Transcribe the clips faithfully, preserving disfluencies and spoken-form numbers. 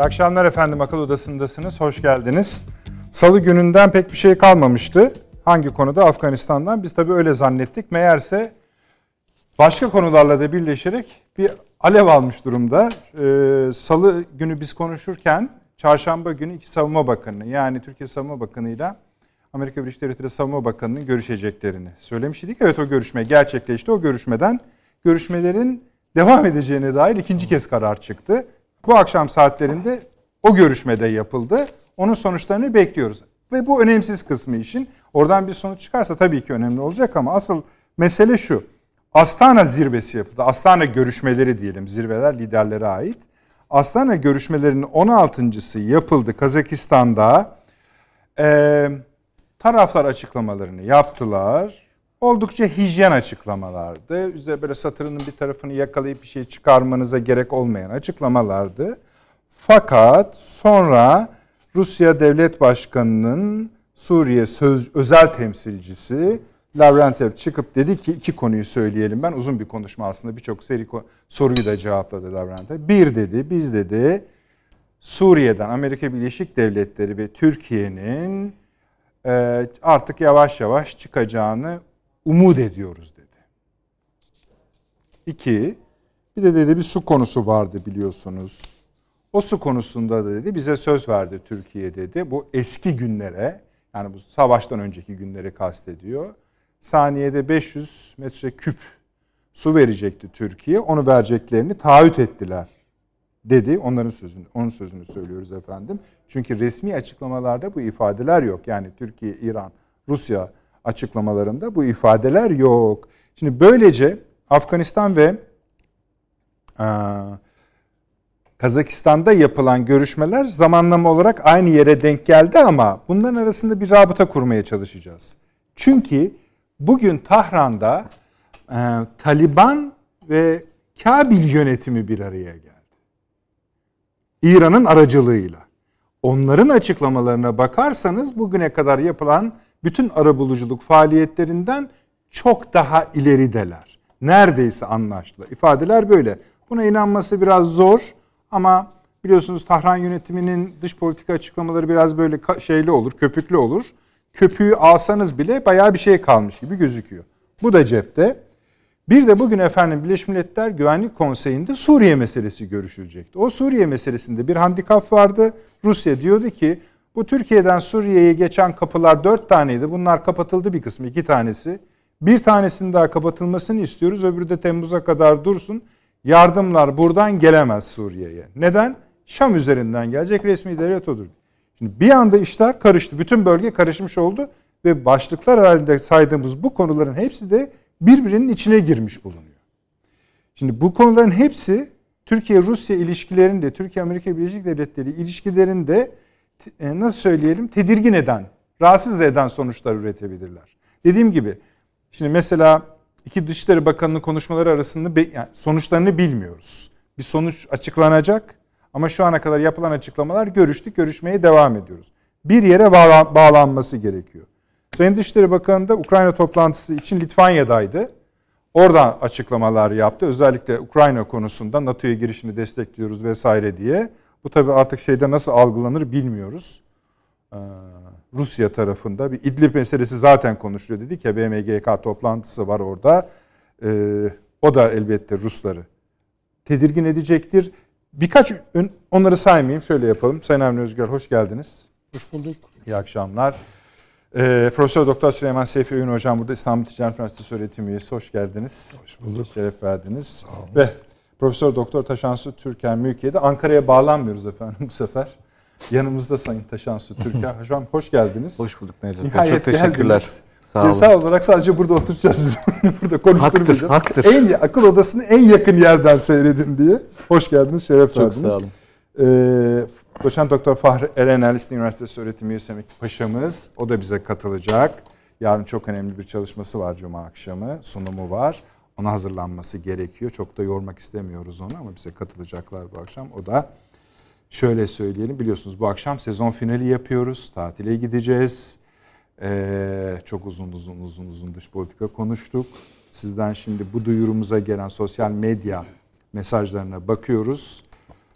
İyi akşamlar efendim, Akıl Odası'ndasınız. Hoş geldiniz. Salı gününden pek bir şey kalmamıştı. Hangi konuda? Afganistan'dan. Biz tabii öyle zannettik. Meğerse başka konularla da birleşerek bir alev almış durumda. Ee, Salı günü biz konuşurken Çarşamba günü iki Savunma Bakanı, yani Türkiye Savunma Bakanı ile Amerika Birleşik Devletleri Savunma Bakanı'nın görüşeceklerini söylemiştik. Evet, o görüşme gerçekleşti. O görüşmeden görüşmelerin devam edeceğine dair ikinci kez karar çıktı. Bu akşam saatlerinde o görüşmede yapıldı. Onun sonuçlarını bekliyoruz. Ve bu önemsiz kısmı işin. Oradan bir sonuç çıkarsa tabii ki önemli olacak ama asıl mesele şu. Astana zirvesi yapıldı. Astana görüşmeleri diyelim. Zirveler liderlere ait. Astana görüşmelerinin on altıncısı yapıldı Kazakistan'da. Ee, taraflar açıklamalarını yaptılar. Oldukça hijyen açıklamalardı. Üzerine böyle satırının bir tarafını yakalayıp bir şey çıkarmanıza gerek olmayan açıklamalardı. Fakat sonra Rusya Devlet Başkanı'nın Suriye söz, özel temsilcisi Lavrentiev çıkıp dedi ki, iki konuyu söyleyelim. Ben uzun bir konuşma aslında, birçok seri soruyu da cevapladı Lavrentiev. Bir dedi, biz dedi Suriye'den Amerika Birleşik Devletleri ve Türkiye'nin e, artık yavaş yavaş çıkacağını umut ediyoruz dedi. İki, bir de dedi bir su konusu vardı biliyorsunuz. O su konusunda da dedi bize söz verdi Türkiye dedi. Bu eski günlere, yani bu savaştan önceki günleri kastediyor. Saniyede beş yüz metreküp su verecekti Türkiye. Onu vereceklerini taahhüt ettiler dedi. Onların sözünü, onun sözünü söylüyoruz efendim. Çünkü resmi açıklamalarda bu ifadeler yok. Yani Türkiye, İran, Rusya açıklamalarında bu ifadeler yok. Şimdi böylece Afganistan ve e, Kazakistan'da yapılan görüşmeler zamanlama olarak aynı yere denk geldi ama bunların arasında bir rabıta kurmaya çalışacağız. Çünkü bugün Tahran'da e, Taliban ve Kabil yönetimi bir araya geldi. İran'ın aracılığıyla. Onların açıklamalarına bakarsanız bugüne kadar yapılan bütün arabuluculuk faaliyetlerinden çok daha ilerideler. Neredeyse anlaştılar. İfadeler böyle. Buna inanması biraz zor ama biliyorsunuz Tahran yönetiminin dış politika açıklamaları biraz böyle şeyli olur, köpüklü olur. Köpüğü alsanız bile bayağı bir şey kalmış gibi gözüküyor. Bu da cepte. Bir de bugün efendim Birleşmiş Milletler Güvenlik Konseyi'nde Suriye meselesi görüşülecekti. O Suriye meselesinde bir handikap vardı. Rusya diyordu ki bu Türkiye'den Suriye'ye geçen kapılar dört taneydi. Bunlar kapatıldı bir kısmı, iki tanesi. Bir tanesinin daha kapatılmasını istiyoruz. Öbürü de Temmuz'a kadar dursun. Yardımlar buradan gelemez Suriye'ye. Neden? Şam üzerinden gelecek, resmi devlet odur. Şimdi bir anda işler karıştı. Bütün bölge karışmış oldu ve başlıklar halinde saydığımız bu konuların hepsi de birbirinin içine girmiş bulunuyor. Şimdi bu konuların hepsi Türkiye-Rusya ilişkilerinde, Türkiye-Amerika Birleşik Devletleri ilişkilerinde nasıl söyleyelim, tedirgin eden, rahatsız eden sonuçlar üretebilirler. Dediğim gibi, şimdi mesela iki Dışişleri Bakanı'nın konuşmaları arasında yani sonuçlarını bilmiyoruz. Bir sonuç açıklanacak ama şu ana kadar yapılan açıklamalar görüştük, görüşmeye devam ediyoruz. Bir yere bağlan, bağlanması gerekiyor. Sayın Dışişleri Bakanı da Ukrayna toplantısı için Litvanya'daydı. Oradan açıklamalar yaptı. Özellikle Ukrayna konusunda NATO'ya girişini destekliyoruz vesaire diye. Bu tabii artık şeyde nasıl algılanır bilmiyoruz. Ee, Rusya tarafında bir İdlib meselesi zaten konuşuluyor dedik ya, B M G K toplantısı var orada. Ee, o da elbette Rusları tedirgin edecektir. Birkaç onları saymayayım, şöyle yapalım. Sayın Avni Özgür, hoş geldiniz. Hoş bulduk. İyi akşamlar. Ee, Profesör Doktor Süleyman Seyfi Öğün Hocam burada, İstanbul Ticaret Üniversitesi öğretim üyesi. Hoş geldiniz. Hoş bulduk. Şeref verdiniz. Ve Profesör Doktor Taşansu Türker Mülkiye'de. Ankara'ya bağlanmıyoruz efendim bu sefer. Yanımızda Sayın Taşansu Türker. Hocam hoş geldiniz. Hoş bulduk Necdet Bey. Çok teşekkürler. Geldiniz. Sağ olun. Ceza olarak sadece burada oturacağız. Burada konuşturmayacağız. Haktır, haktır. En, akıl odasını en yakın yerden seyredin diye. Hoş geldiniz, şeref Çok verdiniz. sağ olun. Ee, Doçent Doktor Fahri Erenel, İstinye Üniversitesi öğretim üyesi Emekli Paşa'mız. O da bize katılacak. Yarın çok önemli bir çalışması var, Cuma akşamı. Sunumu var. Ona hazırlanması gerekiyor. Çok da yormak istemiyoruz onu ama bize katılacaklar bu akşam. O da şöyle söyleyelim. Biliyorsunuz bu akşam sezon finali yapıyoruz. Tatile gideceğiz. Ee, çok uzun uzun uzun uzun dış politika konuştuk. Sizden şimdi bu duyurumuza gelen sosyal medya mesajlarına bakıyoruz.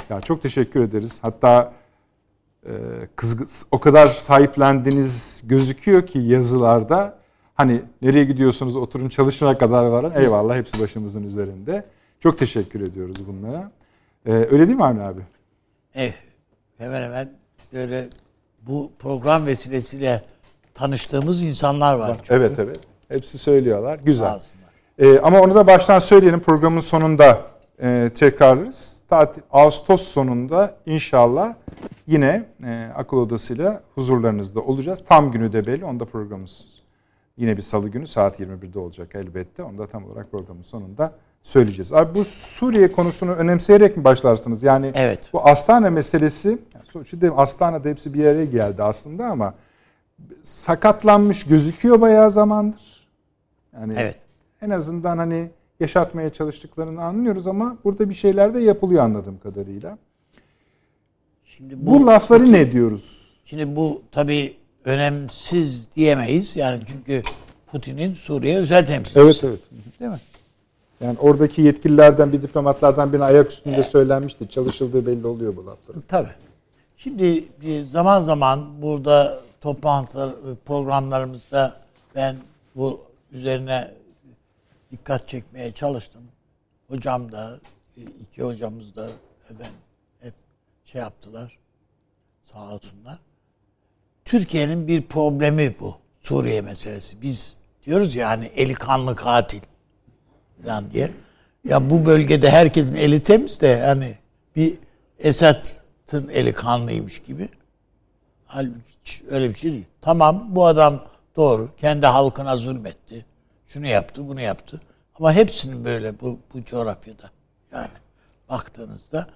Ya çok teşekkür ederiz. Hatta e, kız, o kadar sahiplendiğiniz gözüküyor ki yazılarda. Hani nereye gidiyorsunuz, oturun çalışana kadar varın. Eyvallah, hepsi başımızın üzerinde. Çok teşekkür ediyoruz bunlara. Ee, öyle değil mi Avni abi? Evet. Hemen hemen böyle bu program vesilesiyle tanıştığımız insanlar var. Çünkü. Evet evet. Hepsi söylüyorlar. Güzel. Ee, ama onu da baştan söyleyelim. Programın sonunda e, tekrarlarız. Tatil, Ağustos sonunda inşallah yine e, akıl odasıyla huzurlarınızda olacağız. Tam günü de belli. Onda programımız yine bir salı günü saat yirmi birde olacak elbette. Onu da tam olarak programın sonunda söyleyeceğiz. Abi bu Suriye konusunu önemseyerek mi başlarsınız? Yani evet. Bu Astana meselesi, yani Astana'da hepsi bir yere geldi aslında ama sakatlanmış gözüküyor bayağı zamandır. Yani evet. En azından hani yaşatmaya çalıştıklarını anlıyoruz ama burada bir şeyler de yapılıyor anladığım kadarıyla. Şimdi bu, bu lafları Putin, ne diyoruz? Şimdi bu tabii önemsiz diyemeyiz. Yani çünkü Putin'in Suriye özel temsilcisi. Evet evet. Değil mi? Yani oradaki yetkililerden, bir diplomatlardan birine ayak üstünde evet. söylenmişti. Çalışıldığı belli oluyor bu lafların. Tabii. Şimdi zaman zaman burada toplantı programlarımızda ben bu üzerine dikkat çekmeye çalıştım. Hocam da, iki hocamız da efendim, hep şey yaptılar. Sağ olsunlar. Türkiye'nin bir problemi bu. Suriye meselesi. Biz diyoruz ya hani eli kanlı katil falan diye. Ya bu bölgede herkesin eli temiz de hani bir Esad'ın eli kanlıymış gibi. Halbuki hiç öyle bir şey değil. Tamam, bu adam doğru. Kendi halkına zulmetti. Şunu yaptı, bunu yaptı. Ama hepsinin böyle bu, bu coğrafyada. Yani baktığınızda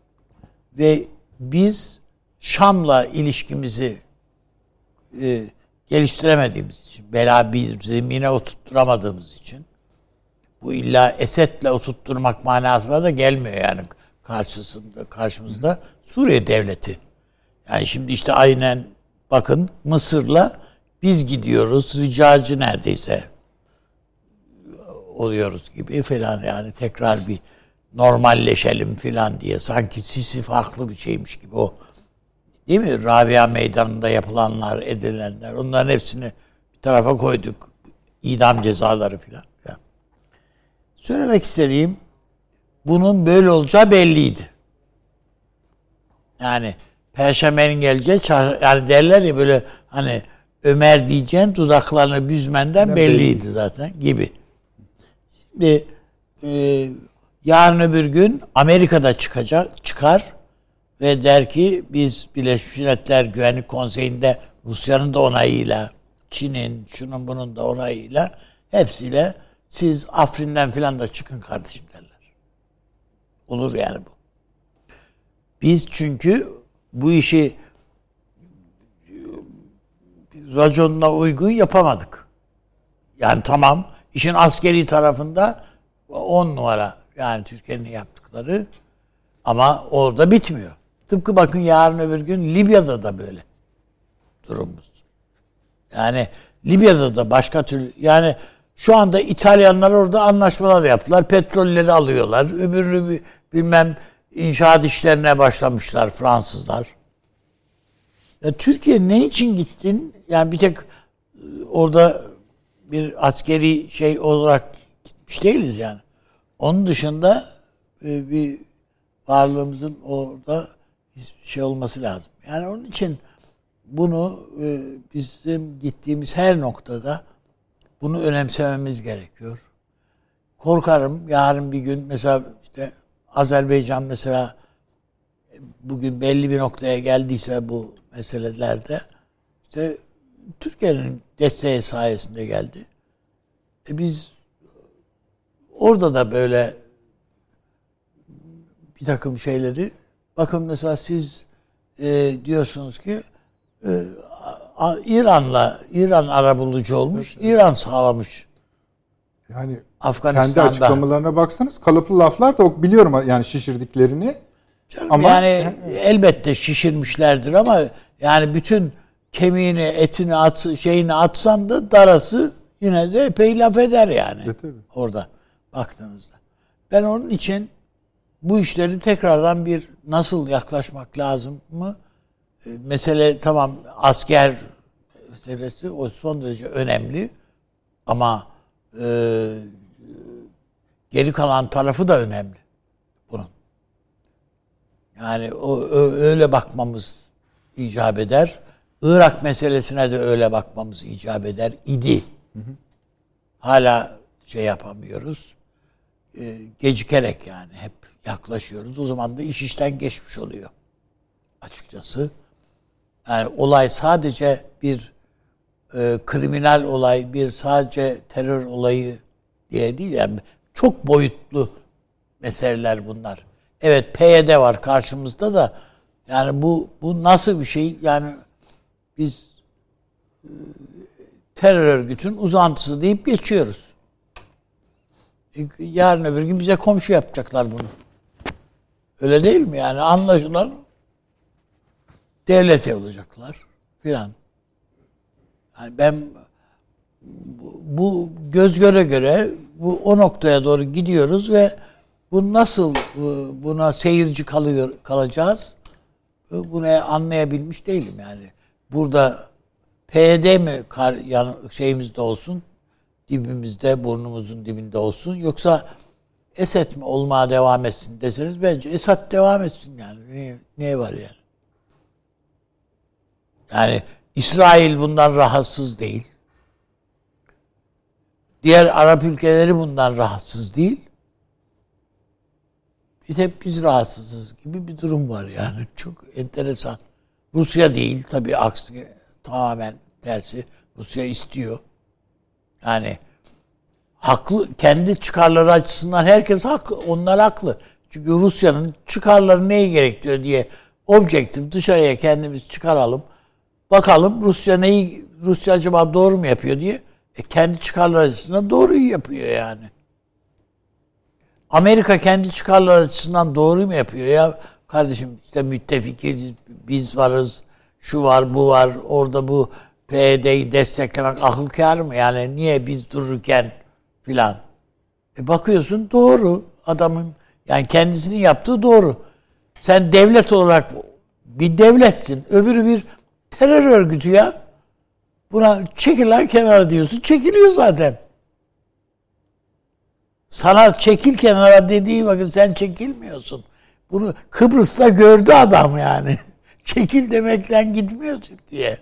ve biz Şam'la ilişkimizi e, geliştiremediğimiz için, bela bir zemine oturtturamadığımız için, bu illa Esed'le oturtturmak manasına da gelmiyor yani karşısında, karşımızda Suriye devleti. Yani şimdi işte aynen bakın Mısır'la biz gidiyoruz, ricacı neredeyse oluyoruz gibi falan, yani tekrar bir normalleşelim falan diye, sanki Sisi farklı bir şeymiş gibi o. Değil mi? Rabia Meydanı'nda yapılanlar, edilenler, onların hepsini bir tarafa koyduk. İdam cezaları filan. Söylemek istediğim, bunun böyle olacağı belliydi. Yani Perşembenin geleceği, yani derler ya böyle hani Ömer diyeceğin dudaklarını büzmenden belliydi zaten gibi. Şimdi e, yarın öbür gün Amerika'da çıkacak, çıkar ve der ki biz Birleşmiş Milletler Güvenlik Konseyi'nde Rusya'nın da onayıyla, Çin'in, şunun bunun da onayıyla, hepsiyle siz Afrin'den filan da çıkın kardeşim derler. Olur yani bu. Biz çünkü bu işi raconuna uygun yapamadık. Yani tamam, işin askeri tarafında on numara yani Türkiye'nin yaptıkları, ama orada bitmiyor. Tıpkı bakın yarın öbür gün Libya'da da böyle durumumuz. Yani Libya'da da başka türlü, yani şu anda İtalyanlar orada anlaşmalar yaptılar. Petrolleri alıyorlar. Öbürünü bilmem inşaat işlerine başlamışlar Fransızlar. Ya Türkiye ne için gittin? Yani bir tek orada bir askeri şey olarak gitmiş değiliz yani. Onun dışında bir varlığımızın orada şey olması lazım. Yani onun için bunu bizim gittiğimiz her noktada bunu önemsememiz gerekiyor. Korkarım yarın bir gün mesela işte Azerbaycan mesela bugün belli bir noktaya geldiyse bu meselelerde, işte Türkiye'nin desteği sayesinde geldi. E biz orada da böyle bir takım şeyleri, bakın mesela siz e, diyorsunuz ki e, İran'la İran arabulucu olmuş, evet, İran sağlamış. Yani Afganistan'da. Kendi açıklamalarına baksanız kalıplı laflar da biliyorum yani şişirdiklerini. Canım ama yani elbette şişirmişlerdir ama yani bütün kemiğini, etini at, şeyini atsan da darası yine de epey laf eder yani. Evet, evet. Orada baktığınızda. Ben onun için bu işleri tekrardan bir nasıl yaklaşmak lazım mı? E, mesele tamam, asker meselesi o son derece önemli ama e, geri kalan tarafı da önemli bunun. Yani o öyle bakmamız icap eder. Irak meselesine de öyle bakmamız icap eder idi. Hı hı. Hala şey yapamıyoruz. E, gecikerek yani hep yaklaşıyoruz. O zaman da iş işten geçmiş oluyor. Açıkçası. Yani olay sadece bir e, kriminal olay, bir sadece terör olayı diye değil. Yani çok boyutlu meseleler bunlar. Evet, P Y D var karşımızda da yani bu bu nasıl bir şey? Yani biz e, terör örgütün uzantısı deyip geçiyoruz. Yarın öbür gün bize komşu yapacaklar bunu. Öyle değil mi? Yani anlaşılan devlete olacaklar filan. Yani ben bu, bu göz göre göre bu o noktaya doğru gidiyoruz ve bu nasıl buna seyirci kalıyor kalacağız? Bunu anlayabilmiş değilim yani. Burada P Y D mi kar, yani şeyimizde olsun, dibimizde, burnumuzun dibinde olsun, yoksa Esed mi olmaya devam etsin deseniz bence Esed devam etsin yani. Ne, ne var yani? Yani İsrail bundan rahatsız değil. Diğer Arap ülkeleri bundan rahatsız değil. Bir hep biz rahatsızız gibi bir durum var yani. Çok enteresan. Rusya değil tabii, aksi tamamen tersi. Rusya istiyor. Yani haklı, kendi çıkarları açısından herkes haklı. Onlar haklı. Çünkü Rusya'nın çıkarları neyi gerektiriyor diye objektif dışarıya kendimiz çıkaralım. Bakalım Rusya neyi, Rusya acaba doğru mu yapıyor diye. E kendi çıkarları açısından doğruyu yapıyor yani. Amerika kendi çıkarları açısından doğru mu yapıyor? Ya kardeşim işte müttefikiz, biz varız, şu var, bu var, orada bu P Y D'yi desteklemek akıl kârı mı? Yani niye biz dururken filan. E bakıyorsun doğru adamın, yani kendisinin yaptığı doğru. Sen devlet olarak bir devletsin, öbürü bir terör örgütü ya. Buna çekiller kenara diyorsun, çekiliyor zaten. Sana çekil kenara dediği vakit sen çekilmiyorsun. Bunu Kıbrıs'ta gördü adam yani. Çekil demekten gitmiyor Türkiye.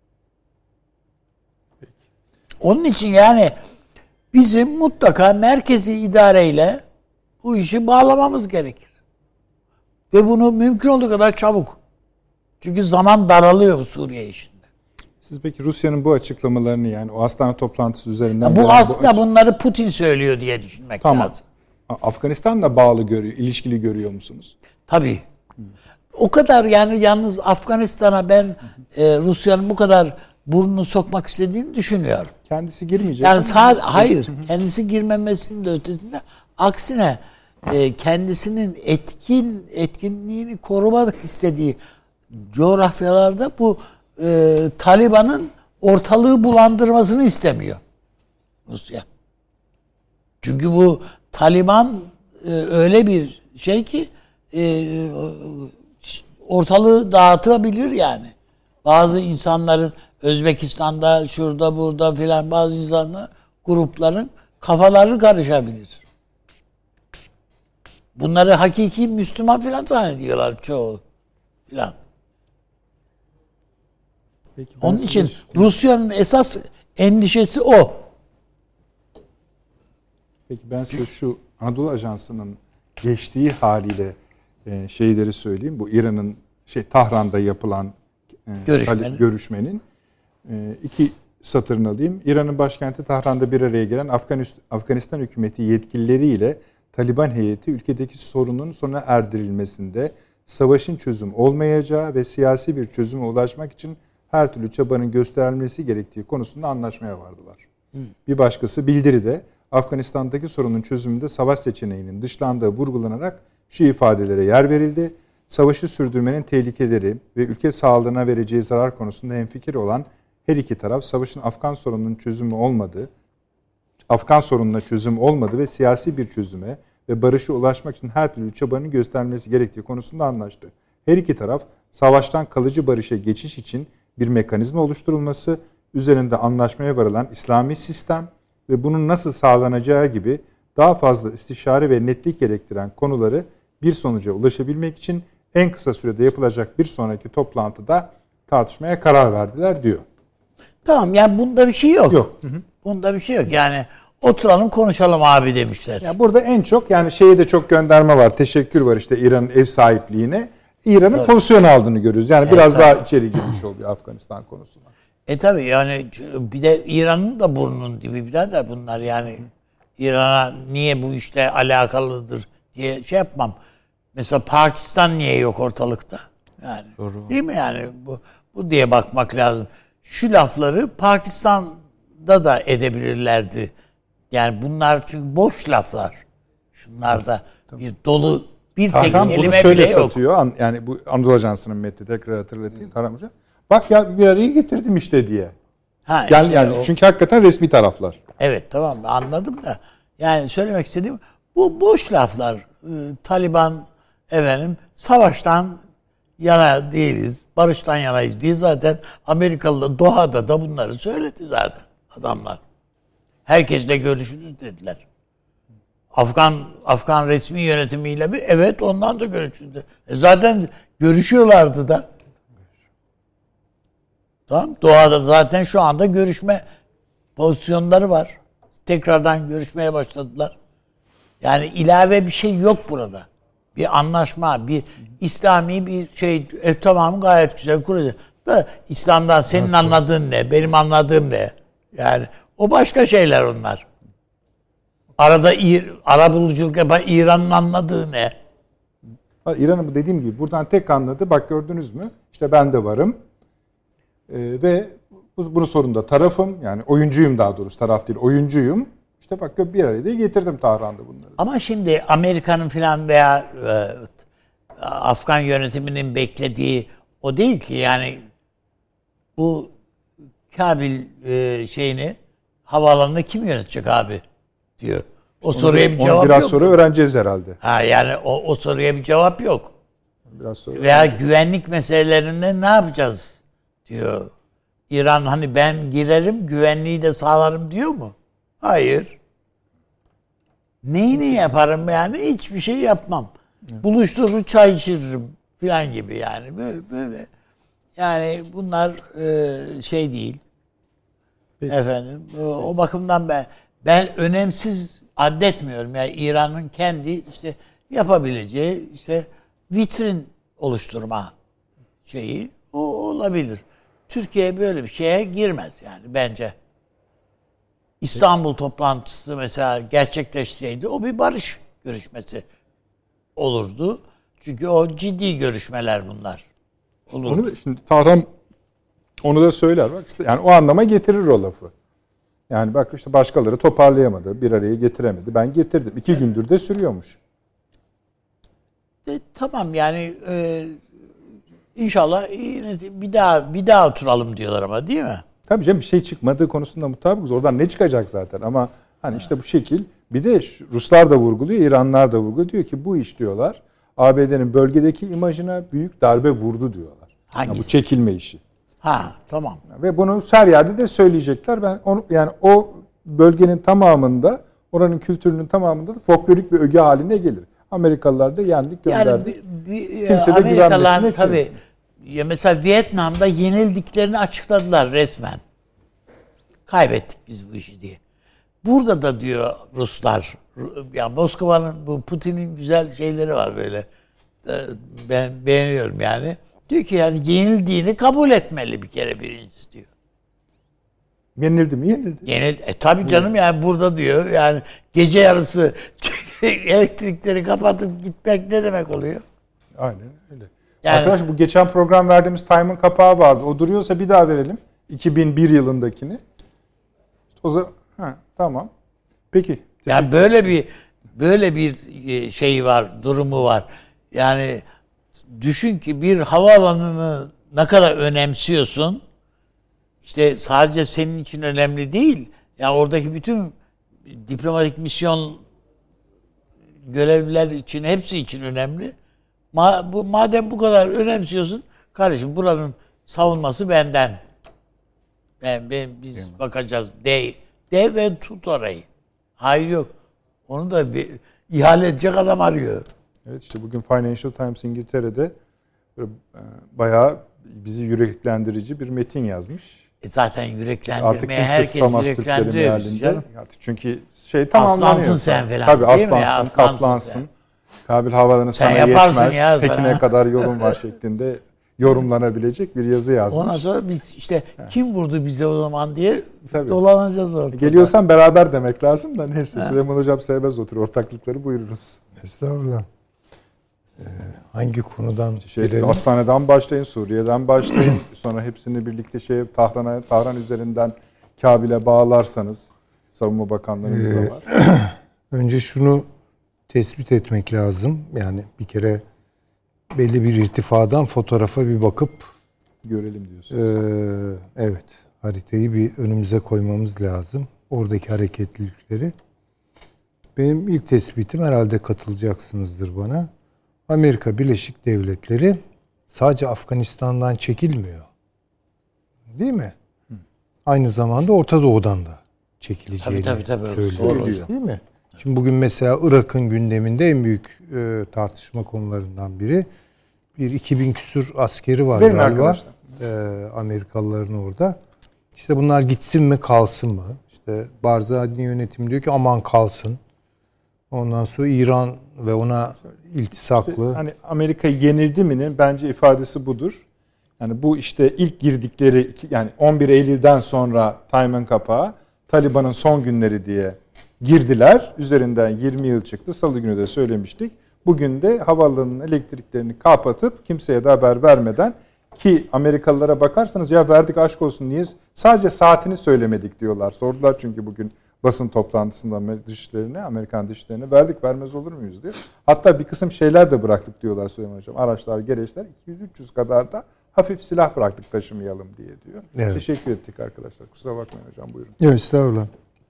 Onun için yani bizim mutlaka merkezi idareyle bu işi bağlamamız gerekir. Ve bunu mümkün olduğu kadar çabuk. Çünkü zaman daralıyor bu Suriye işinde. Siz peki Rusya'nın bu açıklamalarını, yani o Astana toplantısı üzerinden... Bu aslında bu açık... bunları Putin söylüyor diye düşünmek tamam. lazım. Afganistan'la bağlı görüyor, ilişkili görüyor musunuz? Tabii. Hmm. O kadar yani, yalnız Afganistan'a ben e, Rusya'nın bu kadar burnunu sokmak istediğini düşünüyorum. Kendisi girmeyecek. Yani sağ, hayır, kendisi girmemesinin de ötesinde, aksine e, kendisinin etkin etkinliğini korumak istediği coğrafyalarda bu e, Taliban'ın ortalığı bulandırmasını istemiyor Rusya. Çünkü bu Taliban e, öyle bir şey ki e, ortalığı dağıtabilir yani. Bazı insanların Özbekistan'da, şurada, burada filan bazı insanlar, grupların kafaları karışabilir. Bunları hakiki Müslüman filan zannediyorlar çoğu filan. Peki, onun için size... Rusya'nın esas endişesi o. Peki ben size şu Anadolu Ajansı'nın geçtiği haliyle e, şeyleri söyleyeyim. Bu İran'ın şey Tahran'da yapılan e, Görüşmeni. görüşmenin e, iki satırını alayım. İran'ın başkenti Tahran'da bir araya gelen Afganistan hükümeti yetkilileriyle Taliban heyeti ülkedeki sorunun sona erdirilmesinde savaşın çözüm olmayacağı ve siyasi bir çözüme ulaşmak için her türlü çabanın gösterilmesi gerektiği konusunda anlaşmaya vardılar. Hı. Bir başkası bildiride Afganistan'daki sorunun çözümünde savaş seçeneğinin dışlandığı vurgulanarak şu ifadelere yer verildi. Savaşı sürdürmenin tehlikeleri ve ülke sağlığına vereceği zarar konusunda hemfikir olan her iki taraf savaşın Afgan sorununun çözümü olmadığı, Afgan sorununa çözüm olmadı ve siyasi bir çözüme ve barışa ulaşmak için her türlü çabanın göstermesi gerektiği konusunda anlaştı. Her iki taraf savaştan kalıcı barışa geçiş için bir mekanizma oluşturulması, üzerinde anlaşmaya varılan İslami sistem ve bunun nasıl sağlanacağı gibi daha fazla istişare ve netlik gerektiren konuları bir sonuca ulaşabilmek için en kısa sürede yapılacak bir sonraki toplantıda tartışmaya karar verdiler diyor. Tamam, yani bunda bir şey yok. Yok. Hı hı. Bunda bir şey yok. Yani oturalım konuşalım abi demişler. Ya burada en çok yani şeye de çok gönderme var. Teşekkür var işte İran'ın ev sahipliğine. İran'ın tabii pozisyon aldığını görüyoruz. Yani evet, biraz tabii daha içeri girmiş oluyor Afganistan konusuna. E tabii yani bir de İran'ın da burnunun dibi birader bunlar yani. İran'a niye bu işle alakalıdır diye şey yapmam. Mesela Pakistan niye yok ortalıkta? Yani doğru. Değil mi yani bu bu diye bakmak lazım. Şu lafları Pakistan'da da edebilirlerdi. Yani bunlar çünkü boş laflar. Şunlar da bir dolu bir tek Tarhan kelime bunu şöyle bile yok. satıyor. Yani bu Anadolu Ajansı'nın metni tekrar hatırlatayım Tarhan Hoca. Bak ya bir arayı getirdim işte diye. Ha, yani, işte yani o, çünkü hakikaten resmi taraflar. Evet tamam anladım da yani söylemek istediğim bu boş laflar. Ee, Taliban efendim savaştan yana değiliz, barıştan yanayız diye zaten Amerikalı Doha'da da bunları söyledi zaten adamlar. Herkesle görüşürüz dediler. Afgan Afgan resmi yönetimiyle mi? Evet ondan da görüşüldü. E zaten görüşüyorlardı da. Tamam. Doğada zaten şu anda görüşme pozisyonları var. Tekrardan görüşmeye başladılar. Yani ilave bir şey yok burada. Bir anlaşma, bir İslami bir şey. E, tamam gayet güzel kuracak. Da İslam'dan senin nasıl anladığın ne? Benim anladığım ne? Yani o başka şeyler onlar. Arada İr, ara buluculuk yapan İran'ın anladığı ne? İran'ın dediğim gibi buradan tek anladı. Bak gördünüz mü? İşte ben de varım. Ee, ve bu, bunun sorununda tarafım. Yani oyuncuyum daha doğrusu. Taraf değil. Oyuncuyum. İşte bak bir araya da getirdim Tahran'da bunları. Ama şimdi Amerika'nın falan veya e, Afgan yönetiminin beklediği o değil ki. Yani bu Kabil e, şeyini havaalanını kim yönetecek abi diyor. O onu soruya bir cevap yok. Biraz sonra öğreneceğiz herhalde. Ha yani o, o soruya bir cevap yok. Biraz sonra veya güvenlik meselelerinde ne yapacağız diyor. İran hani ben girerim güvenliği de sağlarım diyor mu? Hayır. Neyini yaparım yani? Hiçbir şey yapmam. Evet. Buluşturur çay içiririm falan gibi yani. Böyle, böyle. Yani bunlar e, şey değil. Peki. Efendim o, o bakımdan ben ben önemsiz addetmiyorum. Yani İran'ın kendi işte yapabileceği işte vitrin oluşturma şeyi o olabilir. Türkiye böyle bir şeye girmez yani bence. İstanbul toplantısı mesela gerçekleşseydi o bir barış görüşmesi olurdu. Çünkü o ciddi görüşmeler bunlar. Olurdu. Onu şimdi Tahran onu da söyler bak işte yani o anlama getirir o lafı. Yani bak işte başkaları toparlayamadı, bir araya getiremedi. Ben getirdim. İki evet. gündür de sürüyormuş. E, tamam yani e, inşallah bir daha bir daha oturalım diyorlar ama değil mi? Tabii canım bir şey çıkmadığı konusunda mutabıkız. Oradan ne çıkacak zaten ama hani işte bu şekil bir de Ruslar da vurguluyor, İranlılar da vurguluyor. Diyor ki bu iş diyorlar A B D'nin bölgedeki imajına büyük darbe vurdu diyorlar. Yani bu çekilme işi. Ha tamam. Ve bunu her yerde de söyleyecekler. Ben onu yani o bölgenin tamamında, oranın kültürünün tamamında da folklorik bir öge haline gelir. Amerikalılar da yendik gönderdik. Yani bir, bir, Kimse de Amerikalılar tabii ya mesela Vietnam'da yenildiklerini açıkladılar resmen. Kaybettik biz bu işi diye. Burada da diyor Ruslar, yani Moskova'nın bu Putin'in güzel şeyleri var böyle. Ben beğeniyorum yani. Diyor ki yani yenildiğini kabul etmeli bir kere birincisi diyor. Yenildi mi? Yenildi. Yenil, e tabii canım yani burada diyor yani gece yarısı elektrikleri kapatıp gitmek ne demek oluyor? Aynen öyle. Yani, arkadaş bu geçen program verdiğimiz Time'ın kapağı vardı. O duruyorsa bir daha verelim. iki bin bir yılındakini. O zaman ha, tamam. Peki. Yani böyle bir böyle bir şey var, durumu var. Yani düşün ki bir havaalanını ne kadar önemsiyorsun. İşte sadece senin için önemli değil. Yani oradaki bütün diplomatik misyon görevliler için, hepsi için önemli. Ma, bu, madem bu kadar önemsiyorsun, kardeşim buranın savunması benden. Ben, ben biz Değil bakacağız. De, de ve tut orayı. Hayır yok. Onu da bir ihale edecek adam arıyor. Evet, işte bugün Financial Times İngiltere'de bayağı bizi yüreklendirici bir metin yazmış. E zaten yüreklendirmeye herkes yüreklendiriyor. Artık çünkü şey tamamlanıyor. Aslansın sen falan. Tabii aslansın, aslansın katlansın. Sen. Kabil havalarını sana yetmez. Ya Pekin'e kadar yolun var şeklinde yorumlanabilecek bir yazı yazmış. Ondan sonra biz işte kim vurdu bize o zaman diye Tabii. dolanacağız ortada. Geliyorsan beraber demek lazım da neyse. Ha. Süleyman Hocam sevmez otur. Ortaklıkları buyurunuz. Estağfurullah. Ee, hangi konudan şey, girelim? Hastaneden başlayın, Suriye'den başlayın. Sonra hepsini birlikte şey Tahran'a, Tahran üzerinden Kabil'e bağlarsanız Savunma Bakanlarımız ee, da var. Önce şunu tespit etmek lazım. Yani bir kere belli bir irtifadan fotoğrafa bir bakıp görelim diyorsunuz. E, evet, haritayı bir önümüze koymamız lazım. Oradaki hareketlilikleri. Benim ilk tespitim, herhalde katılacaksınızdır bana. Amerika Birleşik Devletleri sadece Afganistan'dan çekilmiyor. Değil mi? Hı. Aynı zamanda Orta Doğu'dan da çekileceğini tabii, tabii, tabii. söylüyor. Değil mi? Şimdi bugün mesela Irak'ın gündeminde en büyük e, tartışma konularından biri, bir iki bin küsur askeri var Benim galiba e, Amerikalıların orada. İşte bunlar gitsin mi kalsın mı? İşte Barzani yönetim diyor ki aman kalsın. Ondan sonra İran ve ona iltisaklı. İşte hani Amerika yenildi mi'nin bence ifadesi budur. Yani bu işte ilk girdikleri yani on bir Eylül'den sonra Tayman kapağı, Taliban'ın son günleri diye girdiler. Üzerinden yirmi yıl çıktı. Salı günü de söylemiştik. Bugün de havaalanının elektriklerini kapatıp kimseye de haber vermeden, ki Amerikalılara bakarsanız ya verdik aşk olsun niye sadece saatini söylemedik diyorlar. Sordular çünkü bugün basın toplantısında dışişlerine, Amerikan dışişlerine verdik vermez olur muyuz diyor. Hatta bir kısım şeyler de bıraktık diyorlar Süleyman Hocam. Araçlar, gereçler iki yüz üç yüz kadar da hafif silah bıraktık taşımayalım diye diyor. Evet. Teşekkür ettik arkadaşlar. Kusura bakmayın hocam, buyurun. Evet, estağfurullah.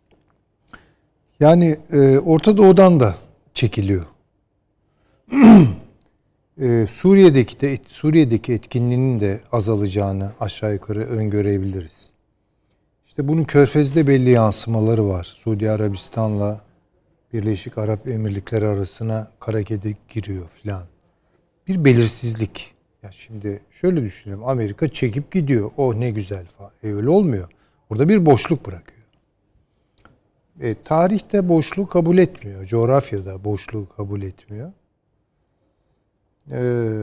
Yani e, Orta Doğu'dan da çekiliyor. e, Suriye'deki de Suriye'deki etkinliğinin de azalacağını aşağı yukarı öngörebiliriz. İşte bunun Körfez'de belli yansımaları var. Suudi Arabistan'la Birleşik Arap Emirlikleri arasına kara kedi giriyor filan. Bir belirsizlik. Ya şimdi şöyle düşünelim. Amerika çekip gidiyor. Oh ne güzel falan. E, öyle olmuyor. Orada bir boşluk bırakıyor. E, tarihte boşluğu kabul etmiyor. Coğrafyada boşluğu kabul etmiyor. E,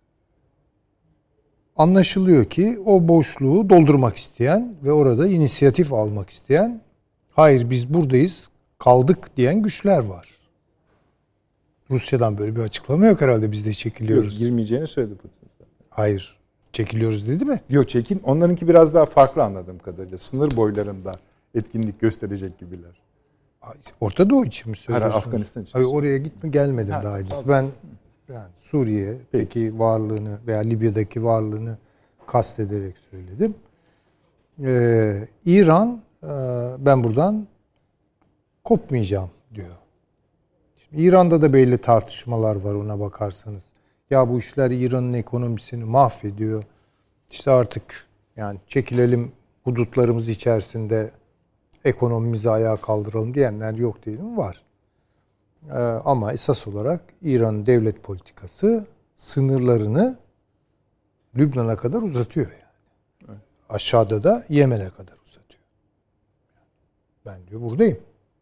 anlaşılıyor ki o boşluğu doldurmak isteyen ve orada inisiyatif almak isteyen, hayır biz buradayız kaldık diyen güçler var. Rusya'dan böyle bir açıklama yok herhalde, biz de çekiliyoruz. Yok, girmeyeceğini söyledi Putin. Hayır, çekiliyoruz dedi mi? Yok, çekin. Onlarınki biraz daha farklı anladığım kadarıyla. Sınır boylarında etkinlik gösterecek gibiler. Orta Doğu için mi söylüyorsunuz? Hayır, Afganistan için. Hayır, oraya gitme gelmedim ha, daha henüz. Ben yani Suriye'deki varlığını veya Libya'daki varlığını kastederek söyledim. Ee, İran e, ben buradan kopmayacağım diyor. Şimdi İran'da da belli tartışmalar var ona bakarsanız. Ya bu işler İran'ın ekonomisini mahvediyor. İşte artık yani çekilelim hudutlarımız içerisinde ekonomimizi ayağa kaldıralım diyenler yok değil mi? Var. Ee, ama esas olarak İran'ın devlet politikası sınırlarını Lübnan'a kadar uzatıyor yani. Evet. Aşağıda da Yemen'e kadar uzatıyor. Ben diyor buradayım.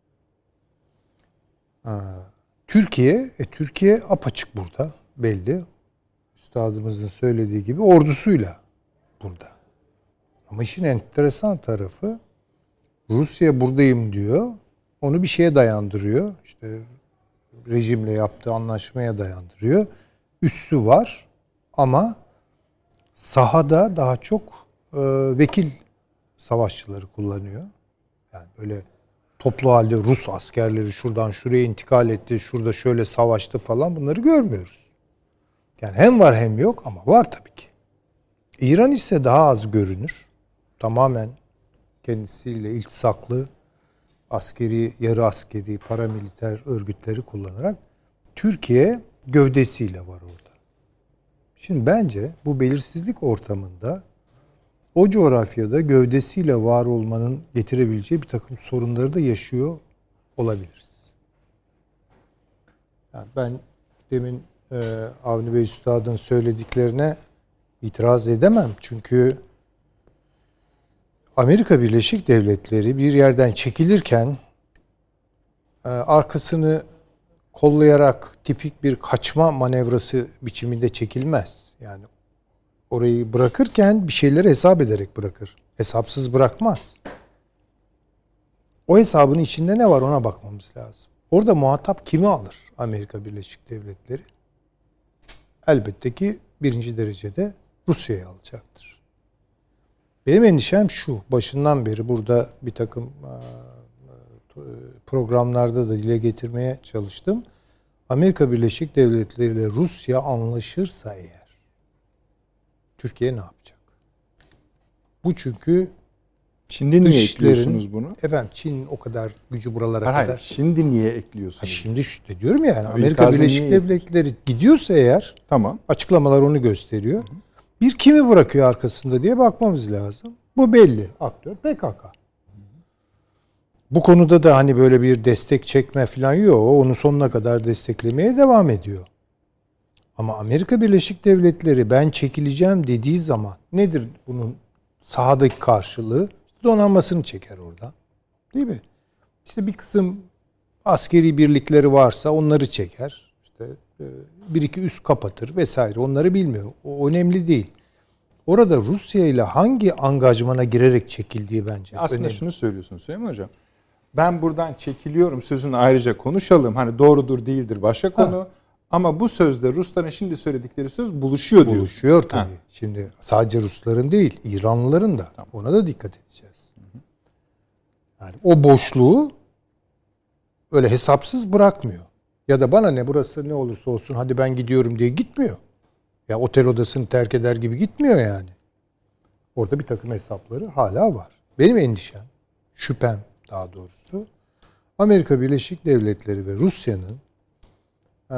Ee, Türkiye, e, Türkiye apaçık burada belli. Üstadımızın söylediği gibi ordusuyla burada. Ama işin enteresan tarafı, Rusya buradayım diyor. Onu bir şeye dayandırıyor. İşte rejimle yaptığı anlaşmaya dayandırıyor. Üssü var ama sahada daha çok e, vekil savaşçıları kullanıyor. Yani böyle toplu halde Rus askerleri şuradan şuraya intikal etti, şurada şöyle savaştı falan, bunları görmüyoruz. Yani hem var hem yok ama var tabii ki. İran ise daha az görünür. Tamamen kendisiyle iltisaklı askeri, yarı askeri, paramiliter örgütleri kullanarak Türkiye gövdesiyle var orada. Şimdi bence bu belirsizlik ortamında o coğrafyada gövdesiyle var olmanın getirebileceği bir takım sorunları da yaşıyor olabiliriz. Yani ben demin e, Avni Bey Üstad'ın söylediklerine itiraz edemem. Çünkü Amerika Birleşik Devletleri bir yerden çekilirken e, arkasını kollayarak tipik bir kaçma manevrası biçiminde çekilmez. Yani orayı bırakırken bir şeyleri hesap ederek bırakır. Hesapsız bırakmaz. O hesabın içinde ne var ona bakmamız lazım. Orada muhatap kimi alır Amerika Birleşik Devletleri? Elbette ki birinci derecede Rusya'yı alacaktır. Benim endişem şu, başından beri burada bir takım programlarda da dile getirmeye çalıştım. Amerika Birleşik Devletleri ile Rusya anlaşırsa eğer Türkiye ne yapacak? Bu çünkü şimdi niye ekliyorsunuz bunu? Efendim Çin o kadar gücü buralara hayır, kadar. Şimdi niye ekliyorsunuz? Ha, şimdi işte diyorum ya yani Tabii Amerika Birleşik Devletleri gidiyorsa eğer tamam. Açıklamalar onu gösteriyor. Hı hı. Bir kimi bırakıyor arkasında diye bakmamız lazım. Bu belli. Aktör P K K. Bu konuda da hani böyle bir destek çekme falan yok. Onu sonuna kadar desteklemeye devam ediyor. Ama Amerika Birleşik Devletleri ben çekileceğim dediği zaman nedir bunun sahadaki karşılığı? İşte donanmasını çeker oradan. Değil mi? İşte bir kısım askeri birlikleri varsa onları çeker. İşte bir iki üst kapatır vesaire. Onları bilmiyor. O önemli değil. Orada Rusya ile hangi angajmana girerek çekildiği bence aslında önemli. Şunu söylüyorsunuz Süleyman Hocam. Ben buradan çekiliyorum sözünü ayrıca konuşalım. Hani doğrudur değildir başka konu. Ha. Ama bu sözde Rusların şimdi söyledikleri söz buluşuyor diyor. Buluşuyor tabii. Ha. Şimdi sadece Rusların değil, İranlıların da. Tamam. Ona da dikkat edeceğiz. Hı hı. Yani o boşluğu öyle hesapsız bırakmıyor. Ya da bana ne burası ne olursa olsun hadi ben gidiyorum diye gitmiyor. Ya otel odasını terk eder gibi gitmiyor yani. Orada bir takım hesapları hala var. Benim endişem, şüphem daha doğrusu Amerika Birleşik Devletleri ve Rusya'nın ee,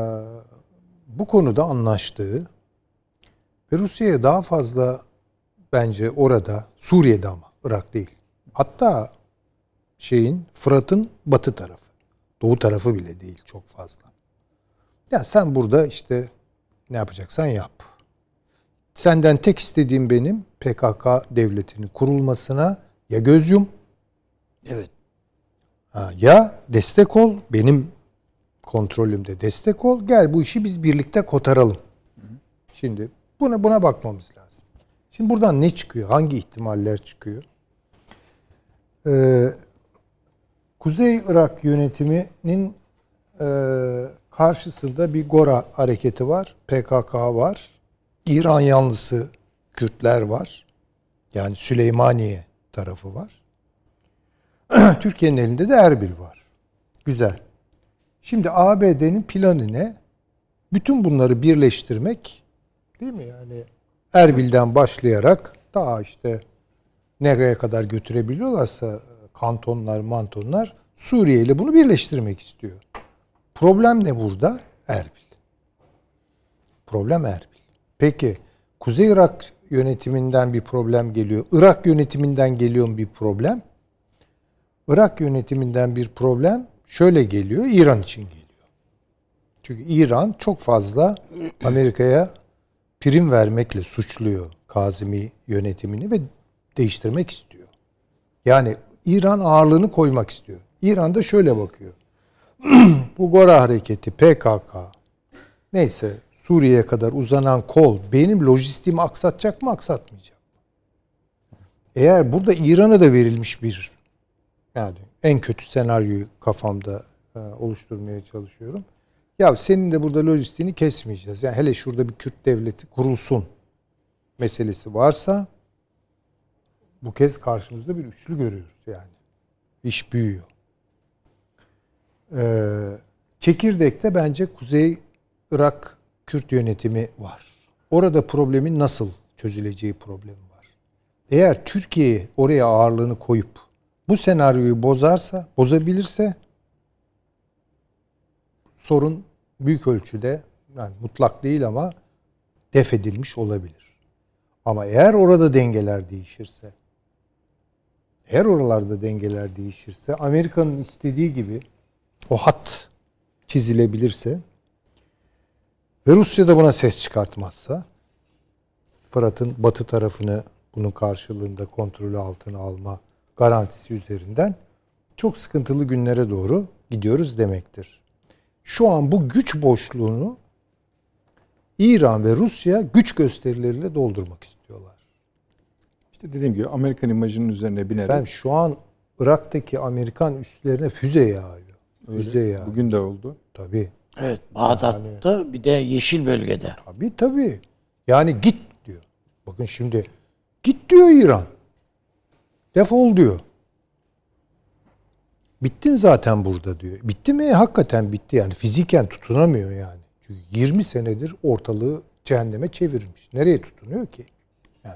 bu konuda anlaştığı ve Rusya'ya daha fazla bence orada Suriye'de ama Irak değil. Hatta şeyin Fırat'ın batı tarafı. Doğu tarafı bile değil çok fazla. Ya sen burada işte ne yapacaksan yap. Senden tek istediğim benim P K K devletinin kurulmasına ya göz yum. Evet. Ha, ya destek ol. Benim kontrolümde destek ol. Gel bu işi biz birlikte kotaralım. Hı hı. Şimdi buna buna bakmamız lazım. Şimdi buradan ne çıkıyor? Hangi ihtimaller çıkıyor? Ee, Kuzey Irak yönetiminin e, karşısında bir Gora hareketi var. P K K var. İran yanlısı Kürtler var. Yani Süleymaniye tarafı var. Türkiye'nin elinde de Erbil var. Güzel. Şimdi A B D'nin planı ne? Bütün bunları birleştirmek, değil mi? Yani Erbil'den başlayarak daha işte nereye kadar götürebiliyorlarsa kantonlar, mantonlar Suriye ile bunu birleştirmek istiyor. Problem ne burada? Erbil. Problem Erbil. Peki Kuzey Irak yönetiminden bir problem geliyor. Irak yönetiminden geliyor mu bir problem? Irak yönetiminden bir problem şöyle geliyor. İran için geliyor. Çünkü İran çok fazla Amerika'ya prim vermekle suçluyor Kazimi yönetimini ve değiştirmek istiyor. Yani İran ağırlığını koymak istiyor. İran da şöyle bakıyor. Bu Gora hareketi, P K K, neyse Suriye'ye kadar uzanan kol benim lojistiğimi aksatacak mı, aksatmayacak mı? Eğer burada İran'a da verilmiş bir, yani en kötü senaryoyu kafamda e, oluşturmaya çalışıyorum. Ya senin de burada lojistiğini kesmeyeceğiz. Yani hele şurada bir Kürt devleti kurulsun meselesi varsa bu kez karşımızda bir üçlü görüyoruz yani. İş büyüyor. Ee, Çekirdek'te bence Kuzey Irak Kürt yönetimi var. Orada problemin nasıl çözüleceği problemi var. Eğer Türkiye oraya ağırlığını koyup bu senaryoyu bozarsa, bozabilirse sorun büyük ölçüde, yani mutlak değil ama def edilmiş olabilir. Ama eğer orada dengeler değişirse, eğer oralarda dengeler değişirse, Amerika'nın istediği gibi o hat çizilebilirse ve Rusya da buna ses çıkartmazsa, Fırat'ın batı tarafını bunun karşılığında kontrolü altına alma garantisi üzerinden çok sıkıntılı günlere doğru gidiyoruz demektir. Şu an bu güç boşluğunu İran ve Rusya güç gösterileriyle doldurmak istiyorlar. İşte dediğim gibi Amerikan imajının üzerine binerek. Efendim şu an Irak'taki Amerikan üslerine füze yağıyor. Füze yağıyor. Bugün de oldu. Tabii. Evet, Bağdat'ta yani, bir de yeşil bölgede. Tabii tabii. Yani git diyor. Bakın şimdi git diyor İran. Defol diyor. Bittin zaten burada diyor. Bitti mi? Hakikaten bitti yani. Fiziken tutunamıyor yani. Çünkü yirmi senedir ortalığı cehenneme çevirmiş. Nereye tutunuyor ki? Yani.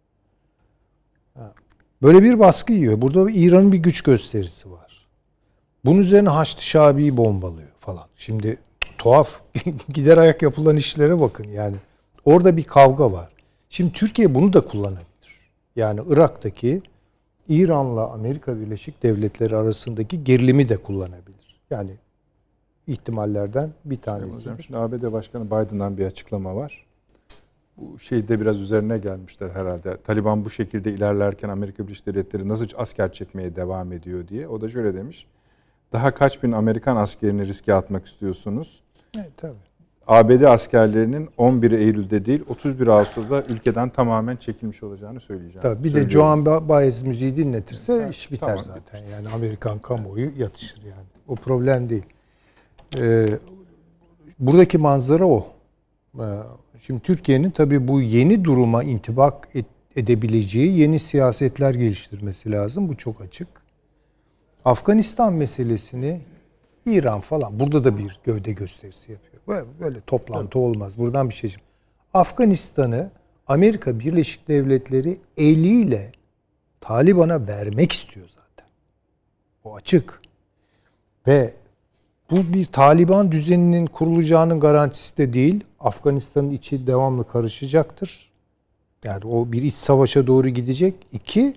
Ha. Böyle bir baskı yiyor. Burada İran'ın bir güç gösterisi var. Bunun üzerine Haçlı Şabi'yi bombalıyor falan. Şimdi tuhaf. Gider ayak yapılan işlere bakın yani. Orada bir kavga var. Şimdi Türkiye bunu da kullanabilir. Yani Irak'taki İran'la Amerika Birleşik Devletleri arasındaki gerilimi de kullanabilir. Yani ihtimallerden bir tanesi. Hocam, şimdi A B D Başkanı Biden'dan bir açıklama var. Bu şeyde biraz üzerine gelmişler herhalde. Taliban bu şekilde ilerlerken Amerika Birleşik Devletleri nasıl asker çekmeye devam ediyor diye. O da şöyle demiş. Daha kaç bin Amerikan askerini riske atmak istiyorsunuz? Evet tabii. A B D askerlerinin on bir Eylül'de değil otuz bir Ağustos'ta ülkeden tamamen çekilmiş olacağını söyleyeceğim. Tabii bir de Joan Baez müziği dinletirse evet, iş biter tamam, zaten. Yani Amerikan kamuoyu yatışır yani. O problem değil. Ee, buradaki manzara o. Ee, şimdi Türkiye'nin tabii bu yeni duruma intibak et, edebileceği yeni siyasetler geliştirmesi lazım. Bu çok açık. Afganistan meselesini İran falan burada da bir gövde gösterisi yapıyor. Böyle, böyle toplantı evet. olmaz. Buradan bir şey. Afganistan'ı Amerika Birleşik Devletleri eliyle Taliban'a vermek istiyor zaten. O açık. Ve bu bir Taliban düzeninin kurulacağının garantisi de değil. Afganistan'ın içi devamlı karışacaktır. Yani o bir iç savaşa doğru gidecek. İki,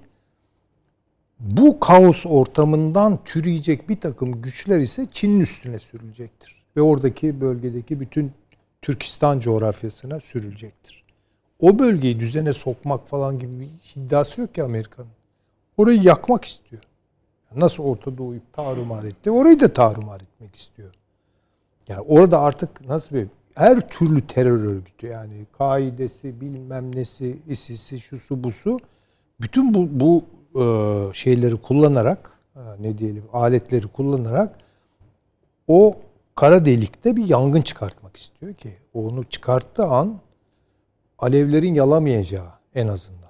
bu kaos ortamından türeyecek bir takım güçler ise Çin'in üstüne sürülecektir. Ve oradaki bölgedeki bütün Türkistan coğrafyasına sürülecektir. O bölgeyi düzene sokmak falan gibi bir iddiası yok ki Amerika'nın. Orayı yakmak istiyor. Nasıl Orta Doğu'yu tarumar etti, orayı da tarumar etmek istiyor. Yani orada artık nasıl bir her türlü terör örgütü yani Kaide'si, bilmem nesi, ISIS'i, şusu busu bütün bu bu şeyleri kullanarak ne diyelim aletleri kullanarak o kara delikte bir yangın çıkartmak istiyor ki onu çıkarttığı an alevlerin yalamayacağı en azından.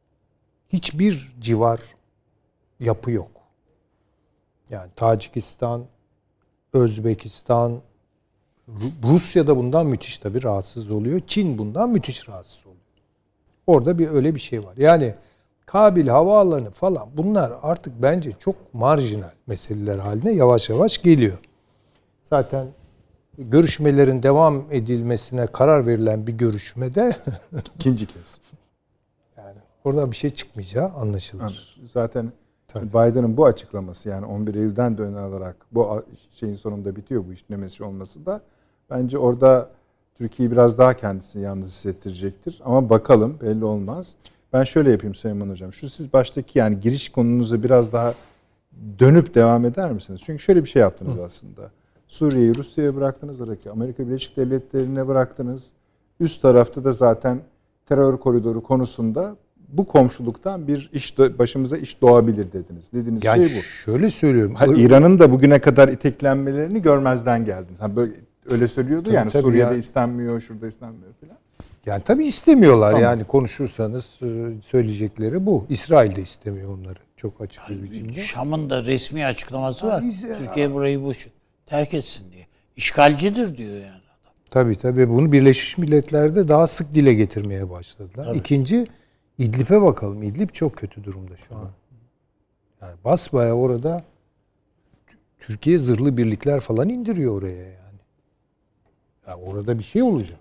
Hiçbir civar yapı yok. Yani Tacikistan, Özbekistan, Rusya da bundan müthiş tabii rahatsız oluyor. Çin bundan müthiş rahatsız oluyor. Orada bir öyle bir şey var. Yani Kabil havaalanı falan bunlar artık bence çok marjinal meseleler haline yavaş yavaş geliyor. Zaten görüşmelerin devam edilmesine karar verilen bir görüşmede ikinci kez. Yani oradan bir şey çıkmayacağı anlaşılır. Yani zaten tabii. Biden'ın bu açıklaması yani on bir Eylül'den dönen alarak bu şeyin sonunda bitiyor bu işlemesi olması da bence orada Türkiye'yi biraz daha kendisini yalnız hissettirecektir. Ama bakalım belli olmaz. Ben şöyle yapayım Süleyman Hocam. Şu siz baştaki yani giriş konunuza biraz daha dönüp devam eder misiniz? Çünkü şöyle bir şey yaptınız Hı. aslında. Suriye'yi Rusya'ya bıraktınız. Irak'ı Amerika Birleşik Devletleri'ne bıraktınız. Üst tarafta da zaten terör koridoru konusunda bu komşuluktan bir iş başımıza iş doğabilir dediniz. Dediğiniz yani şey bu. Şöyle söylüyorum. İran'ın da bugüne kadar iteklenmelerini görmezden geldiniz. Hani böyle öyle söylüyordu tabii, yani tabii Suriye'de ya. istenmiyor, şurada istenmiyor falan. Yani tabii istemiyorlar tamam. Yani konuşursanız söyleyecekleri bu. İsrail de istemiyor onları. Çok açık bir biçimde. Şam'ın da resmi açıklaması var. Ya, Türkiye burayı boş terk etsin diye. İşgalcidir diyor yani adam. Tabii tabii bunu Birleşmiş Milletler'de daha sık dile getirmeye başladılar. Tabii. İkinci İdlib'e bakalım. İdlib çok kötü durumda şu an. Yani basbayağı orada Türkiye zırhlı birlikler falan indiriyor oraya yani. Yani orada bir şey olacak.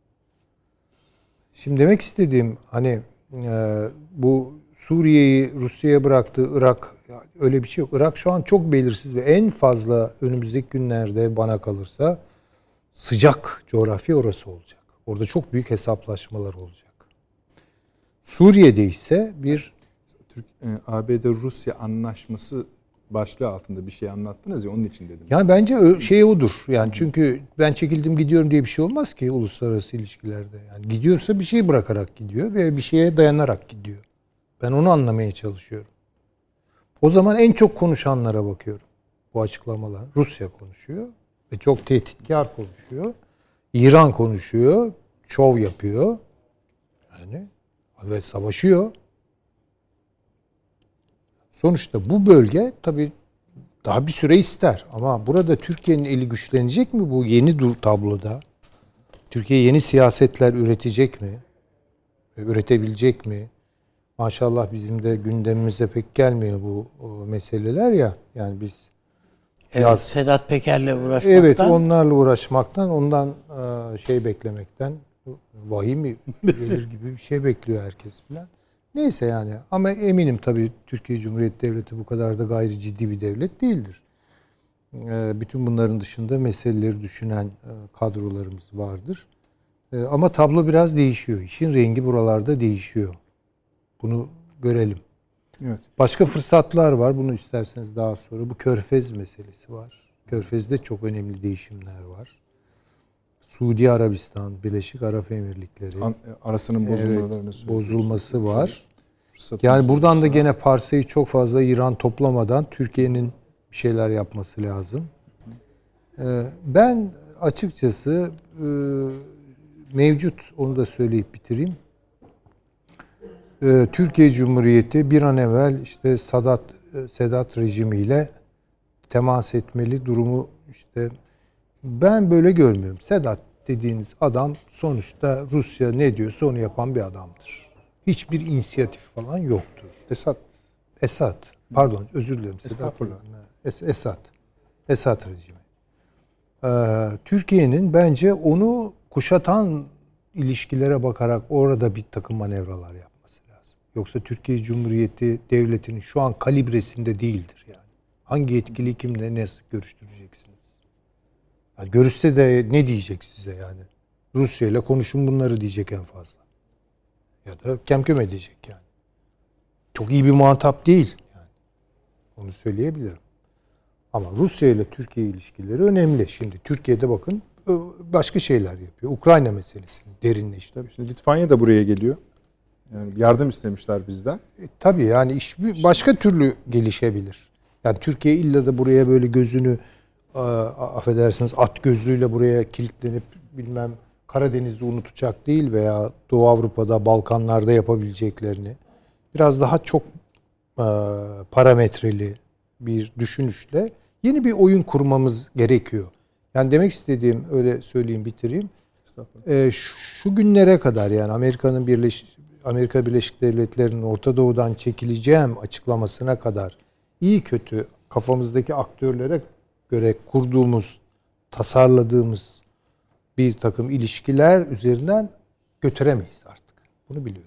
Şimdi demek istediğim hani e, bu Suriye'yi Rusya'ya bıraktığı Irak, yani öyle bir şey yok. Irak şu an çok belirsiz ve en fazla önümüzdeki günlerde bana kalırsa sıcak coğrafya orası olacak. Orada çok büyük hesaplaşmalar olacak. Suriye'de ise bir Türk, e, A B D-Rusya anlaşması başlığı altında bir şey anlattınız ya, onun için dedim. Yani bence şey odur. Yani çünkü ben çekildim gidiyorum diye bir şey olmaz ki uluslararası ilişkilerde. Yani gidiyorsa bir şey bırakarak gidiyor ve bir şeye dayanarak gidiyor. Ben onu anlamaya çalışıyorum. O zaman en çok konuşanlara bakıyorum. Bu açıklamalar. Rusya konuşuyor ve çok tehditkar konuşuyor. İran konuşuyor, şov yapıyor. Yani ve savaşıyor. Sonuçta bu bölge tabii daha bir süre ister. Ama burada Türkiye'nin eli güçlenecek mi bu yeni tabloda? Türkiye yeni siyasetler üretecek mi? Üretebilecek mi? Maşallah bizim de gündemimize pek gelmiyor bu meseleler ya. Yani biz evet, ya, Sedat Peker'le uğraşmaktan. Evet, onlarla uğraşmaktan, ondan şey beklemekten, vahiy mi gelir gibi bir şey bekliyor herkes filan. Neyse yani, ama eminim tabii Türkiye Cumhuriyeti Devleti bu kadar da gayri ciddi bir devlet değildir. Bütün bunların dışında meseleleri düşünen kadrolarımız vardır. Ama tablo biraz değişiyor. İşin rengi buralarda değişiyor. Bunu görelim. Evet. Başka fırsatlar var. Bunu isterseniz daha sonra. Bu Körfez meselesi var. Körfez'de çok önemli değişimler var. Suudi Arabistan, Birleşik Arap Emirlikleri An, arasının bozulmalarını evet, bozulması var. Fırsatın Yani buradan da gene parsayı çok fazla İran toplamadan Türkiye'nin bir şeyler yapması lazım. Ee, ben açıkçası e, mevcut, onu da söyleyip bitireyim. Ee, Türkiye Cumhuriyeti bir an evvel işte Sadat Sedat rejimiyle temas etmeli durumu, işte ben böyle görmüyorum. Sedat dediğiniz adam sonuçta Rusya ne diyorsa onu yapan bir adamdır. Hiçbir inisiyatif falan yoktur. Esad. Esad. Pardon, özür dilerim. Sedat. Es- Esad. Esad rejimi. Ee, Türkiye'nin bence onu kuşatan ilişkilere bakarak orada bir takım manevralar yapması lazım. Yoksa Türkiye Cumhuriyeti Devleti'nin şu an kalibresinde değildir yani. Hangi yetkili kimle nasıl görüştüreceksiniz? Yani görüşse de ne diyecek size yani? Rusya ile konuşun bunları diyecek en fazla. Ya da kemküm edecek yani. Çok iyi bir muhatap değil yani. Onu söyleyebilirim. Ama Rusya ile Türkiye ilişkileri önemli. Şimdi Türkiye'de bakın başka şeyler yapıyor. Ukrayna meselesini derinleştiriyor. Şimdi Litvanya da buraya geliyor. Yani yardım istemişler bizden. E, tabii yani iş başka türlü gelişebilir. Yani Türkiye illa da buraya böyle gözünü affedersiniz at gözlüğüyle buraya kilitlenip bilmem Karadeniz'i unutacak değil veya Doğu Avrupa'da, Balkanlarda yapabileceklerini biraz daha çok e, parametreli bir düşünüşle yeni bir oyun kurmamız gerekiyor. Yani demek istediğim, öyle söyleyeyim bitireyim. E, şu, şu günlere kadar yani Amerika'nın Birleş Amerika Birleşik Devletleri'nin Orta Doğu'dan çekileceğim açıklamasına kadar iyi kötü kafamızdaki aktörlere göre kurduğumuz, tasarladığımız bir takım ilişkiler üzerinden götüremeyiz artık. Bunu biliyorum.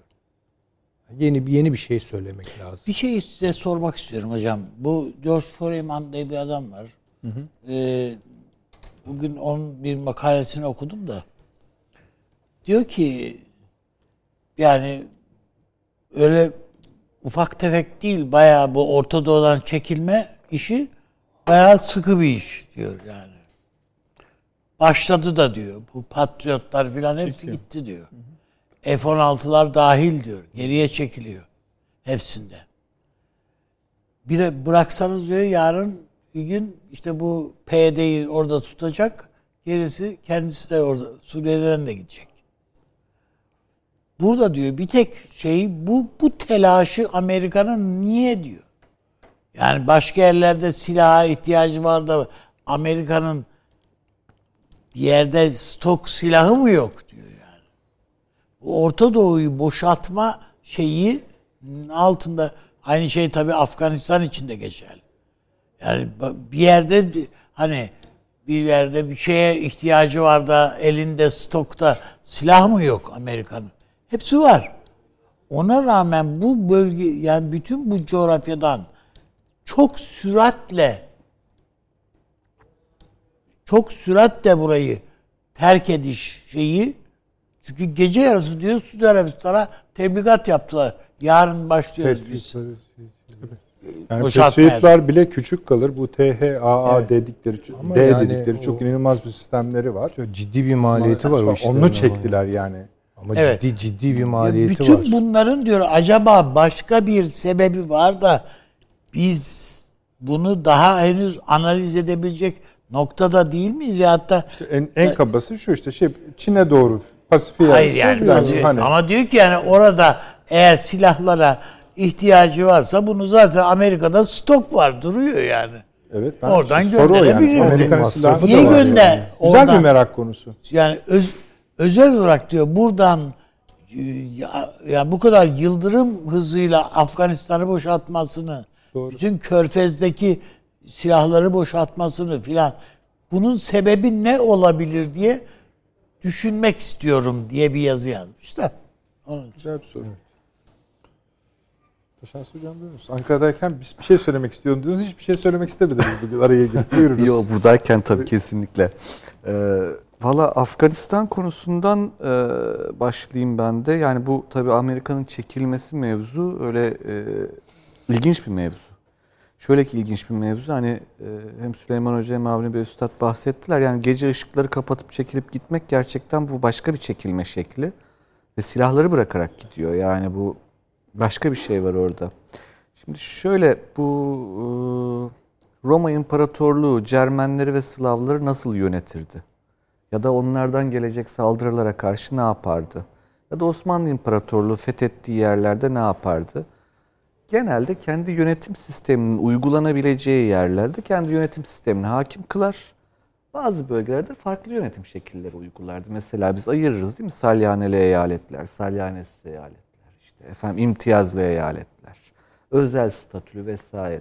Yeni yeni bir şey söylemek lazım. Bir şey size sormak istiyorum hocam. Bu George Foreman diye bir adam var. Hı hı. Ee, bugün onun bir makalesini okudum da diyor ki yani öyle ufak tefek değil, bayağı bu Orta Doğu'dan çekilme işi bayağı sıkı bir iş diyor yani. Başladı da diyor. Bu patriotlar filan hepsi Çekiyor. gitti diyor. F on altılar dahil diyor. Geriye çekiliyor. Hepsinde. Bir bıraksanız diyor yarın bir gün işte bu P Y D'yi orada tutacak. Gerisi kendisi de orada Suriye'den de gidecek. Burada diyor bir tek şey bu bu telaşı Amerika'nın niye diyor. Yani başka yerlerde silaha ihtiyacı var da Amerika'nın bir yerde stok silahı mı yok diyor yani. Orta Doğu'yu boşaltma şeyi altında aynı şey tabii Afganistan için de geçerli. Yani bir yerde hani bir yerde bir şeye ihtiyacı var da elinde stokta silah mı yok Amerika'nın? Hepsi var. Ona rağmen bu bölge, yani bütün bu coğrafyadan çok süratle çok süratle burayı terk ediş şeyi, çünkü gece yarısı diyor Suudi Arabistan'a tebligat yaptılar. Yarın başlıyoruz biz. Yani Patriotlar bile küçük kalır. Bu T H A A evet. dedikleri, ama D yani dedikleri çok inanılmaz bir sistemleri var. Ciddi bir maliyeti ama var o işlerin. Onu çektiler ama. yani. Ama evet. ciddi ciddi bir maliyeti bütün var. Bütün bunların diyor acaba başka bir sebebi var da biz bunu daha henüz analiz edebilecek noktada değil miyiz? Ya hatta işte en, en kabası şu işte şey Çin'e doğru Pasifik'e. Hayır yani, yani hani. Ama diyor ki yani orada eğer silahlara ihtiyacı varsa bunu zaten Amerika'da stok var, duruyor yani. Evet. Ben oradan gönderebilir. Yani. Amerikan silahı Niye gönder? Yani. Güzel oradan, bir merak konusu. Yani öz, özel olarak diyor buradan ya, ya bu kadar yıldırım hızıyla Afganistan'ı boşaltmasını, doğru. bütün Körfez'deki silahları boşaltmasını filan, bunun sebebi ne olabilir diye düşünmek istiyorum diye bir yazı yazmışlar. Onun güzel bir soru. Taşans Hocam biliyor musun? Ankara'dayken biz bir şey söylemek istiyordum diyorsunuz. Hiçbir şey söylemek istemediniz bugün araya girip. Buyurunuz. Yok, buradayken tabii kesinlikle. Ee, Valla Afganistan konusundan e, başlayayım ben de. Yani bu tabii Amerika'nın çekilmesi mevzu öyle e, ilginç bir mevzu. Şöyle ki ilginç bir mevzu. Hani e, hem Süleyman Hoca hem Avni Bey Üstad bahsettiler. Yani gece ışıkları kapatıp çekilip gitmek gerçekten bu başka bir çekilme şekli. Ve silahları bırakarak gidiyor. Yani bu başka bir şey var orada. Şimdi şöyle, bu e, Roma İmparatorluğu Cermenleri ve Slavları nasıl yönetirdi? Ya da onlardan gelecek saldırılara karşı ne yapardı? Ya da Osmanlı İmparatorluğu fethettiği yerlerde ne yapardı? Genelde kendi yönetim sisteminin uygulanabileceği yerlerde kendi yönetim sistemine hakim kılar. Bazı bölgelerde farklı yönetim şekilleri uygulardı. Mesela biz ayırırız değil mi? Salyaneli eyaletler, salyanesiz eyaletler, işte efendim imtiyazlı eyaletler, özel statülü vesaire.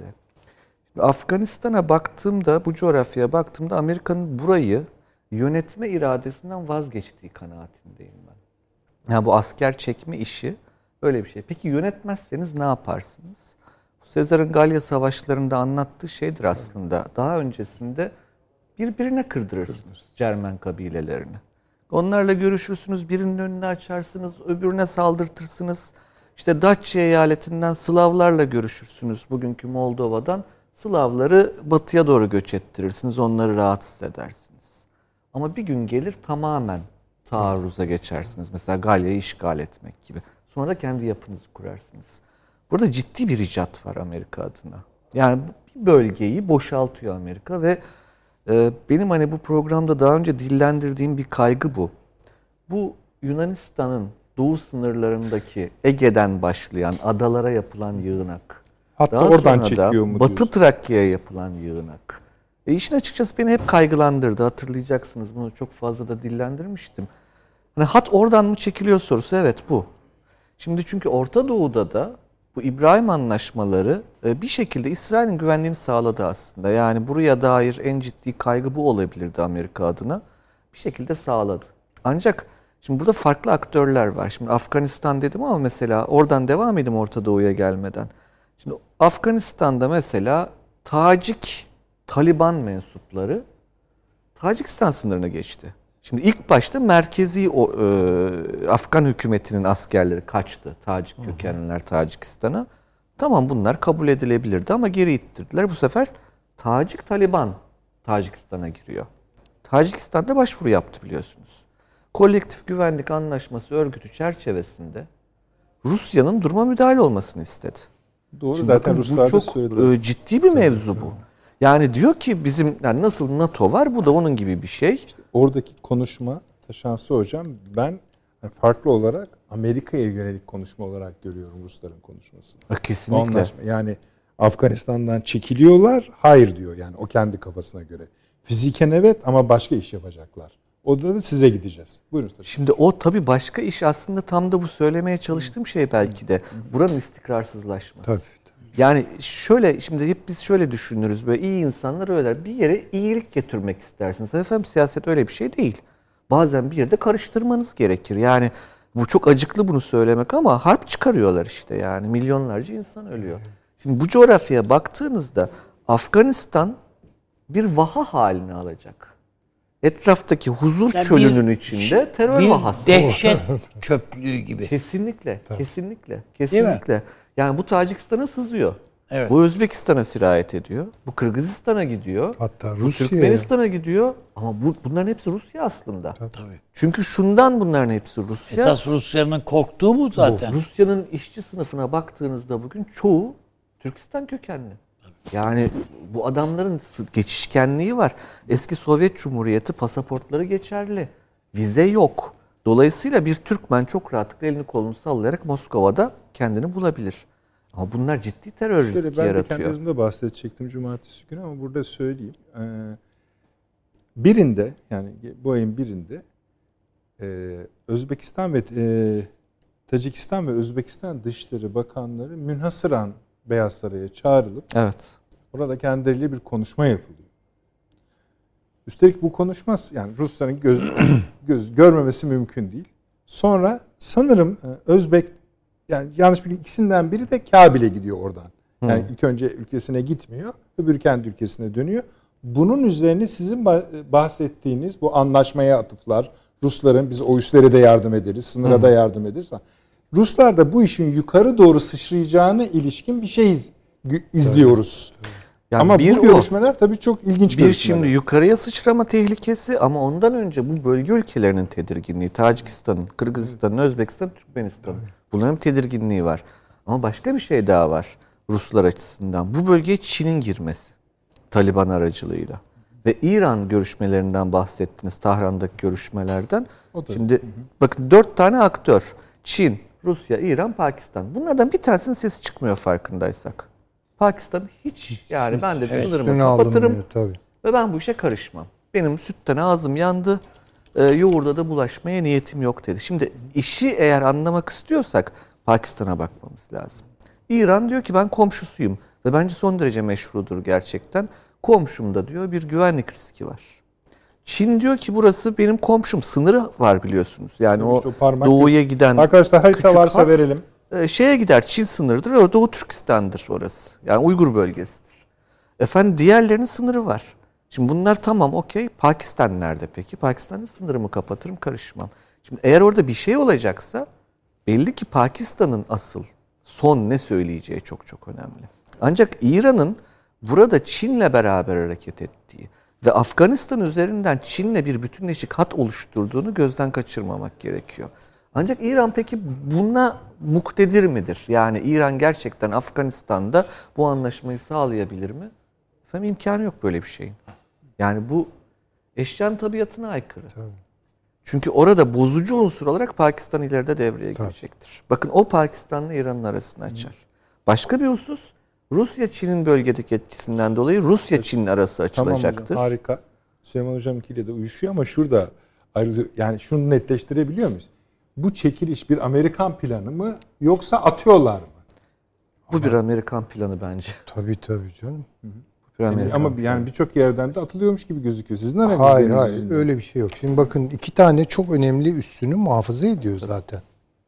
Afganistan'a baktığımda, bu coğrafyaya baktığımda Amerika'nın burayı yönetme iradesinden vazgeçtiği kanaatindeyim ben. Yani bu asker çekme işi öyle bir şey. Peki yönetmezseniz ne yaparsınız? Sezar'ın Galya Savaşları'nda anlattığı şeydir aslında. Daha öncesinde birbirine kırdırırsınız Cermen kabilelerini. Onlarla görüşürsünüz, birinin önünü açarsınız, öbürüne saldırtırsınız. İşte Datça eyaletinden Slavlarla görüşürsünüz, bugünkü Moldova'dan. Slavları batıya doğru göç ettirirsiniz, onları rahatsız edersiniz. Ama bir gün gelir tamamen taarruza geçersiniz. Mesela Galya'yı işgal etmek gibi. Sonra da kendi yapınızı kurarsınız. Burada ciddi bir icat var Amerika adına. Yani bir bölgeyi boşaltıyor Amerika ve e, benim hani bu programda daha önce dillendirdiğim bir kaygı bu. Bu Yunanistan'ın doğu sınırlarındaki Ege'den başlayan adalara yapılan yığınak. Hatta daha oradan çekiyor mu Batı diyorsun? Trakya'ya yapılan yığınak. E işin açıkçası beni hep kaygılandırdı. Hatırlayacaksınız, bunu çok fazla da dillendirmiştim. Hani hat oradan mı çekiliyor sorusu, evet bu. Şimdi çünkü Orta Doğu'da da bu İbrahim Anlaşmaları bir şekilde İsrail'in güvenliğini sağladı aslında. Yani buraya dair en ciddi kaygı bu olabilirdi Amerika adına. Bir şekilde sağladı. Ancak şimdi burada farklı aktörler var. Şimdi Afganistan dedim ama mesela oradan devam edeyim Orta Doğu'ya gelmeden. Şimdi Afganistan'da mesela Tacik Taliban mensupları Tacikistan sınırına geçti. Şimdi ilk başta merkezi o, e, Afgan hükümetinin askerleri kaçtı. Tacik kökenliler Tacikistan'a. Tamam, bunlar kabul edilebilirdi ama geri ittirdiler. Bu sefer Tacik Taliban Tacikistan'a giriyor. Tacikistan'da başvuru yaptı biliyorsunuz. Kolektif Güvenlik Anlaşması örgütü çerçevesinde Rusya'nın duruma müdahale olmasını istedi. Doğru. Şimdi zaten Ruslar da söylediler. Bu çok ciddi bir mevzu bu. Yani diyor ki bizim, yani nasıl NATO var, bu da onun gibi bir şey. İşte oradaki konuşma Taşansı Hocam, ben farklı olarak Amerika'ya yönelik konuşma olarak görüyorum Rusların konuşmasını. Kesinlikle. Anlaşma. Yani Afganistan'dan çekiliyorlar, hayır diyor yani o kendi kafasına göre. Fiziken evet ama başka iş yapacaklar. O da, da size gideceğiz. Buyurun. Şimdi o tabii başka iş, aslında tam da bu söylemeye çalıştığım şey belki de. Buranın istikrarsızlaşması. Tabii. Yani şöyle, şimdi hep biz şöyle düşünürüz, böyle iyi insanlar öyleler. Bir yere iyilik getirmek istersiniz. Efendim siyaset öyle bir şey değil. Bazen bir yerde karıştırmanız gerekir. Yani bu çok acıklı bunu söylemek ama harp çıkarıyorlar işte yani. Milyonlarca insan ölüyor. Şimdi bu coğrafyaya baktığınızda Afganistan bir vaha halini alacak. Etraftaki huzur Yani çölünün bir- içinde terör bir vahası. dehşet çöplüğü gibi. Kesinlikle, kesinlikle, mi? kesinlikle. Yani bu Tacikistan'a sızıyor. Evet. Bu Özbekistan'a sirayet ediyor. Bu Kırgızistan'a gidiyor. Hatta Bu Rusya'ya. Türkmenistan'a gidiyor. Ama bu, bunların hepsi Rusya aslında. Tabii. Çünkü şundan bunların hepsi Rusya. Esas Rusya'nın korktuğu bu zaten. Bu, Rusya'nın işçi sınıfına baktığınızda bugün çoğu Türkistan kökenli. Yani bu adamların geçişkenliği var. Eski Sovyet Cumhuriyeti pasaportları geçerli. Vize yok. Dolayısıyla bir Türkmen çok rahatlıkla elini kolunu sallayarak Moskova'da kendini bulabilir. Ama bunlar ciddi terör riski Şöyle, ben de yaratıyor. kendi yazımda bahsedecektim cumartesi günü ama burada söyleyeyim. Ee, birinde, yani bu ayın birinde e, Özbekistan ve e, Tacikistan ve Özbekistan Dışişleri Bakanları münhasıran Beyaz Saray'a çağrılıp Evet. orada kendileriyle bir konuşma yapılıyor. Üstelik bu konuşma, yani Rusların göz, göz görmemesi mümkün değil. Sonra sanırım Özbek, yani yanlış bileyim, ikisinden biri de Kabil'e gidiyor oradan. Yani hmm. ilk önce ülkesine gitmiyor, öbürü kendi ülkesine dönüyor. Bunun üzerine sizin bahsettiğiniz bu anlaşmaya atıflar, Rusların biz o üslere de yardım ederiz, sınıra hmm. da yardım ederiz. Ruslar da bu işin yukarı doğru sıçrayacağına ilişkin bir şey iz, izliyoruz. Evet. Yani ama bir bu görüşmeler o, tabii çok ilginç bir görüşmeler. Şimdi yukarıya sıçrama tehlikesi ama ondan önce bu bölge ülkelerinin tedirginliği. Tacikistan'ın, Kırgızistan'ın, Özbekistan'ın, Türkmenistan'ın. Bunların tedirginliği var. Ama başka bir şey daha var Ruslar açısından. Bu bölgeye Çin'in girmesi. Taliban aracılığıyla. Ve İran görüşmelerinden bahsettiniz. Tahran'daki görüşmelerden. Şimdi hı hı. bakın dört tane aktör. Çin, Rusya, İran, Pakistan. Bunlardan bir tanesinin sesi çıkmıyor farkındaysak. Pakistan hiç, hiç yani hiç, ben de evet, sınırımı kapatırım diyor, tabii. Ve ben bu işe karışmam. Benim sütten ağzım yandı, e, yoğurda da bulaşmaya niyetim yok dedi. Şimdi işi eğer anlamak istiyorsak Pakistan'a bakmamız lazım. İran diyor ki ben komşusuyum ve bence son derece meşrudur gerçekten. Komşumda diyor bir güvenlik riski var. Çin diyor ki burası benim komşum, sınırı var biliyorsunuz. Yani işte o, o doğuya giden arkadaşlar harita varsa hat, verelim. Şeye gider, Çin sınırıdır ve Doğu Türkistan'dır orası. Yani Uygur bölgesidir. Efendim diğerlerinin sınırı var. Şimdi bunlar tamam okey. Pakistan nerede peki? Pakistan'ın sınırımı kapatırım, karışmam. Şimdi eğer orada bir şey olacaksa belli ki Pakistan'ın asıl son ne söyleyeceği çok çok önemli. Ancak İran'ın burada Çin'le beraber hareket ettiği ve Afganistan üzerinden Çin'le bir bütünleşik hat oluşturduğunu gözden kaçırmamak gerekiyor. Ancak İran peki buna muktedir midir? Yani İran gerçekten Afganistan'da bu anlaşmayı sağlayabilir mi? Efendim imkanı yok böyle bir şeyin. Yani bu eşyanın tabiatına aykırı. Tabii. Çünkü orada bozucu unsur olarak Pakistan ileride devreye Tabii. girecektir. Bakın o Pakistan'la İran'ın arasını açar. Hı. Başka bir husus, Rusya-Çin'in bölgedeki etkisinden dolayı Rusya-Çin arası açılacaktır. Tamam hocam, harika. Süleyman Hocam'ınkiyle de uyuşuyor ama şurada ayrılıyor. Yani şunu netleştirebiliyor muyuz? Bu çekiliş bir Amerikan planı mı yoksa atıyorlar mı? Bu bir Amerikan planı bence. Tabii tabii canım. Hı hı. Yani ama yani birçok yerden de atılıyormuş gibi gözüküyor. Siz nereden Hayır hayır yüzünden? Öyle bir şey yok. Şimdi bakın iki tane çok önemli üssünü muhafaza ediyor zaten.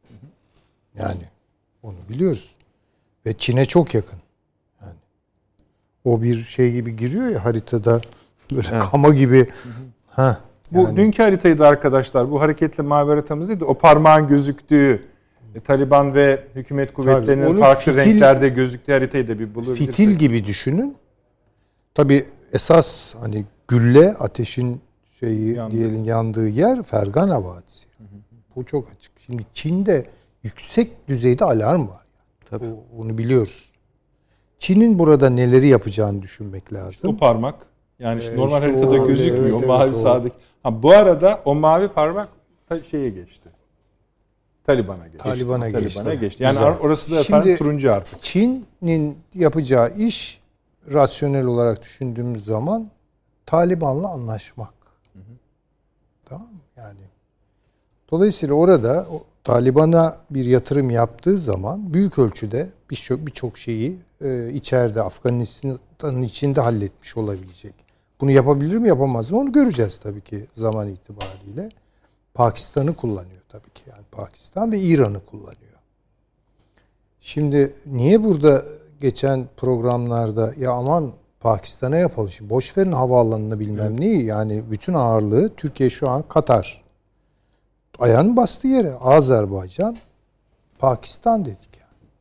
Yani onu biliyoruz. Ve Çin'e çok yakın. Yani o bir şey gibi giriyor ya haritada böyle evet. kama gibi. Ha. Bu yani. Dünkü haritayı da arkadaşlar, bu hareketli mavi haritamız değil de o parmağın gözüktüğü e, Taliban ve hükümet kuvvetlerinin Tabii, farklı fitil, renklerde gözüktüğü haritayı da bir bulabilirsek. Fitil gibi düşünün. Tabii esas hani gülle ateşin şeyi Yandı. diyelim yandığı yer Fergana Vadisi. Hı hı. Bu çok açık. Şimdi Çin'de yüksek düzeyde alarm var. Tabii. O, onu biliyoruz. Çin'in burada neleri yapacağını düşünmek lazım. İşte o parmak. Yani işte ee, normal işte haritada o, gözükmüyor. Evet, mavi evet, sağdaki. Ha, bu arada o mavi parmak şeye geçti. Taliban'a geçti. Taliban'a geçti. Taliban'a geçti. Yani Güzel. Orası da efendim turuncu artık. Çin'in yapacağı iş rasyonel olarak düşündüğümüz zaman Taliban'la anlaşmak. Hı hı. Tamam mı? Yani dolayısıyla orada o, Taliban'a bir yatırım yaptığı zaman büyük ölçüde birçok birçok şeyi e, içeride Afganistan'ın içinde halletmiş olabilecek. Bunu yapabilir mi yapamaz mı onu göreceğiz tabii ki zaman itibariyle. Pakistan'ı kullanıyor tabii ki yani Pakistan ve İran'ı kullanıyor. Şimdi niye burada geçen programlarda ya aman Pakistan'a yapalım. Şimdi boş verin havaalanını bilmem evet. neyi. Yani bütün ağırlığı Türkiye şu an Katar. Ayağının bastığı yere Azerbaycan, Pakistan dedik yani.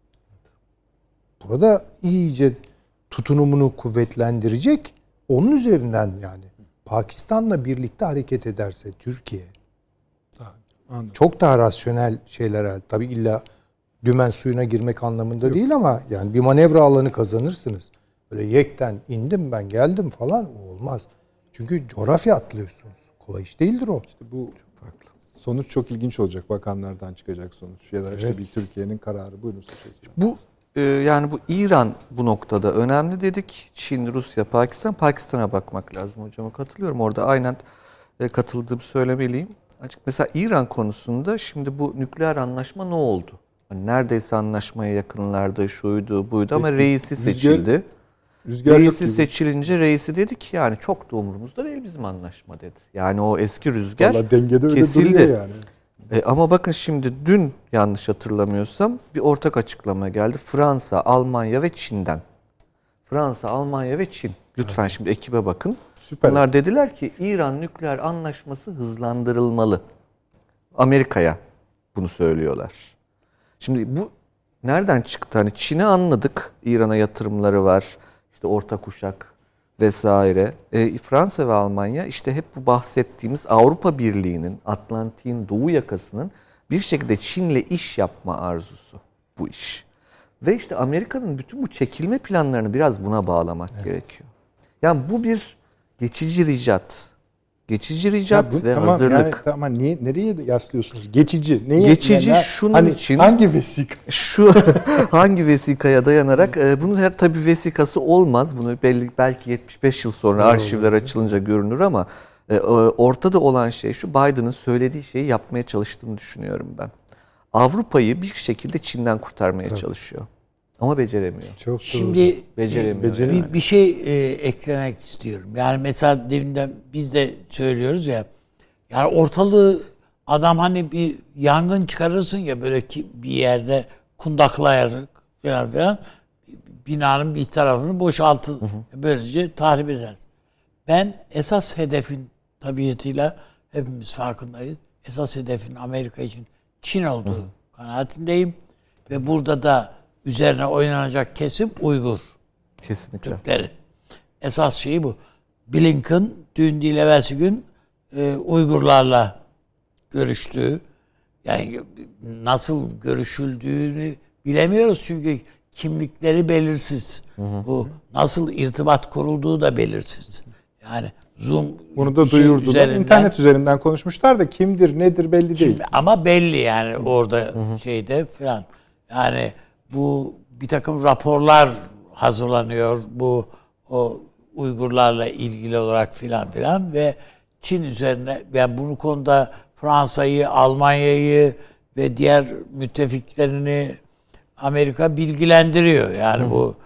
Burada iyice tutunumunu kuvvetlendirecek. Onun üzerinden yani Pakistan'la birlikte hareket ederse Türkiye Anladım. çok daha rasyonel şeyler. Tabii illa dümen suyuna girmek anlamında Yok. değil ama yani bir manevra alanı kazanırsınız. Böyle yekten indim ben geldim falan olmaz. Çünkü coğrafya atlıyorsunuz. Kolay iş değildir o. İşte bu çok farklı. Sonuç çok ilginç olacak. Bakanlardan çıkacak sonuç. Ya da işte evet. bir Türkiye'nin kararı. Buyurun. Bu e, yani bu İran bu noktada önemli dedik. Çin, Rusya, Pakistan. Pakistan'a bakmak lazım hocama katılıyorum. Orada aynen e, katıldığımı söylemeliyim. Açık mesela İran konusunda şimdi bu nükleer anlaşma ne oldu? Hani neredeyse anlaşmaya yakınlarda şuydu buydu ama reisi seçildi. Rüzgar reisi seçilince reisi dedi ki yani çok da umurumuzda değil bizim anlaşma dedi. Yani o eski rüzgar Vallahi dengede öyle kesildi. Yani. E, ama bakın şimdi dün yanlış hatırlamıyorsam bir ortak açıklama geldi. Fransa, Almanya ve Çin'den. Fransa, Almanya ve Çin. Lütfen evet. şimdi ekibe bakın. Süper. Bunlar dediler ki İran nükleer anlaşması hızlandırılmalı. Amerika'ya bunu söylüyorlar. Şimdi bu nereden çıktı? Hani Çin'i anladık. İran'a yatırımları var. İşte orta kuşak vesaire. E, Fransa ve Almanya işte hep bu bahsettiğimiz Avrupa Birliği'nin, Atlantik'in doğu yakasının bir şekilde Çin'le iş yapma arzusu bu iş. Ve işte Amerika'nın bütün bu çekilme planlarını biraz buna bağlamak evet. gerekiyor. Yani bu bir geçici ricat. Geçici ricat bu, ve tamam, hazırlık. Yani, ama niye, nereye yaslıyorsunuz? Geçici. Neye, Geçici yani, şunun hani, için. Hangi vesika? Şu hangi vesikaya dayanarak? E, bunun her tabii vesikası olmaz. Bunu belli, belki yetmiş beş yıl sonra Sonra arşivler olur. açılınca görünür ama e, ortada olan şey şu: Biden'ın söylediği şeyi yapmaya çalıştığını düşünüyorum ben. Avrupa'yı bir şekilde Çin'den kurtarmaya tabii. çalışıyor. Ama beceremiyor. Çok Şimdi beceremiyor. Bir, yani. bir şey e, eklemek istiyorum. Yani mesela deminden biz de söylüyoruz ya. Yani ortalığı adam hani bir yangın çıkarırsın ya böyle ki bir yerde kundaklayarak falan filan binanın bir tarafını boşaltır. Hı hı. Böylece tahrip eder. Ben esas hedefin tabiatıyla hepimiz farkındayız. Esas hedefin Amerika için Çin olduğu hı hı. kanaatindeyim. Ve burada da üzerine oynanacak kesim Uygur. Kesinlikle. Türkleri. Esas şeyi bu. Blinken dün değil evvelsi gün e, Uygurlarla görüştü. Yani nasıl görüşüldüğünü bilemiyoruz çünkü kimlikleri belirsiz. Hı hı. Bu nasıl irtibat kurulduğu da belirsiz. Yani Zoom bunu da duyurdular. Üzerinden, İnternet üzerinden konuşmuşlar da kimdir nedir belli değil. Kim, ama belli yani orada hı hı. şeyde falan. Yani bu bir takım raporlar hazırlanıyor bu o Uygurlarla ilgili olarak filan filan ve Çin üzerine yani bunu konuda Fransa'yı, Almanya'yı ve diğer müttefiklerini Amerika bilgilendiriyor. Yani Hı. bu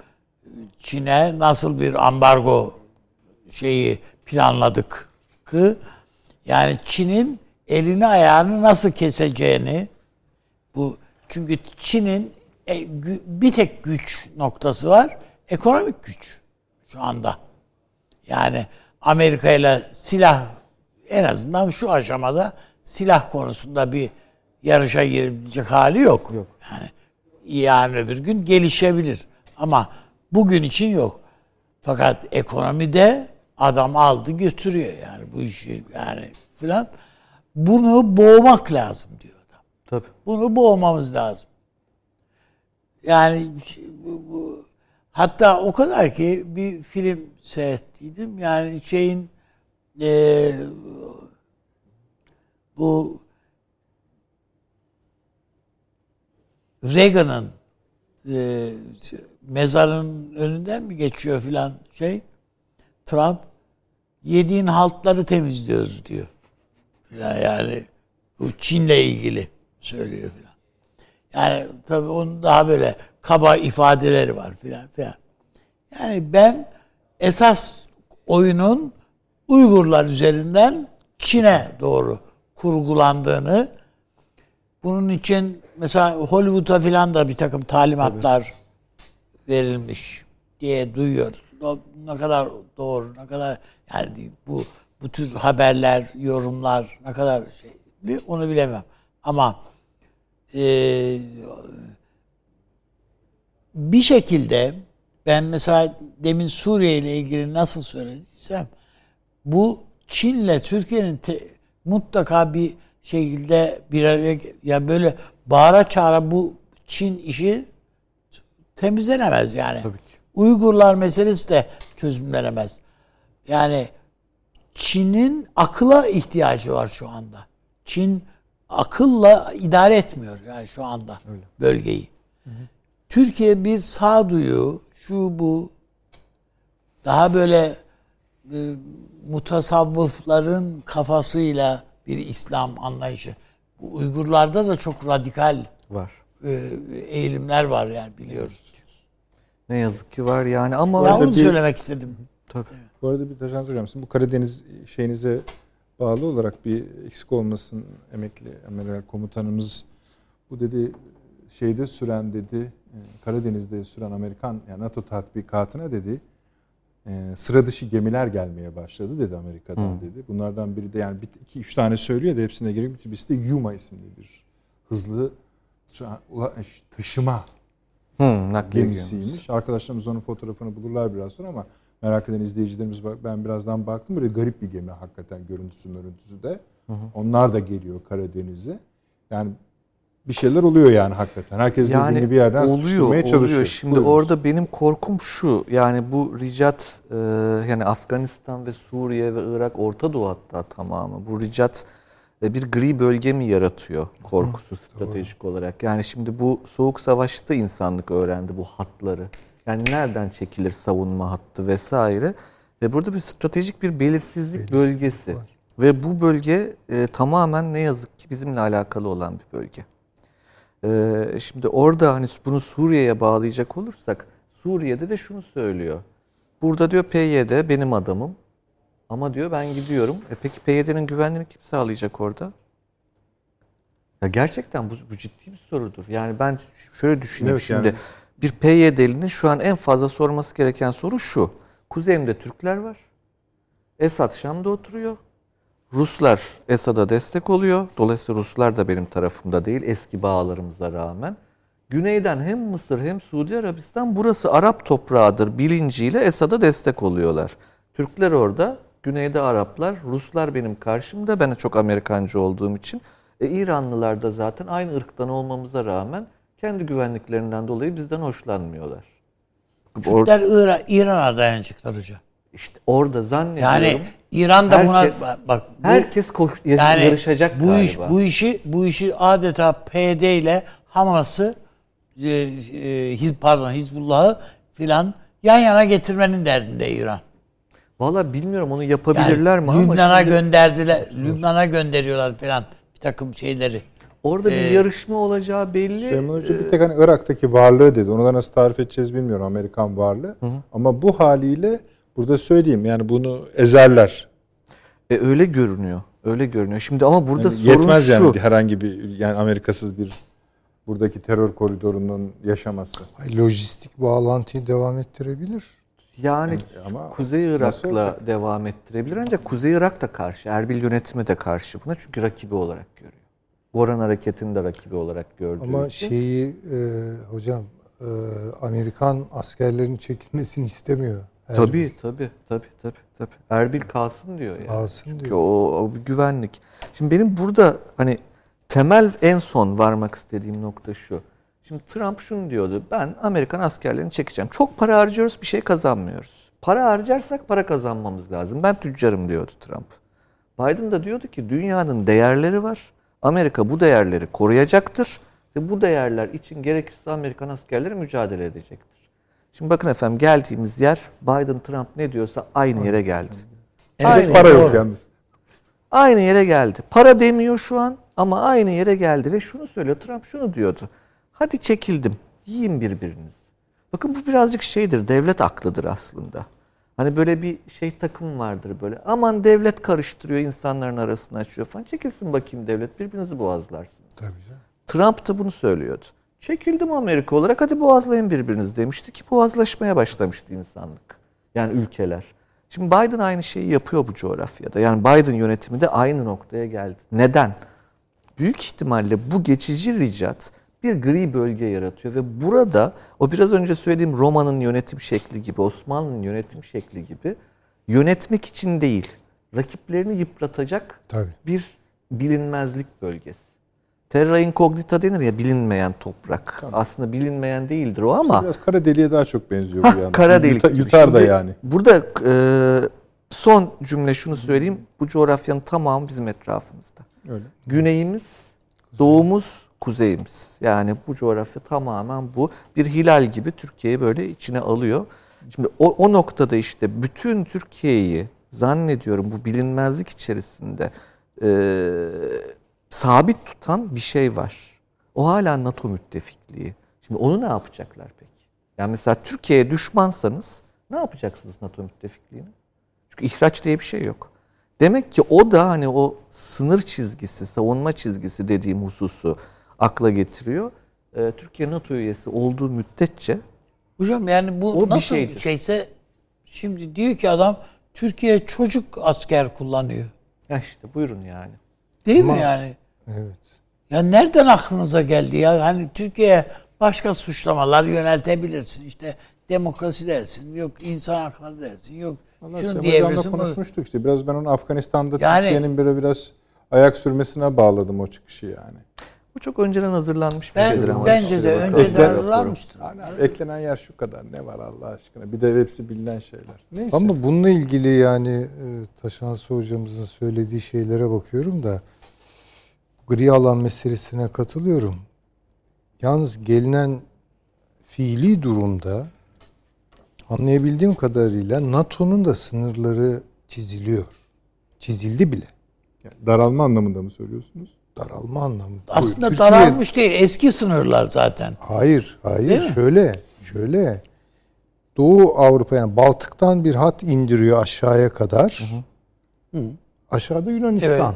Çin'e nasıl bir ambargo şeyi planladık ki yani Çin'in elini ayağını nasıl keseceğini bu çünkü Çin'in bir tek güç noktası var. Ekonomik güç şu anda. Yani Amerika ile silah en azından şu aşamada silah konusunda bir yarışa girebilecek hali yok. yok. Yani yarın öbür gün gelişebilir. Ama bugün için yok. Fakat ekonomide adam aldı götürüyor yani bu işi yani filan. Bunu boğmak lazım diyor adam. Tabii. Bunu boğmamız lazım. Yani bu, bu, hatta o kadar ki bir film seyrettiydim. Yani şeyin e, bu Reagan'ın e, mezarın önünden mi geçiyor filan şey Trump yediğin haltları temizliyoruz diyor. Filan yani bu Çin'le ilgili söylüyor filan. Yani tabii onun daha böyle kaba ifadeleri var filan filan. Yani ben esas oyunun Uygurlar üzerinden Çin'e doğru kurgulandığını, bunun için mesela Hollywood'a filan da bir takım talimatlar Tabii. verilmiş diye duyuyoruz. O ne kadar doğru, ne kadar yani bu bu tür haberler, yorumlar ne kadar şey onu bilemem. Ama e, bir şekilde ben mesela demin Suriye ile ilgili nasıl söylediysem bu Çin'le Türkiye'nin te, mutlaka bir şekilde bir araya ya böyle bağıra çağıra bu Çin işi temizlenemez yani. Tabii ki. Uygurlar meselesi de çözümlenemez. Yani Çin'in akıla ihtiyacı var şu anda. Çin akılla idare etmiyor yani şu anda Öyle. bölgeyi. Hı hı. Türkiye bir sağduyu, şu bu daha böyle e, mutasavvıfların kafasıyla bir İslam anlayışı. Bu Uygurlarda da çok radikal var. E, eğilimler var yani biliyoruz. Ne yazık ki var yani ama... Ya onu bir, söylemek istedim. Tabii. Evet. Bu arada bir Taşan Hocam, sizin bu Karadeniz şeyinize bağlı olarak bir eksik olmasın, emekli amiral komutanımız bu dedi şeyde süren dedi Karadeniz'de süren Amerikan yani NATO tatbikatına dedi sıra dışı gemiler gelmeye başladı dedi Amerika'dan hmm. dedi. Bunlardan biri de yani bir, iki üç tane söylüyor da hepsine gerek bir birisi de Yuma isimli bir hızlı taşıma hmm, gemisiymiş. Arkadaşlarımız onun fotoğrafını bulurlar biraz sonra ama merak eden izleyicilerimiz, ben birazdan baktım, böyle garip bir gemi hakikaten, görüntüsü görüntüsü de. Hı hı. Onlar da geliyor Karadeniz'e. Yani bir şeyler oluyor yani hakikaten. Herkes yani birbirini bir yerden oluyor, sıkıştırmaya çalışıyor. Oluyor. Şimdi Buyurunuz. Orada benim korkum şu. Yani bu ricat e, yani Afganistan ve Suriye ve Irak, Orta Doğu hatta tamamı. Bu ricat e, bir gri bölge mi yaratıyor korkusu hı, stratejik doğru. olarak? Yani şimdi bu Soğuk Savaş'ta insanlık öğrendi bu hatları. Yani nereden çekilir savunma hattı vesaire. Ve burada bir stratejik bir belirsizlik Belirsizlik bölgesi. Var. Ve bu bölge e, tamamen ne yazık ki bizimle alakalı olan bir bölge. E, şimdi orada hani bunu Suriye'ye bağlayacak olursak, Suriye'de de şunu söylüyor. Burada diyor P Y D benim adamım. Ama diyor ben gidiyorum. E peki P Y D'nin güvenliğini kim sağlayacak orada? Ya gerçekten bu, bu ciddi bir sorudur. Yani ben şöyle düşünüyorum evet, şimdi. Yani. Bir P Y D'linin şu an en fazla sorması gereken soru şu. Kuzeyimde Türkler var. Esad Şam'da oturuyor. Ruslar Esad'a destek oluyor. Dolayısıyla Ruslar da benim tarafımda değil eski bağlarımıza rağmen. Güneyden hem Mısır hem Suudi Arabistan burası Arap toprağıdır bilinciyle Esad'a destek oluyorlar. Türkler orada, güneyde Araplar, Ruslar benim karşımda. Ben de çok Amerikancı olduğum için. E, İranlılar da zaten aynı ırktan olmamıza rağmen kendi güvenliklerinden dolayı bizden hoşlanmıyorlar. Türkler Or- İran'a dayanacaklar hocam. İşte orada zannediyorum. Yani İran'da herkes, buna bak bu, herkes koş, yani yarışacak bu galiba. iş bu işi bu işi adeta P Y D ile Hamas'ı e, e, pardon Hizbullah'ı filan yan yana getirmenin derdinde İran. Vallahi bilmiyorum onu yapabilirler yani, mi ama Lübnan'a şimdi... gönderdiler. Lübnan'a gönderiyorlar filan bir takım şeyleri. Orada ee, bir yarışma olacağı belli. Süleyman Hoca bir tek hani Irak'taki varlığı dedi. Onu da nasıl tarif edeceğiz bilmiyorum, Amerikan varlığı. Hı hı. Ama bu haliyle burada söyleyeyim yani bunu ezerler. E öyle görünüyor. Öyle görünüyor. Şimdi ama burada yani sorun yetmez şu. Yetmez yani herhangi bir yani Amerikasız bir buradaki terör koridorunun yaşaması. Lojistik bağlantıyı devam ettirebilir. Yani, yani ama Kuzey Irak'la devam ettirebilir ancak Kuzey Irak da karşı, Erbil yönetimi de karşı buna çünkü rakibi olarak görüyor. Goran Hareketi'ni de rakibi olarak gördüğü Ama için. şeyi e, hocam e, Amerikan askerlerinin çekilmesini istemiyor. Erbil. Tabii tabii tabii tabii tabii. Erbil kalsın diyor yani. Kalsın çünkü diyor. O, o bir güvenlik. Şimdi benim burada hani temel en son varmak istediğim nokta şu. Şimdi Trump şunu diyordu. Ben Amerikan askerlerini çekeceğim. Çok para harcıyoruz, bir şey kazanmıyoruz. Para harcarsak para kazanmamız lazım. Ben tüccarım diyordu Trump. Biden da diyordu ki dünyanın değerleri var. Amerika bu değerleri koruyacaktır ve bu değerler için gerekirse Amerikan askerleri mücadele edecektir. Şimdi bakın efendim geldiğimiz yer Biden Trump ne diyorsa aynı yere geldi. Evet, aynı para yok yalnız. Aynı yere geldi. Para demiyor şu an ama aynı yere geldi ve şunu söylüyor. Trump şunu diyordu. Hadi çekildim. Yiyin birbiriniz. Bakın bu birazcık şeydir. Devlet aklıdır aslında. Hani böyle bir şey takım vardır böyle. Aman devlet karıştırıyor, insanların arasını açıyor falan. Çekilsin bakayım devlet, birbirinizi boğazlarsınız. Tabii canım. Trump da bunu söylüyordu. Çekildim Amerika olarak, hadi boğazlayın birbirinizi demişti ki boğazlaşmaya başlamıştı insanlık. Yani ülkeler. Şimdi Biden aynı şeyi yapıyor bu coğrafyada. Yani Biden yönetimi de aynı noktaya geldi. Neden? Büyük ihtimalle bu geçici ricat bir gri bölge yaratıyor ve burada o biraz önce söylediğim Roma'nın yönetim şekli gibi, Osmanlı'nın yönetim şekli gibi yönetmek için değil, rakiplerini yıpratacak Tabii. bir bilinmezlik bölgesi. Terra incognita denir ya, bilinmeyen toprak. Tamam. Aslında bilinmeyen değildir o ama. Biraz kara deliğe daha çok benziyor Hah, bu yani. Kara delik. Yutar, yutar da yani. Burada e, son cümle şunu söyleyeyim. Bu coğrafyanın tamamı bizim etrafımızda. Öyle. Güneyimiz, doğumuz, kuzeyimiz. Yani bu coğrafya tamamen bu. Bir hilal gibi Türkiye'yi böyle içine alıyor. Şimdi o, o noktada işte bütün Türkiye'yi zannediyorum bu bilinmezlik içerisinde e, sabit tutan bir şey var. O hala NATO müttefikliği. Şimdi onu ne yapacaklar peki? Yani mesela Türkiye'ye düşmansanız ne yapacaksınız NATO müttefikliğini? Çünkü ihraç diye bir şey yok. Demek ki o da hani o sınır çizgisi, savunma çizgisi dediğim hususu akla getiriyor. Ee, Türkiye NATO üyesi olduğu müddetçe hocam yani bu o nasıl bir bir şeyse şimdi diyor ki adam Türkiye çocuk asker kullanıyor. ya işte buyurun yani. Değil Ama, mi yani? Evet. Ya nereden aklınıza geldi ya? Hani Türkiye'ye başka suçlamalar yöneltebilirsin. İşte demokrasi dersin, yok insan hakları dersin, yok Vallahi şunu işte diyebilirsin. hocamla konuşmuştuk işte. Biraz ben onu Afganistan'da Yani, Türkiye'nin böyle biraz ayak sürmesine bağladım o çıkışı yani. Bu çok önceden hazırlanmış bir Ben, şeydir ama. bence de Ekle- önceden hazırlanmıştır. Yani eklenen yer şu kadar. Ne var Allah aşkına? Bir de hepsi bilinen şeyler. Neyse. Ama bununla ilgili yani e, Taşansı hocamızın söylediği şeylere bakıyorum da gri alan meselesine katılıyorum. Yalnız gelinen fiili durumda anlayabildiğim kadarıyla NATO'nun da sınırları çiziliyor. Çizildi bile. Yani daralma anlamında mı söylüyorsunuz? Daralma anlamında. Aslında Türkiye- daralmış değil, eski sınırlar zaten. Hayır, hayır. Değil mi? Şöyle, şöyle. Doğu Avrupa yani Baltık'tan bir hat indiriyor aşağıya kadar. Hı. Aşağıda Yunanistan. Evet.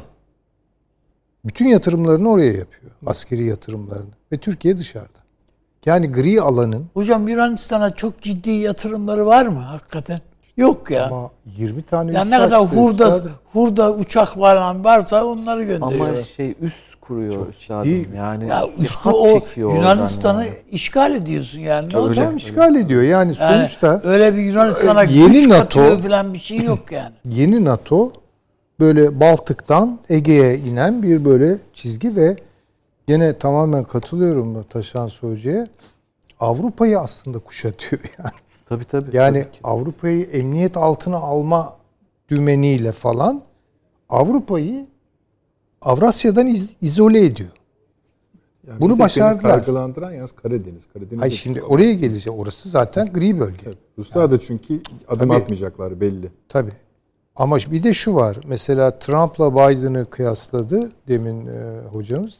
Bütün yatırımlarını oraya yapıyor. Askeri yatırımlarını. Ve Türkiye dışarıda. Yani gri alanın Hocam Yunanistan'a çok ciddi yatırımları var mı hakikaten? Yok ya. ama yirmi tane Yani üs ne kadar açtı hurda üstadım. hurda uçak falan varsa onları gönderiyor. Ama şey üst kuruyor üstadım. ciddi. Yani Ya bir üstü hat o çekiyor oradan Yunanistan'ı yani. işgal ediyorsun yani. Ne Öyle. olacak? Tamam, işgal ediyor. Yani, Yani sonuçta öyle bir Yunanistan'a yeni güç NATO katıyor falan bir şey yok yani. yeni NATO böyle Baltık'tan Ege'ye inen bir böyle çizgi ve yine tamamen katılıyorum Taşan Hoca'ya. Avrupa'yı aslında kuşatıyor yani. Tabii tabii. Yani tabii ki. Avrupa'yı emniyet altına alma dümeniyle falan Avrupa'yı Avrasya'dan iz- izole ediyor. Yani Bunu bir tek beni başardılar. kaygılandıran yalnız Karadeniz. Karadeniz Hayır şimdi oraya geleceğim. Orası zaten gri bölge. Tabii. Ruslar da çünkü adım Tabii. atmayacaklar belli. Tabii. Ama bir de şu var. Mesela Trump'la Biden'ı kıyasladı demin e, hocamız.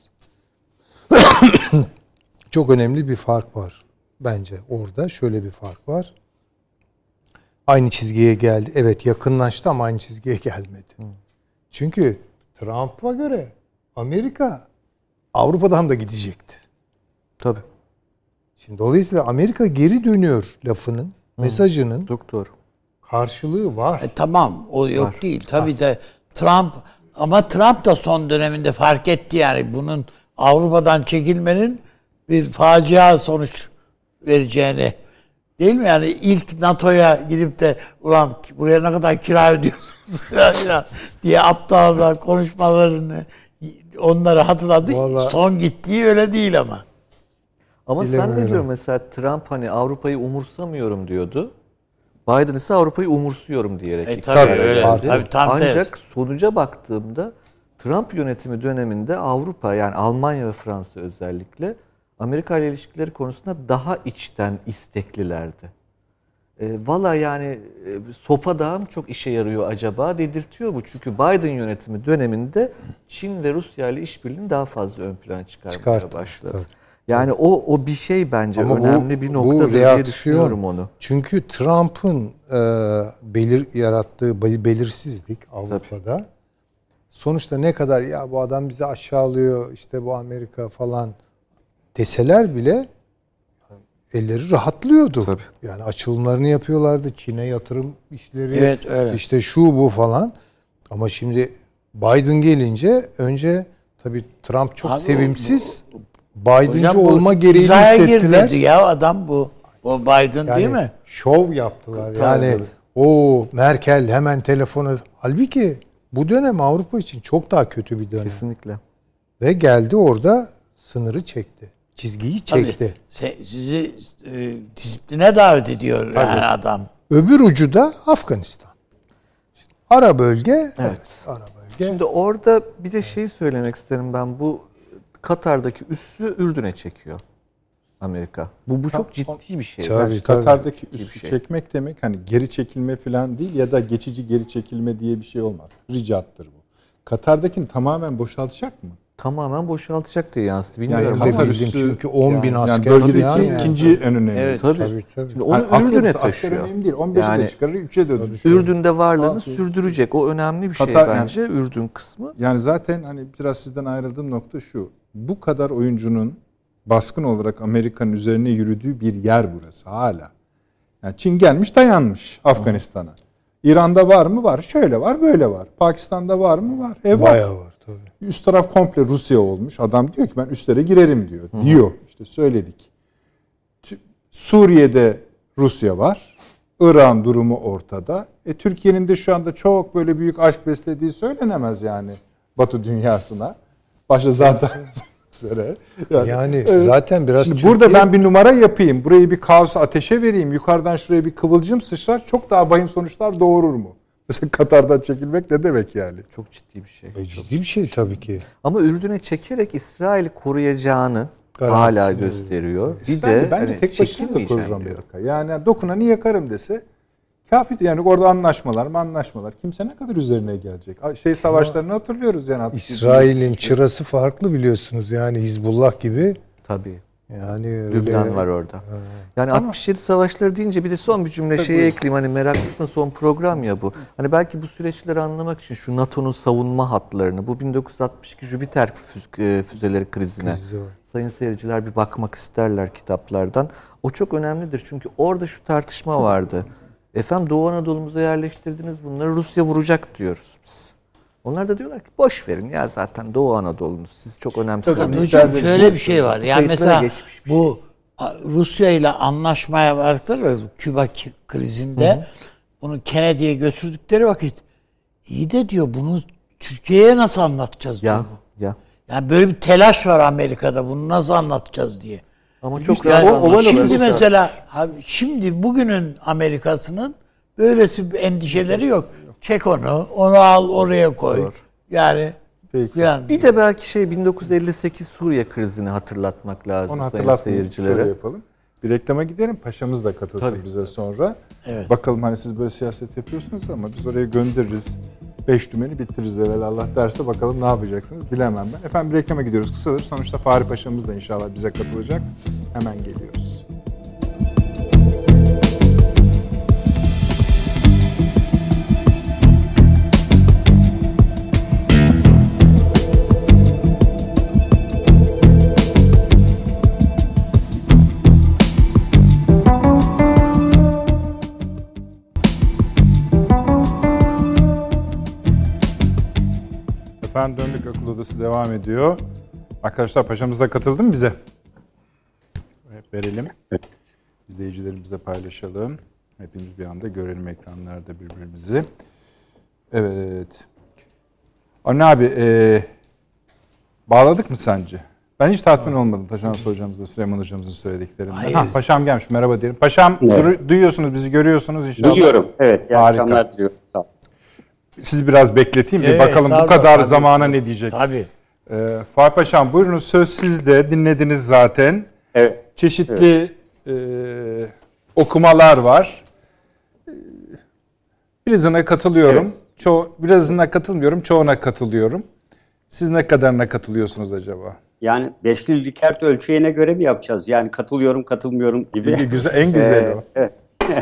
Çok önemli bir fark var bence orada. Şöyle bir fark var. Aynı çizgiye geldi. Evet yakınlaştı ama aynı çizgiye gelmedi. Hı. Çünkü Trump'a göre Amerika Avrupa'dan da gidecekti. Tabii. Şimdi dolayısıyla Amerika geri dönüyor lafının, Hı. mesajının Çok doğru. karşılığı var. E, tamam o yok Var. değil. Tabii de Trump ama Trump da son döneminde fark etti yani bunun Avrupa'dan çekilmenin bir facia sonuç vereceğini. Değil mi? Yani ilk NATO'ya gidip de ulan buraya ne kadar kira ödüyorsunuz falan diye aptallar konuşmalarını onları hatırladı. Vallahi, son gittiği öyle değil ama. Ama sen ne diyor mesela Trump hani Avrupa'yı umursamıyorum diyordu. Biden ise Avrupa'yı umursuyorum diyerek. E tabii öyle. Tabii, tam Ancak ters. sonuca baktığımda Trump yönetimi döneminde Avrupa yani Almanya ve Fransa özellikle Amerika ile ilişkileri konusunda daha içten isteklilerdi. E, Valla yani e, sopa daha mı çok işe yarıyor acaba dedirtiyor bu. Çünkü Biden yönetimi döneminde Çin ve Rusya ile işbirliğini daha fazla ön plana çıkarmaya Çıkarttı, başladı. tabii. Yani o o bir şey bence Ama bu- önemli bir bu noktadır diye reaksiyon. düşünüyorum onu. Çünkü Trump'ın e, belir yarattığı bel- belirsizlik Avrupa'da sonuçta ne kadar ya bu adam bizi aşağılıyor işte bu Amerika falan deseler bile elleri rahatlıyordu. Tabii. Yani açılımlarını yapıyorlardı. Çin'e yatırım işleri Evet, öyle. işte şu bu falan. Ama şimdi Biden gelince önce tabii Trump çok Abi o- sevimsiz. Biden'cı Hocam bu olma gereğini hizaya gir hissettiler. dedi ya adam bu. O Biden Yani değil mi? şov yaptılar. Tabii, yani tabii. o Merkel hemen telefonu. Halbuki bu dönem Avrupa için çok daha kötü bir dönem. Kesinlikle. Ve geldi orada sınırı çekti. Çizgiyi çekti. Tabii. Se- sizi e, disipline davet ediyor yani adam. Öbür ucu da Afganistan. Ara bölge. Evet. Ara bölge. Şimdi orada bir de şeyi söylemek isterim ben. Bu Katar'daki üssü Ürdün'e çekiyor Amerika. Bu bu çok ciddi bir şey. Tabii, Yani tabii. Katar'daki Ciddi bir üssü şey. çekmek demek hani geri çekilme falan değil ya da geçici geri çekilme diye bir şey olmaz. Ricattır bu. Katar'dakini tamamen boşaltacak mı? Tamamen boşaltacak diye yansıdı. Bilmiyorum Yani ama. Katar bildim üssü çünkü on bin yani, asker yani bölgedeki falan yani. ikinci en önemli. Evet. Tabii. Tabii, tabii. Şimdi onu Hani Ürdün'e askeri taşıyor. önemli değil. on beşe Yani- de çıkarır, üçe de düşürür. Ürdün'de varlığını Tabii. sürdürecek. O önemli bir şey Katar yani- bence. Ürdün kısmı. Yani zaten hani biraz sizden ayrıldığım nokta şu. Bu kadar oyuncunun baskın olarak Amerika'nın üzerine yürüdüğü bir yer burası hala. Yani Çin gelmiş dayanmış Afganistan'a. İran'da var mı? Var. Şöyle var, böyle var. Pakistan'da var mı? Var. E var. Bayağı var tabii. Üst taraf komple Rusya olmuş. Adam diyor ki ben üstlere girerim diyor. Diyor. İşte söyledik. Tü- Suriye'de Rusya var. İran durumu ortada. E Türkiye'nin de şu anda çok böyle büyük aşk beslediği söylenemez yani Batı dünyasına. Başta zaten üzere. Yani e, zaten biraz Şimdi Türkiye- burada ben bir numara yapayım. Burayı bir kaosa ateşe vereyim. Yukarıdan şuraya bir kıvılcım sıçrar. Çok daha vahim sonuçlar doğurur mu? Mesela Katar'dan çekilmek ne demek yani? Çok ciddi bir şey. E, ciddi bir şey tabii ki. Ama Ürdün'e çekerek İsrail'i koruyacağını Garantisi hala veriyor. gösteriyor. Bir İsrail de bence hani tek başına da çekilmeyeceğim korur diyor. Amerika. Yani dokunanı yakarım dese kafi yani orada anlaşmalar mı anlaşmalar. Kimse ne kadar üzerine gelecek? Şey savaşlarını hatırlıyoruz yani. İsrail'in çırası farklı biliyorsunuz. Yani Hizbullah gibi. Tabii. Yani öyle. Lübnan var orada. Yani altmış yedi savaşları deyince bir de son bir cümle Tabii, şeyi buyurun. ekleyeyim. Hani meraklısına son program ya bu. Hani belki bu süreçleri anlamak için şu NATO'nun savunma hatlarını, bu bin dokuz yüz altmış iki Jüpiter füz- e, füzeleri krizine Krizi var. sayın seyirciler bir bakmak isterler kitaplardan. O çok önemlidir çünkü orada şu tartışma vardı. Efendim Doğu Anadolu'muza yerleştirdiniz bunları, Rusya vuracak diyoruz biz. Onlar da diyorlar ki boş verin ya zaten Doğu Anadolu'nuz siz çok önemsizsiniz. Hocam şöyle bir şey var. Yani Kayıtlara mesela geçmiş bir şey. bu Rusya ile anlaşmaya vardılar ya Küba ki- krizinde bunu Kennedy'ye götürdükleri vakit iyi de diyor bunu Türkiye'ye nasıl anlatacağız diyor. Ya bu. ya. Yani böyle bir telaş var Amerika'da bunu nasıl anlatacağız diye. Ama çok Yani rahat anlaşılır. şimdi mesela abi şimdi bugünün Amerika'sının böylesi bir endişeleri yok. Çek onu, onu al oraya koy. Yani Peki. yani Bir de belki şey bin dokuz yüz elli sekiz Suriye krizini hatırlatmak lazım Onu sayın hatırlatmayın. Şöyle seyircilere. yapalım. Bir reklama gidelim. Paşamız da katılsın Tabii. bize sonra. Evet. Bakalım hani siz böyle siyaset yapıyorsunuz ama biz oraya göndeririz. Beş tümeni bitiririz Allah derse bakalım ne yapacaksınız bilemem ben. Efendim bir reklama gidiyoruz kısadır. Sonuçta Fahri Paşa'mız da inşallah bize katılacak. Hemen geliyoruz. Efendim döndük akıl odası devam ediyor. Arkadaşlar paşamız da katıldı mı bize? Hep verelim. İzleyicilerimizle paylaşalım. Hepimiz bir anda görelim ekranlarda birbirimizi. Evet. Anne abi e, bağladık mı sence? Ben hiç tatmin olmadım Taşansı hocamızla, Süleyman hocamızın söylediklerinden. Hayır. Ha, paşam gelmiş merhaba diyelim. Paşam Evet. du- duyuyorsunuz bizi görüyorsunuz inşallah. Duyuyorum. Evet. İyi Harika. akşamlar diliyorum. Sağ olun. Sizi biraz bekleteyim bir Evet, bakalım sağ bu olun. kadar Tabii. zamana ne diyecek. tabii. Ee, Fatih Paşam buyurunuz söz sizde dinlediniz zaten. Evet. Çeşitli e, okumalar var. Ee, Birazına katılıyorum. Evet. Çoğu, birazına katılmıyorum. Çoğuna katılıyorum. Siz ne kadarına katılıyorsunuz acaba? Yani beşli Likert ölçeğine göre mi yapacağız? Yani katılıyorum, katılmıyorum gibi. Güzel, en güzeli o. Evet.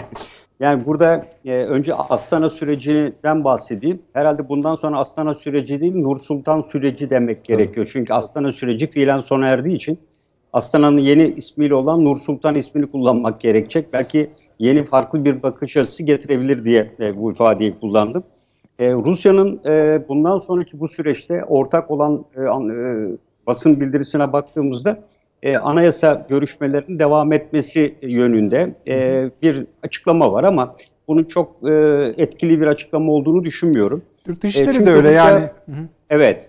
Yani burada e, önce Astana sürecinden bahsedeyim. Herhalde bundan sonra Astana süreci değil, Nur Sultan süreci demek gerekiyor. Çünkü Astana süreci fiilen sona erdiği için Astana'nın yeni ismiyle olan Nur Sultan ismini kullanmak gerekecek. Belki yeni farklı bir bakış açısı getirebilir diye e, bu ifadeyi kullandım. E, Rusya'nın e, bundan sonraki bu süreçte ortak olan e, e, basın bildirisine baktığımızda e, anayasa görüşmelerinin devam etmesi yönünde e, bir açıklama var ama bunun çok e, etkili bir açıklama olduğunu düşünmüyorum. Türk Dışişleri e, de öyle Rusya, yani. Evet.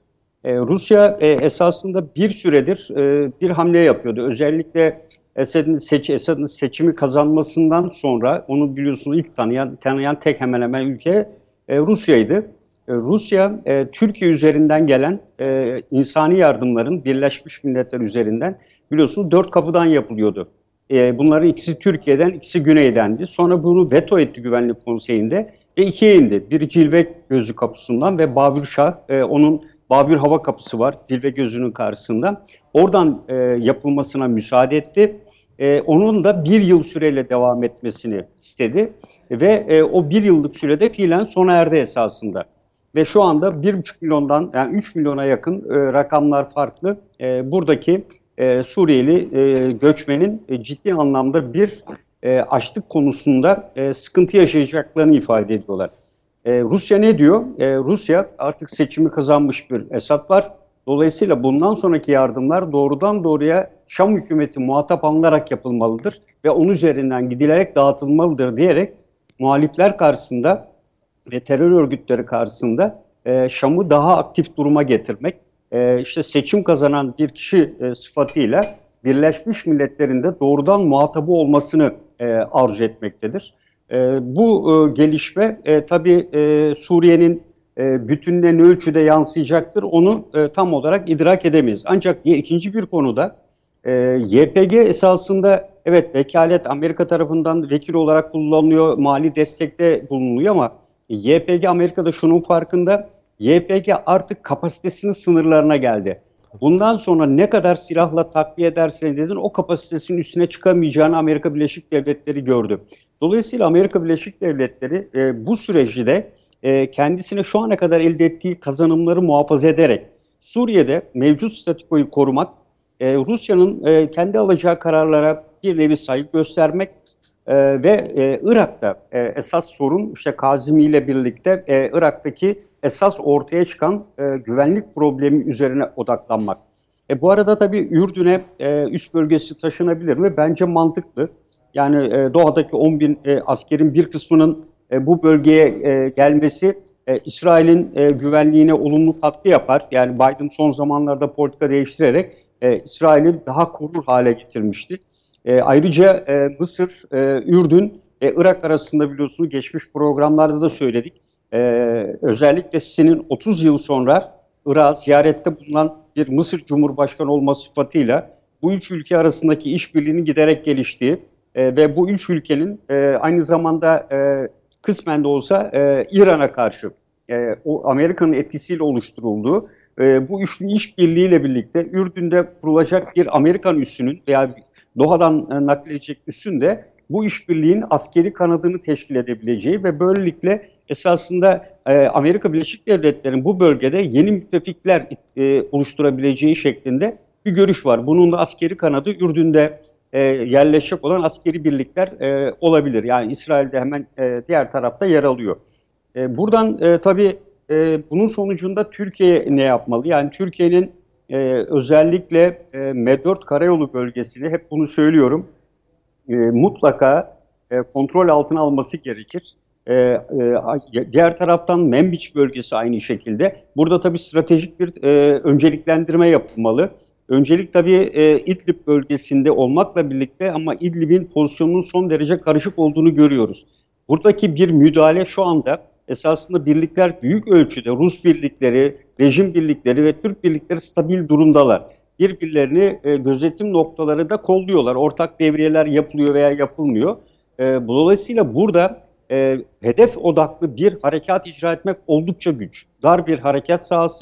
E, Rusya e, esasında bir süredir e, bir hamle yapıyordu. Özellikle Esad'ın, seç, Esad'ın seçimi kazanmasından sonra onu biliyorsunuz ilk tanıyan, tanıyan tek hemen hemen ülke e, Rusya'ydı. E, Rusya e, Türkiye üzerinden gelen e, insani yardımların Birleşmiş Milletler üzerinden biliyorsunuz dört kapıdan yapılıyordu. E, bunların ikisi Türkiye'den, ikisi Güney'dendi. Sonra bunu veto etti Güvenlik Konseyi'nde ve ikiye indi. Biri Cilve Gözü kapısından ve Babür Şah, e, onun Babür Hava Kapısı var Cilve Gözü'nün karşısında. Oradan e, yapılmasına müsaade etti. E, onun da bir yıl süreyle devam etmesini istedi. Ve e, o bir yıllık sürede fiilen sona erdi esasında. Ve şu anda bir buçuk milyondan yani üç milyona yakın e, rakamlar farklı. E, buradaki e, Suriyeli e, göçmenin e, ciddi anlamda bir e, açlık konusunda e, sıkıntı yaşayacaklarını ifade ediyorlar. Ee, Rusya ne diyor? Ee, Rusya artık seçimi kazanmış bir Esad var. Dolayısıyla bundan sonraki yardımlar doğrudan doğruya Şam hükümeti muhatap alınarak yapılmalıdır ve onun üzerinden gidilerek dağıtılmalıdır diyerek muhalifler karşısında ve terör örgütleri karşısında e, Şam'ı daha aktif duruma getirmek, e, işte seçim kazanan bir kişi e, sıfatıyla Birleşmiş Milletler'in de doğrudan muhatabı olmasını e, arzu etmektedir. E, bu e, gelişme e, tabii e, Suriye'nin e, bütününe ne ölçüde yansıyacaktır onu e, tam olarak idrak edemeyiz. Ancak ikinci bir konuda e, Y P G esasında evet vekalet Amerika tarafından vekil olarak kullanılıyor, mali destekte bulunuyor ama Y P G Amerika'da şunun farkında, Y P G artık kapasitesinin sınırlarına geldi. Bundan sonra ne kadar silahla takviye edersen dedin o kapasitesinin üstüne çıkamayacağını Amerika Birleşik Devletleri gördü. Dolayısıyla Amerika Birleşik Devletleri e, bu süreci de e, kendisine şu ana kadar elde ettiği kazanımları muhafaza ederek Suriye'de mevcut statükoyu korumak, e, Rusya'nın e, kendi alacağı kararlara bir nevi saygı göstermek e, ve e, Irak'ta e, esas sorun işte Kazimi ile birlikte e, Irak'taki esas ortaya çıkan e, güvenlik problemi üzerine odaklanmak. E, bu arada tabii Ürdün'e e, üst bölgesi taşınabilir mi? Bence mantıklı. Yani e, doğadaki on bin e, askerin bir kısmının e, bu bölgeye e, gelmesi e, İsrail'in e, güvenliğine olumlu katkı yapar. Yani Biden son zamanlarda politika değiştirerek e, İsrail'i daha korur hale getirmişti. E, ayrıca e, Mısır, e, Ürdün ve Irak arasında biliyorsunuz geçmiş programlarda da söyledik. E, özellikle Sisi'nin otuz yıl sonra Irak'ı ziyarette bulunan bir Mısır Cumhurbaşkanı olması sıfatıyla bu üç ülke arasındaki işbirliğinin giderek geliştiği e, ve bu üç ülkenin e, aynı zamanda e, kısmen de olsa e, İran'a karşı e, o Amerika'nın etkisiyle oluşturulduğu e, bu üçlü işbirliğiyle birlikte Ürdün'de kurulacak bir Amerikan üssünün veya Doha'dan e, nakledecek üssün de bu işbirliğin askeri kanadını teşkil edebileceği ve böylelikle esasında e, Amerika Birleşik Devletleri'nin bu bölgede yeni müttefikler e, oluşturabileceği şeklinde bir görüş var. Bunun da askeri kanadı Ürdün'de e, yerleşecek olan askeri birlikler e, olabilir. Yani İsrail'de hemen e, diğer tarafta yer alıyor. E, buradan e, tabii e, bunun sonucunda Türkiye ne yapmalı? Yani Türkiye'nin e, özellikle e, M dört Karayolu bölgesini hep bunu söylüyorum. E, mutlaka e, kontrol altına alması gerekir. E, e, diğer taraftan Menbiç bölgesi aynı şekilde. Burada tabii stratejik bir e, önceliklendirme yapılmalı. Öncelik tabii e, İdlib bölgesinde olmakla birlikte ama İdlib'in pozisyonunun son derece karışık olduğunu görüyoruz. Buradaki bir müdahale şu anda esasında birlikler büyük ölçüde Rus birlikleri, rejim birlikleri ve Türk birlikleri stabil durumdalar. Birbirlerini e, gözetim noktaları da kolluyorlar. Ortak devriyeler yapılıyor veya yapılmıyor. E, dolayısıyla burada e, hedef odaklı bir harekat icra etmek oldukça güç. Dar bir harekat sahası,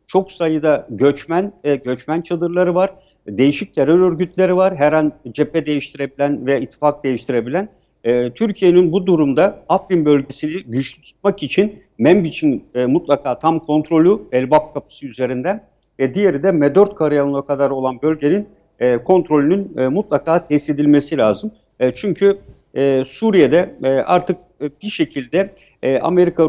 çok sayıda göçmen, e, göçmen çadırları var. Değişik terör örgütleri var. Her an cephe değiştirebilen ve ittifak değiştirebilen. E, Türkiye'nin bu durumda Afrin bölgesini güçlü tutmak için Menbiç'in e, mutlaka tam kontrolü Elbap kapısı üzerinden ve diğeri de M dört karayoluna kadar olan bölgenin e, kontrolünün e, mutlaka tesis edilmesi lazım. E, çünkü e, Suriye'de e, artık e, bir şekilde e,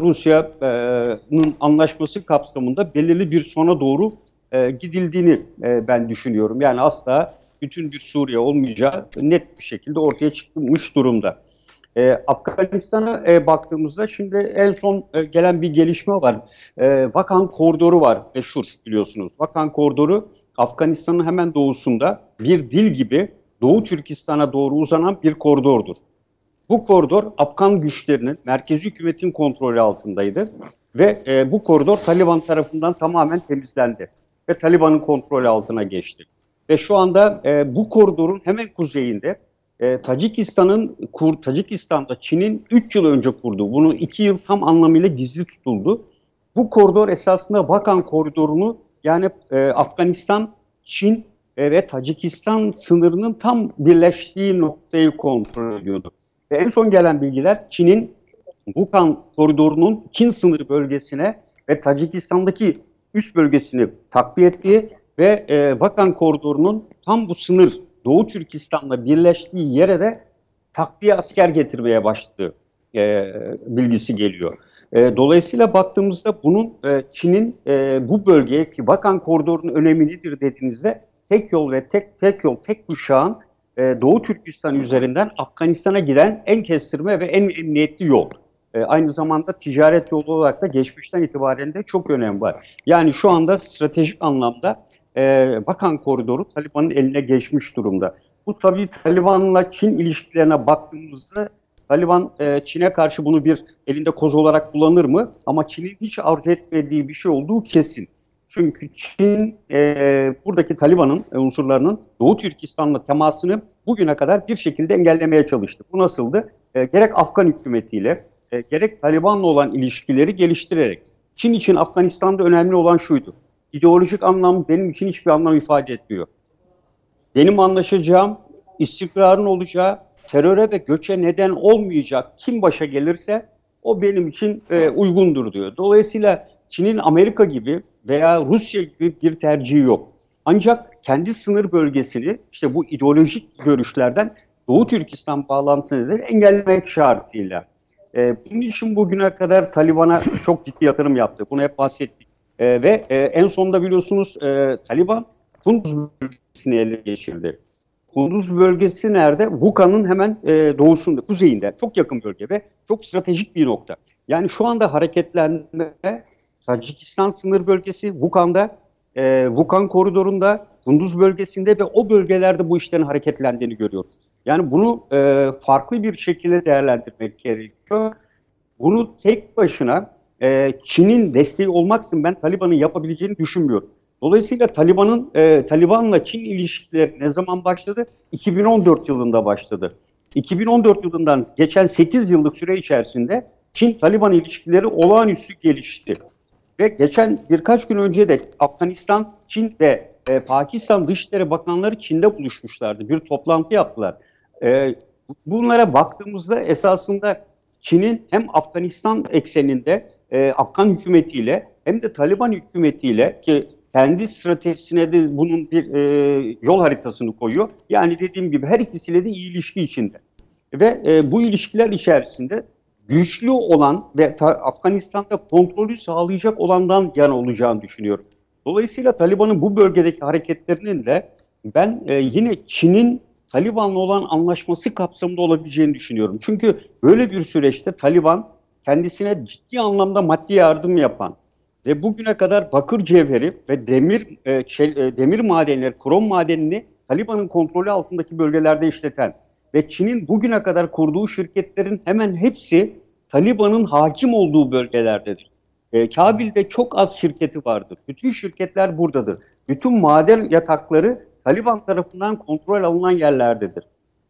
Amerika-Rusya'nın anlaşması kapsamında belirli bir sona doğru e, gidildiğini e, ben düşünüyorum. Yani asla bütün bir Suriye olmayacağı net bir şekilde ortaya çıkmış durumda. E, Afganistan'a e, baktığımızda şimdi en son e, gelen bir gelişme var. E, Vakan Koridoru var meşhur biliyorsunuz. Vakan Koridoru Afganistan'ın hemen doğusunda bir dil gibi Doğu Türkistan'a doğru uzanan bir koridordur. Bu koridor Afgan güçlerinin merkezi hükümetin kontrolü altındaydı ve e, bu koridor Taliban tarafından tamamen temizlendi ve Taliban'ın kontrolü altına geçti. Ve şu anda e, bu koridorun hemen kuzeyinde e, Tacikistan'ın kur, Tacikistan'da Çin'in üç yıl önce kurduğu, bunu iki yıl tam anlamıyla gizli tutuldu. Bu koridor esasında Vakan koridorunu yani e, Afganistan, Çin e, ve Tacikistan sınırının tam birleştiği noktayı kontrol ediyordu. Ve en son gelen bilgiler Çin'in Vakan koridorunun Çin sınır bölgesine ve Tacikistan'daki üst bölgesini takviye ettiği ve e, Vakan koridorunun tam bu sınır Doğu Türkistan'la birleştiği yere de takviye asker getirmeye başladığı e, bilgisi geliyor. E, dolayısıyla baktığımızda bunun e, Çin'in e, bu bölgeye ki Vakan koridorunun önemi nedir dediğinizde tek yol ve tek tek yol tek kuşağın e, Doğu Türkistan üzerinden Afganistan'a giden en kestirme ve en emniyetli yol. E, aynı zamanda ticaret yolu olarak da geçmişten itibaren de çok önem var. Yani şu anda stratejik anlamda e, Vakan koridoru Taliban'ın eline geçmiş durumda. Bu tabii Taliban'la Çin ilişkilerine baktığımızda Taliban e, Çin'e karşı bunu bir elinde koz olarak kullanır mı? Ama Çin'in hiç arzu etmediği bir şey olduğu kesin. Çünkü Çin e, buradaki Taliban'ın e, unsurlarının Doğu Türkistan'la temasını bugüne kadar bir şekilde engellemeye çalıştı. Bu nasıldı? E, gerek Afgan hükümetiyle, e, gerek Taliban'la olan ilişkileri geliştirerek. Çin için Afganistan'da önemli olan şuydu. İdeolojik anlam benim için hiçbir anlam ifade etmiyor. Benim anlaşacağım, istikrarın olacağı, teröre ve göçe neden olmayacak kim başa gelirse o benim için e, uygundur diyor. Dolayısıyla Çin'in Amerika gibi veya Rusya gibi bir tercihi yok. Ancak kendi sınır bölgesini işte bu ideolojik görüşlerden Doğu Türkistan bağlantısını engellemek şartıyla. E, bunun için bugüne kadar Taliban'a çok ciddi yatırım yaptı. Bunu hep bahsettik. E, ve e, en sonunda biliyorsunuz e, Taliban Kunduz bölgesini ele geçirdi. Kunduz bölgesi nerede? Vukan'ın hemen e, doğusunda, kuzeyinde. Çok yakın bölge ve çok stratejik bir nokta. Yani şu anda hareketlenme Tacikistan sınır bölgesi, Vukan'da, e, Vukan koridorunda, Kunduz bölgesinde ve o bölgelerde bu işlerin hareketlendiğini görüyoruz. Yani bunu e, farklı bir şekilde değerlendirmek gerekiyor. Bunu tek başına e, Çin'in desteği olmaksızın ben Taliban'ın yapabileceğini düşünmüyorum. Dolayısıyla Taliban'ın e, Taliban'la Çin ilişkileri ne zaman başladı? iki bin on dört yılında başladı. iki bin on dört yılından geçen sekiz yıllık süre içerisinde Çin-Taliban ilişkileri olağanüstü gelişti. Ve geçen birkaç gün önce de Afganistan, Çin ve e, Pakistan Dışişleri Bakanları Çin'de buluşmuşlardı. Bir toplantı yaptılar. E, bunlara baktığımızda esasında Çin'in hem Afganistan ekseninde e, Afgan hükümetiyle hem de Taliban hükümetiyle ki kendi stratejisine de bunun bir e, yol haritasını koyuyor. Yani dediğim gibi her ikisiyle de iyi ilişki içinde. Ve e, bu ilişkiler içerisinde güçlü olan ve ta, Afganistan'da kontrolü sağlayacak olandan yana olacağını düşünüyorum. Dolayısıyla Taliban'ın bu bölgedeki hareketlerinin de ben e, yine Çin'in Taliban'la olan anlaşması kapsamında olabileceğini düşünüyorum. Çünkü böyle bir süreçte Taliban kendisine ciddi anlamda maddi yardım yapan ve bugüne kadar bakır cevheri ve demir e, çel, e, demir madenleri, krom madenini Taliban'ın kontrolü altındaki bölgelerde işleten ve Çin'in bugüne kadar kurduğu şirketlerin hemen hepsi Taliban'ın hakim olduğu bölgelerdedir. E, Kabil'de çok az şirketi vardır. Bütün şirketler buradadır. Bütün maden yatakları Taliban tarafından kontrol alınan yerlerdedir.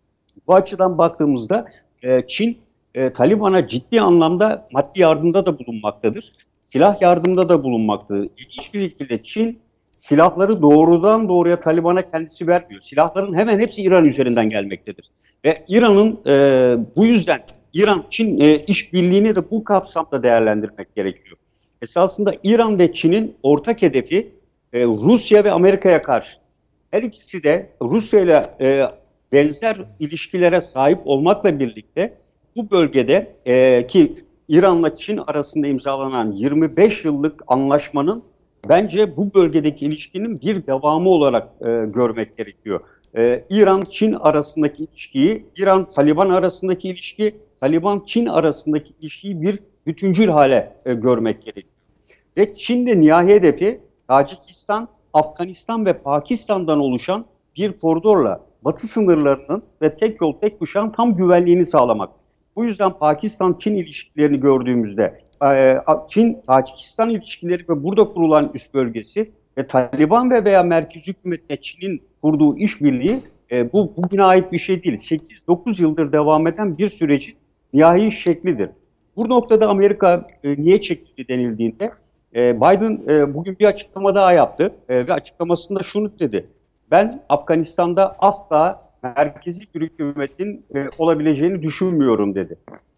Bu açıdan baktığımızda e, Çin e, Taliban'a ciddi anlamda maddi yardımda da bulunmaktadır. silah yardımında da bulunmaktadır. İlginç bir şekilde Çin silahları doğrudan doğruya Taliban'a kendisi vermiyor. Silahların hemen hepsi İran üzerinden gelmektedir. Ve İran'ın e, bu yüzden İran-Çin e, işbirliğini de bu kapsamda değerlendirmek gerekiyor. Esasında İran ve Çin'in ortak hedefi e, Rusya ve Amerika'ya karşı. Her ikisi de Rusya ile e, benzer ilişkilere sahip olmakla birlikte bu bölgede e, ki İran'la Çin arasında imzalanan yirmi beş yıllık anlaşmanın bence bu bölgedeki ilişkinin bir devamı olarak e, görmek gerekiyor. E, İran-Çin arasındaki ilişkiyi, İran-Taliban arasındaki ilişki, Taliban-Çin arasındaki ilişkiyi bir bütüncül hale e, görmek gerekiyor. Ve Çin'de nihai hedefi Tacikistan, Afganistan ve Pakistan'dan oluşan bir koridorla batı sınırlarının ve tek yol tek kuşağın tam güvenliğini sağlamak. Bu yüzden Pakistan-Çin ilişkilerini gördüğümüzde Çin-Tacikistan ilişkileri ve burada kurulan üst bölgesi ve Taliban ve veya merkez hükümetle Çin'in kurduğu işbirliği e, bu bugüne ait bir şey değil. sekiz dokuz yıldır devam eden bir sürecin nihai şeklidir. Bu noktada Amerika e, niye çekildi denildiğinde e, Biden e, bugün bir açıklama daha yaptı e, ve açıklamasında şunu dedi. Ben Afganistan'da asla merkezi bir hükümetin e, olabileceğini düşünmüyorum dedi.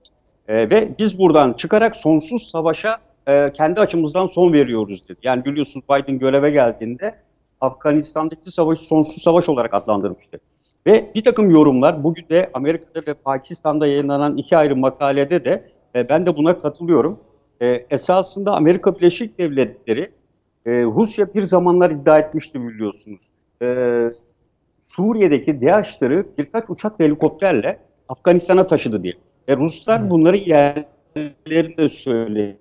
E, ve biz buradan çıkarak sonsuz savaşa e, kendi açımızdan son veriyoruz dedi. Yani biliyorsunuz Biden göreve geldiğinde Afganistan'daki savaşı sonsuz savaş olarak adlandırmıştı. Ve bir takım yorumlar bugün de Amerika'da ve Pakistan'da yayınlanan iki ayrı makalede de e, ben de buna katılıyorum. E, esasında Amerika Birleşik Devletleri e, Rusya bir zamanlar iddia etmişti biliyorsunuz. E, Suriye'deki DAEŞ'leri birkaç uçak ve helikopterle Afganistan'a taşıdı diye. Ve Ruslar hmm. bunları yerlerini de söyledi.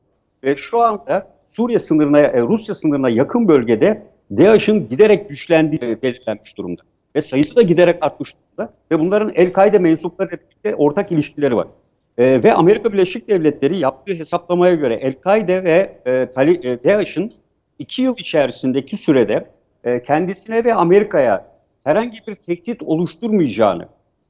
Ve şu anda Suriye sınırına, Rusya sınırına yakın bölgede DAEŞ'in giderek güçlendiği belirlenmiş durumda. Ve sayısı da giderek artmış durumda. Ve bunların El-Kaide mensuplarıyla birlikte ortak ilişkileri var. Ee, ve Amerika Birleşik Devletleri yaptığı hesaplamaya göre El-Kaide ve e, DAEŞ'in iki yıl içerisindeki sürede e, kendisine ve Amerika'ya herhangi bir tehdit oluşturmayacağını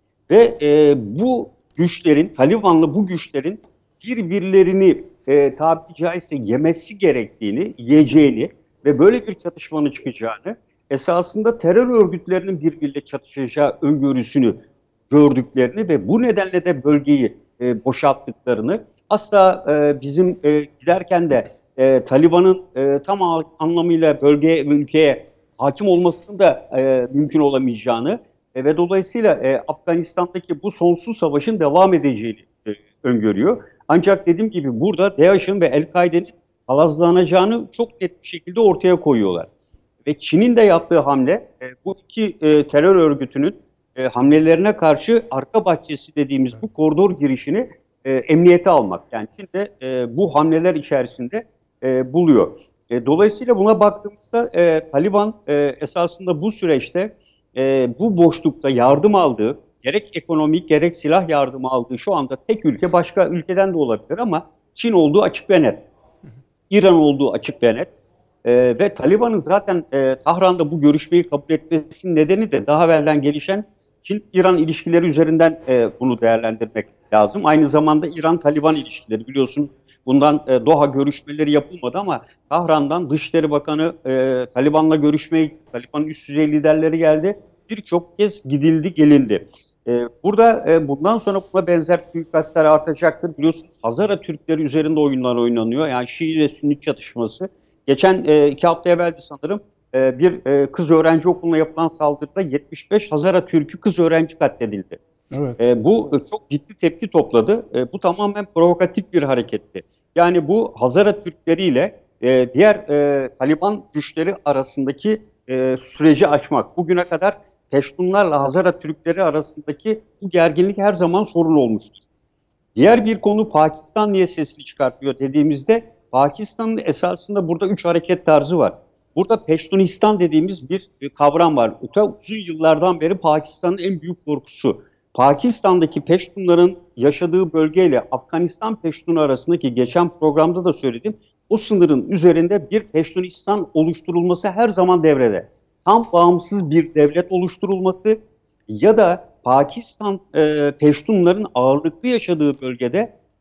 ve e, bu güçlerin, Talibanlı bu güçlerin birbirlerini e, tabiri caizse yemesi gerektiğini, yiyeceğini ve böyle bir çatışmanın çıkacağını, esasında terör örgütlerinin birbiriyle çatışacağı öngörüsünü gördüklerini ve bu nedenle de bölgeyi e, boşalttıklarını, asla e, bizim e, giderken de e, Taliban'ın e, tam anlamıyla bölgeye ve ülkeye hakim olmasının da e, mümkün olamayacağını e, ve dolayısıyla e, Afganistan'daki bu sonsuz savaşın devam edeceğini e, öngörüyor. Ancak dediğim gibi burada DAEŞ'in ve El-Kaide'nin palazlanacağını çok net bir şekilde ortaya koyuyorlar. Ve Çin'in de yaptığı hamle e, bu iki e, terör örgütünün e, hamlelerine karşı arka bahçesi dediğimiz bu koridor girişini e, emniyete almak. Yani Çin de e, bu hamleler içerisinde e, buluyor. E, dolayısıyla buna baktığımızda e, Taliban e, esasında bu süreçte e, bu boşlukta yardım aldığı, gerek ekonomik gerek silah yardımı aldığı şu anda tek ülke, başka ülkeden de olabilir ama Çin olduğu açık ve net. İran olduğu açık ve net. E, ve Taliban'ın zaten e, Tahran'da bu görüşmeyi kabul etmesinin nedeni de daha evvelden gelişen Çin-İran ilişkileri üzerinden e, bunu değerlendirmek lazım. Aynı zamanda İran-Taliban ilişkileri biliyorsun. Bundan e, Doha görüşmeleri yapılmadı ama Tahran'dan Dışişleri Bakanı e, Taliban'la görüşmeye, Taliban'ın üst düzey liderleri geldi. Birçok kez gidildi, gelindi. E, burada e, bundan sonra buna benzer suikastler artacaktır. Biliyorsunuz Hazara Türkleri üzerinde oyunlar oynanıyor. Yani Şii ve Sünni çatışması. Geçen e, iki hafta evveldi sanırım e, bir e, kız öğrenci okuluna yapılan saldırıda yetmiş beş Hazara Türk'ü kız öğrenci katledildi. Evet. E, bu e, çok ciddi tepki topladı. E, bu tamamen provokatif bir hareketti. Yani bu Hazara Türkleri ile e, diğer e, Taliban güçleri arasındaki e, süreci açmak. Bugüne kadar Peştunlarla Hazara Türkleri arasındaki bu gerginlik her zaman sorun olmuştur. Diğer bir konu Pakistan niye sesini çıkartıyor dediğimizde Pakistan'ın esasında burada üç hareket tarzı var. Burada Peştunistan dediğimiz bir kavram var. Uzun yıllardan beri Pakistan'ın en büyük korkusu. Pakistan'daki Peştunların yaşadığı bölgeyle Afganistan Peştunu arasındaki geçen programda da söyledim. O sınırın üzerinde bir Peştunistan oluşturulması her zaman devrede. Tam bağımsız bir devlet oluşturulması ya da Pakistan e, Peştunların ağırlıklı yaşadığı bölgede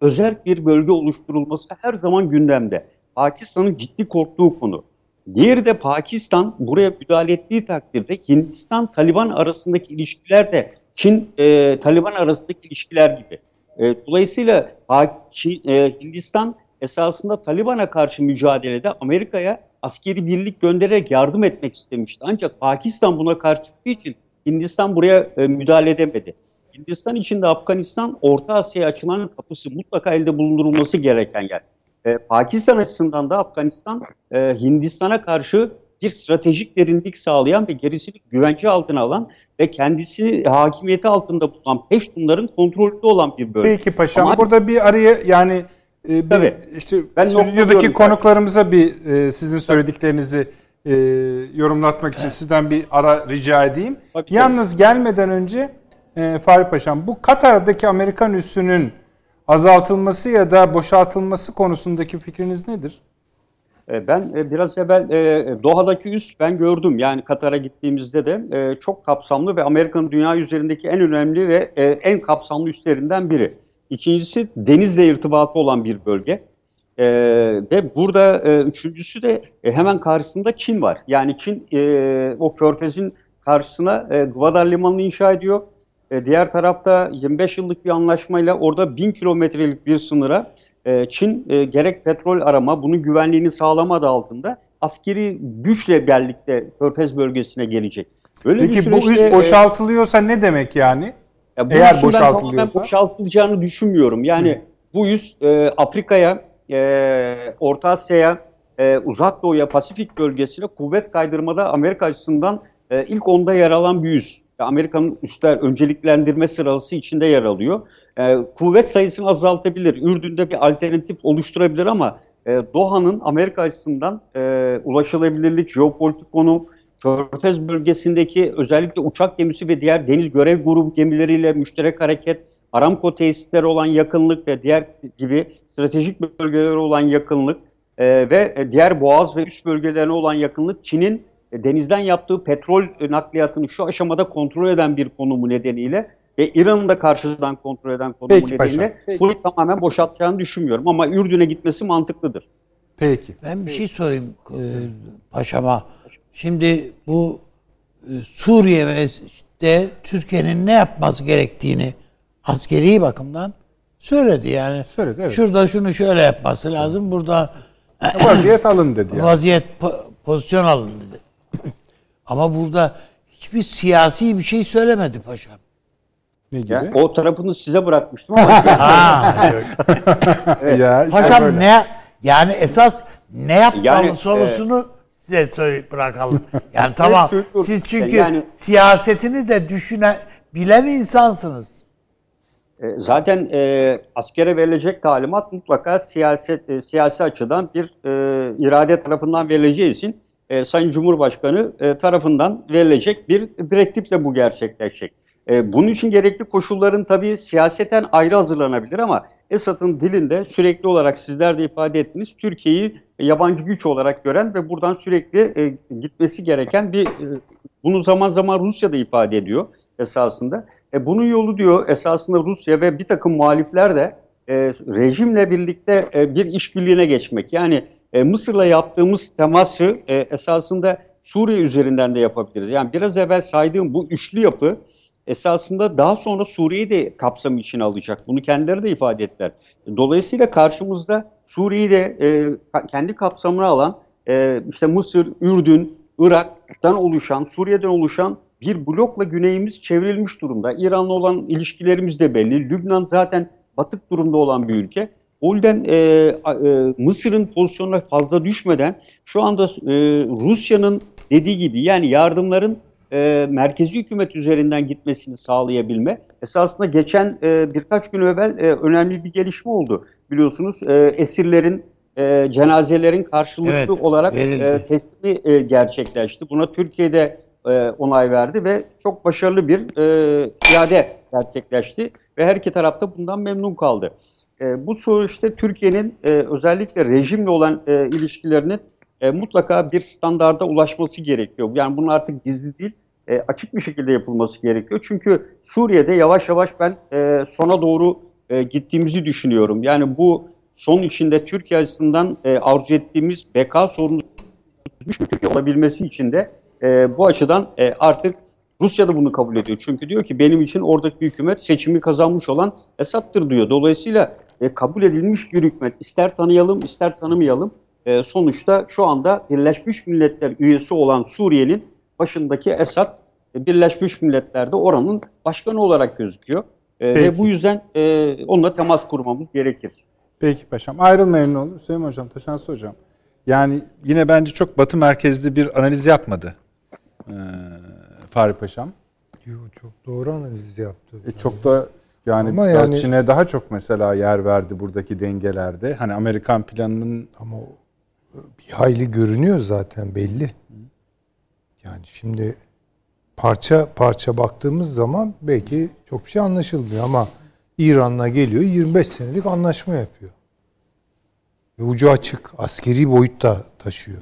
özerk bir bölge oluşturulması her zaman gündemde. Pakistan'ın ciddi korktuğu konu. Diğeri de Pakistan buraya müdahale ettiği takdirde Hindistan-Taliban arasındaki ilişkiler de Çin-Taliban e, arasındaki ilişkiler gibi. E, dolayısıyla Çin, e, Hindistan esasında Taliban'a karşı mücadelede Amerika'ya askeri birlik göndererek yardım etmek istemişti. Ancak Pakistan buna karşı çıktığı için Hindistan buraya e, müdahale edemedi. Hindistan için de Afganistan, Orta Asya'ya açılan kapısı mutlaka elde bulundurulması gereken yer. E, Pakistan açısından da Afganistan, e, Hindistan'a karşı bir stratejik derinlik sağlayan ve gerisini güvence altına alan ve kendisi hakimiyeti altında bulunan Peştunların kontrolünde olan bir bölge. Peki paşam, Ama burada bir araya yani e, bir, tabii, işte ben stüdyodaki konuklarımıza bir e, sizin söylediklerinizi e, yorumlatmak için evet. sizden bir ara rica edeyim. Tabii, Yalnız tabii. gelmeden önce e, Fahri Paşam, bu Katar'daki Amerikan üssünün azaltılması ya da boşaltılması konusundaki fikriniz nedir? Ben biraz evvel Doha'daki üs ben gördüm. Yani Katar'a gittiğimizde de çok kapsamlı ve Amerika'nın dünya üzerindeki en önemli ve en kapsamlı üslerinden biri. İkincisi denizle irtibatı olan bir bölge. Ve burada üçüncüsü de hemen karşısında Çin var. Yani Çin o körfezin karşısına Gwadar Limanı'nı inşa ediyor. Diğer tarafta yirmi beş yıllık bir anlaşmayla orada bin kilometrelik bir sınıra Çin gerek petrol arama, bunun güvenliğini sağlama adı altında askeri güçle birlikte Körfez bölgesine gelecek. Böyle Peki bir süreçte, bu üs boşaltılıyorsa ne demek yani? Ya bu Eğer boşaltılıyorsa? Ben boşaltılacağını düşünmüyorum. Yani Hı. bu üs e, Afrika'ya, e, Orta Asya'ya, e, Uzak Doğu'ya, Pasifik bölgesine kuvvet kaydırmada Amerika açısından e, ilk onda yer alan bir üs. Amerika'nın üsler önceliklendirme sırası içinde yer alıyor. E, kuvvet sayısını azaltabilir, Ürdün'de bir alternatif oluşturabilir ama e, Doha'nın Amerika açısından e, ulaşılabilirlik, jeopolitik konum, Körfez bölgesindeki özellikle uçak gemisi ve diğer deniz görev grubu gemileriyle müşterek hareket, Aramco tesisleri olan yakınlık ve diğer gibi stratejik bölgelere olan yakınlık e, ve diğer boğaz ve üst bölgelerine olan yakınlık Çin'in denizden yaptığı petrol nakliyatını şu aşamada kontrol eden bir konumu nedeniyle ve İran'ın da karşıdan kontrol eden konumu Peki, nedeniyle bunu tamamen boşaltacağını düşünmüyorum. Ama Ürdün'e gitmesi mantıklıdır. Peki. Ben bir şey sorayım e, paşama. Şimdi bu e, Suriye'de Türkiye'nin ne yapması gerektiğini askeri bakımdan söyledi yani. Söyledi, evet. Şurada şunu şöyle yapması lazım. Burada vaziyet alın dedi. Yani. Vaziyet po- pozisyon alın dedi. Ama burada hiçbir siyasi bir şey söylemedi paşam. Ne gibi? Yani o tarafını size bırakmıştım ama. ha, evet. ya, paşam böyle. ne yani esas ne yapmalı yani, sorusunu e, size söyle bırakalım. Yani tamam. Siz çünkü yani, siyasetini de düşünen bilen insansınız. Zaten e, askere verilecek talimat mutlaka siyaset e, siyasi açıdan bir e, irade tarafından verileceği için e, Sayın Cumhurbaşkanı e, tarafından verilecek bir direktifle bu gerçekleşecek. E, bunun için gerekli koşulların tabii siyaseten ayrı hazırlanabilir ama Esad'ın dilinde sürekli olarak sizler de ifade ettiniz, Türkiye'yi yabancı güç olarak gören ve buradan sürekli e, gitmesi gereken bir, e, bunu zaman zaman Rusya da ifade ediyor esasında. E, bunun yolu diyor esasında Rusya ve bir takım muhalifler de e, rejimle birlikte e, bir işbirliğine geçmek. Yani e, Mısır'la yaptığımız teması e, esasında Suriye üzerinden de yapabiliriz. Yani biraz evvel saydığım bu üçlü yapı esasında daha sonra Suriye'yi de kapsamı içine alacak. Bunu kendileri de ifade ettiler. Dolayısıyla karşımızda Suriye'yi de e, kendi kapsamına alan e, işte Mısır, Ürdün, Irak'tan oluşan, Suriye'den oluşan bir blokla güneyimiz çevrilmiş durumda. İran'la olan ilişkilerimiz de belli. Lübnan zaten batık durumda olan bir ülke. O yüzden e, e, Mısır'ın pozisyonuna fazla düşmeden şu anda e, Rusya'nın dediği gibi yani yardımların e, merkezi hükümet üzerinden gitmesini sağlayabilme. Esasında geçen e, birkaç gün evvel e, önemli bir gelişme oldu. Biliyorsunuz e, esirlerin, e, cenazelerin karşılıklı evet, olarak e, teslimi e, gerçekleşti. Buna Türkiye'de e, onay verdi ve çok başarılı bir e, iade gerçekleşti. Ve her iki taraf da bundan memnun kaldı. E, bu süreçte Türkiye'nin e, özellikle rejimle olan e, ilişkilerinin e, mutlaka bir standarda ulaşması gerekiyor. Yani bunun artık gizli değil, e, açık bir şekilde yapılması gerekiyor. Çünkü Suriye'de yavaş yavaş ben e, sona doğru e, gittiğimizi düşünüyorum. Yani bu son içinde Türkiye açısından e, arzu ettiğimiz beka sorunu Türkiye olabilmesi için de e, bu açıdan e, artık Rusya da bunu kabul ediyor. Çünkü diyor ki benim için oradaki hükümet seçimi kazanmış olan Esad'tır diyor. Dolayısıyla e, kabul edilmiş bir hükümet. İster tanıyalım ister tanımayalım. E, sonuçta şu anda Birleşmiş Milletler üyesi olan Suriye'nin başındaki Esad e, Birleşmiş Milletler'de oranın başkanı olarak gözüküyor. E, ve bu yüzden e, onunla temas kurmamız gerekir. Peki paşam. Ayrılmayın ne olur. Süleyman Hocam, Taşansı Hocam. Yani yine bence çok batı merkezli bir analiz yapmadı ee, Fahri Paşam. Çok doğru analiz yaptı. E çok da yani, ama yani Çin'e daha çok mesela yer verdi buradaki dengelerde. Hani Amerikan planının... Ama bir hayli görünüyor zaten belli. Yani şimdi parça parça baktığımız zaman belki çok bir şey anlaşılmıyor ama İran'la geliyor yirmi beş senelik anlaşma yapıyor. Ve ucu açık, askeri boyutta taşıyor.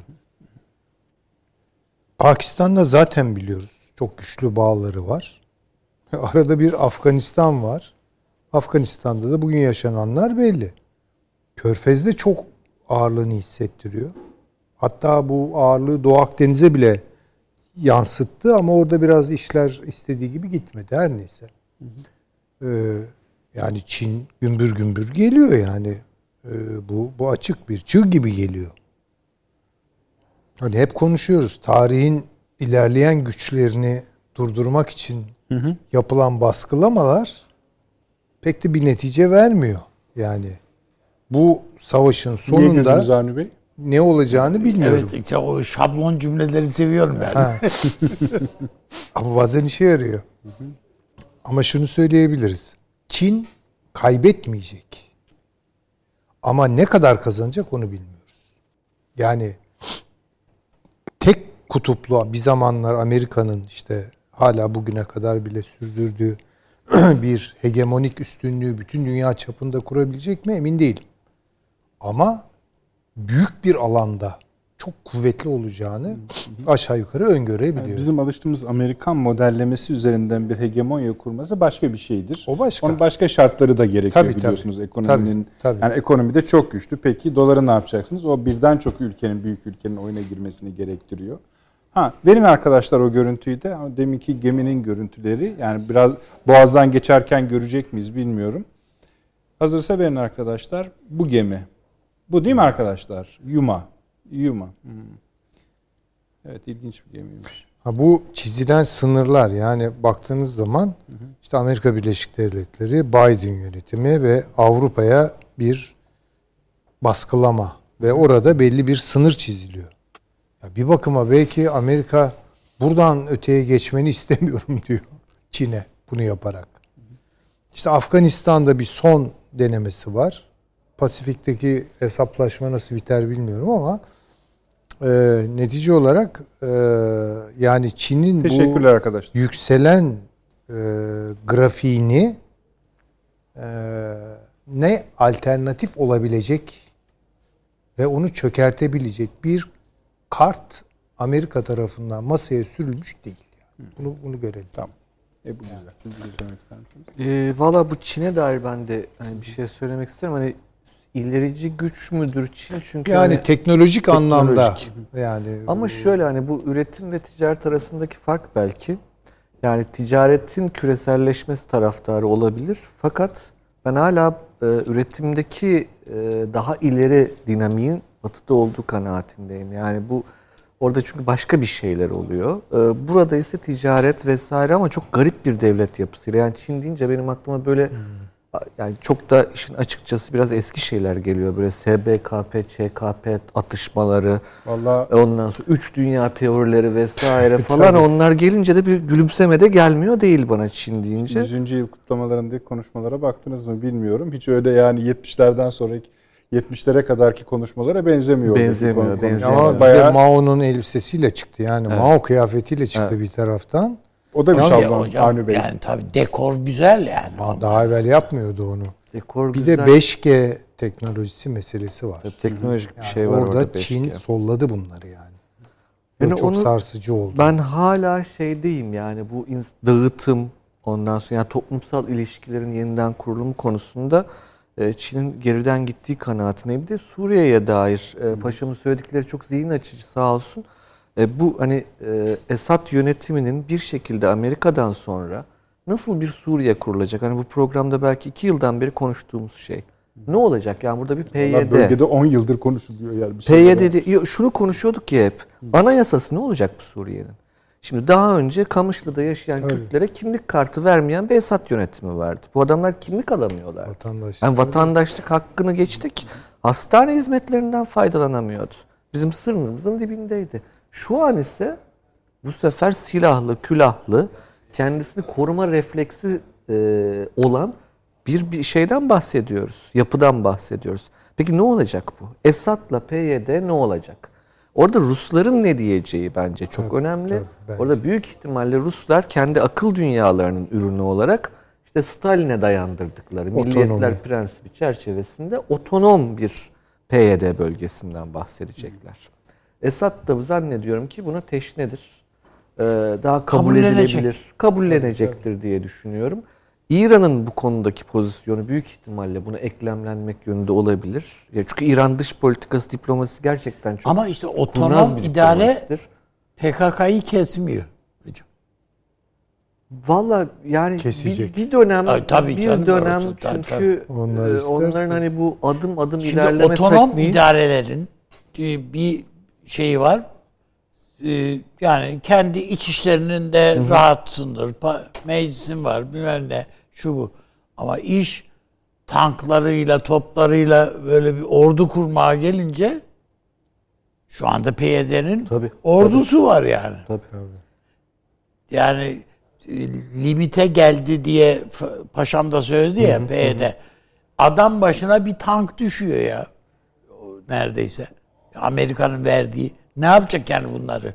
Pakistan'da zaten biliyoruz. Çok güçlü bağları var. Arada bir Afganistan var. Afganistan'da da bugün yaşananlar belli. Körfez'de çok ağırlığını hissettiriyor. Hatta bu ağırlığı Doğu Akdeniz'e bile yansıttı ama orada biraz işler istediği gibi gitmedi. Her neyse. Hı hı. Ee, yani Çin gümbür gümbür geliyor yani. Ee, bu, bu açık bir çığ gibi geliyor. Hani hep konuşuyoruz. Tarihin ilerleyen güçlerini durdurmak için hı hı. yapılan baskılamalar pek de bir netice vermiyor. Yani bu savaşın sonunda ne olacağını bilmiyorum. Evet, işte o şablon cümleleri seviyorum ben. Ama bazen işe yarıyor. Hı hı. Ama şunu söyleyebiliriz. Çin kaybetmeyecek. Ama ne kadar kazanacak onu bilmiyoruz. Yani tek kutuplu bir zamanlar Amerika'nın işte hala bugüne kadar bile sürdürdüğü bir hegemonik üstünlüğü bütün dünya çapında kurabilecek mi emin değilim. Ama büyük bir alanda çok kuvvetli olacağını aşağı yukarı öngörebiliyoruz. Yani bizim alıştığımız Amerikan modellemesi üzerinden bir hegemonya kurması başka bir şeydir. O başka. Onun başka şartları da gerekiyor tabii, biliyorsunuz tabii. ekonominin. Tabii, tabii. Yani ekonomide çok güçlü. Peki doları ne yapacaksınız? O birden çok ülkenin, büyük ülkenin oyuna girmesini gerektiriyor. Ha, verin arkadaşlar o görüntüyü de. Deminki geminin görüntüleri. Yani biraz Boğaz'dan geçerken görecek miyiz bilmiyorum. Hazırsa verin arkadaşlar. Bu gemi. Bu değil mi arkadaşlar? Yuma. Yuma. Hmm. Evet, ilginç bir gemiymiş. Ha, bu çizilen sınırlar yani baktığınız zaman hı hı. işte Amerika Birleşik Devletleri, Biden yönetimi ve Avrupa'ya bir baskılama ve orada belli bir sınır çiziliyor. Ya bir bakıma belki Amerika buradan öteye geçmeni istemiyorum diyor Çin'e bunu yaparak. İşte Afganistan'da bir son denemesi var. Pasifik'teki hesaplaşma nasıl biter bilmiyorum ama e, netice olarak e, yani Çin'in bu arkadaşlar. yükselen e, grafiğini e, ne alternatif olabilecek ve onu çökertebilecek bir kart Amerika tarafından masaya sürülmüş değil. Yani. Bunu bunu görelim. Tamam. E bu güzel. Siz bir şey söylemek ister misiniz? E, Valla bu Çin'e dair ben de hani bir şey söylemek isterim. Hani ilerici güç müdür Çin? Çünkü yani hani, teknolojik, teknolojik anlamda yani. Ama şöyle hani bu üretim ve ticaret arasındaki fark belki yani ticaretin küreselleşmesi taraftarı olabilir. Fakat ben hala e, üretimdeki e, daha ileri dinamiğin Batı'da olduğu kanaatindeyim. Yani bu orada çünkü başka bir şeyler oluyor. E, burada ise ticaret vesaire ama çok garip bir devlet yapısıyla. Yani Çin deyince benim aklıma böyle hmm. yani çok da işin açıkçası biraz eski şeyler geliyor. Böyle S B K P, Ç K P atışmaları. Vallahi ondan sonra üç dünya teorileri vesaire falan onlar gelince de bir gülümseme de gelmiyor değil bana Çin deyince. yüzüncü yıl kutlamalarındaki konuşmalara baktınız mı bilmiyorum. Hiç öyle yani yetmişlerden sonraki yetmişlere kadarki konuşmalara benzemiyor. Benzemiyor, benzemiyor. Ama bayağı... bir de Mao'nun elbisesiyle çıktı. Yani evet. Mao kıyafetiyle çıktı evet. bir taraftan. O da bir şablon Avni Bey. Yani tabii dekor güzel yani. Daha, daha evvel yapmıyordu onu. Dekor bir güzel. De beş G teknolojisi meselesi var. Tabii teknolojik yani bir şey var orada. Orada Çin solladı bunları yani. yani çok onu, sarsıcı oldu. Ben hala şeydeyim yani bu dağıtım, Ondan sonra yani toplumsal ilişkilerin yeniden kurulumu konusunda Çin'in geriden gittiği kanaatine, bir de Suriye'ye dair paşamın söyledikleri çok zihin açıcı sağ olsun. Bu hani Esad yönetiminin bir şekilde Amerika'dan sonra nasıl bir Suriye kurulacak? Hani bu programda belki iki yıldan beri konuştuğumuz şey. Ne olacak? Yani burada bir P Y D. Bölgede on yıldır konuşuluyor yani. Bir P Y D'de şunu konuşuyorduk ya hep. Anayasası ne olacak bu Suriye'nin? Şimdi daha önce Kamışlı'da yaşayan evet. Kürtlere kimlik kartı vermeyen bir Esad yönetimi vardı. Bu adamlar kimlik alamıyorlar. Vatandaşlık. Yani vatandaşlık hakkını geçtik. Hastane hizmetlerinden faydalanamıyordu. Bizim sınırımızın dibindeydi. Şu an ise bu sefer silahlı, külahlı, kendisini koruma refleksi e, olan bir, bir şeyden bahsediyoruz. Yapıdan bahsediyoruz. Peki ne olacak bu? Esad'la P Y D ne olacak? Orada Rusların ne diyeceği bence çok tabii, önemli. Tabii, orada büyük ihtimalle Ruslar kendi akıl dünyalarının ürünü olarak işte Stalin'e dayandırdıkları otonomi. Milliyetler prensibi çerçevesinde otonom bir P Y D bölgesinden bahsedecekler. Esad da zannediyorum ki buna teşnedir. Ee, daha kabul edilebilir, kabullenecektir diye düşünüyorum. İran'ın bu konudaki pozisyonu büyük ihtimalle buna eklemlenmek yönünde olabilir. Ya çünkü İran dış politikası, diplomasisi gerçekten çok ama işte otonom idare P K K'yı kesmiyor hocam. Valla yani bir, bir dönem Ay, tabii bir canım, dönem olsun, çünkü tabii. Onlar onların hani bu adım adım şimdi ilerleme otonom tekniği... idarelerin bir şeyi var. Yani kendi iç işlerinin de Hı-hı. rahatsındır. Meclisin var, bilmem ne, şu bu. Ama iş tanklarıyla, toplarıyla böyle bir ordu kurmaya gelince şu anda P Y D'nin tabii, ordusu tabii. var yani. Tabii. Yani limite geldi diye paşam da söyledi ya Hı-hı. P Y D. Adam başına bir tank düşüyor ya. Neredeyse. Amerika'nın verdiği. Ne yapacak yani bunları?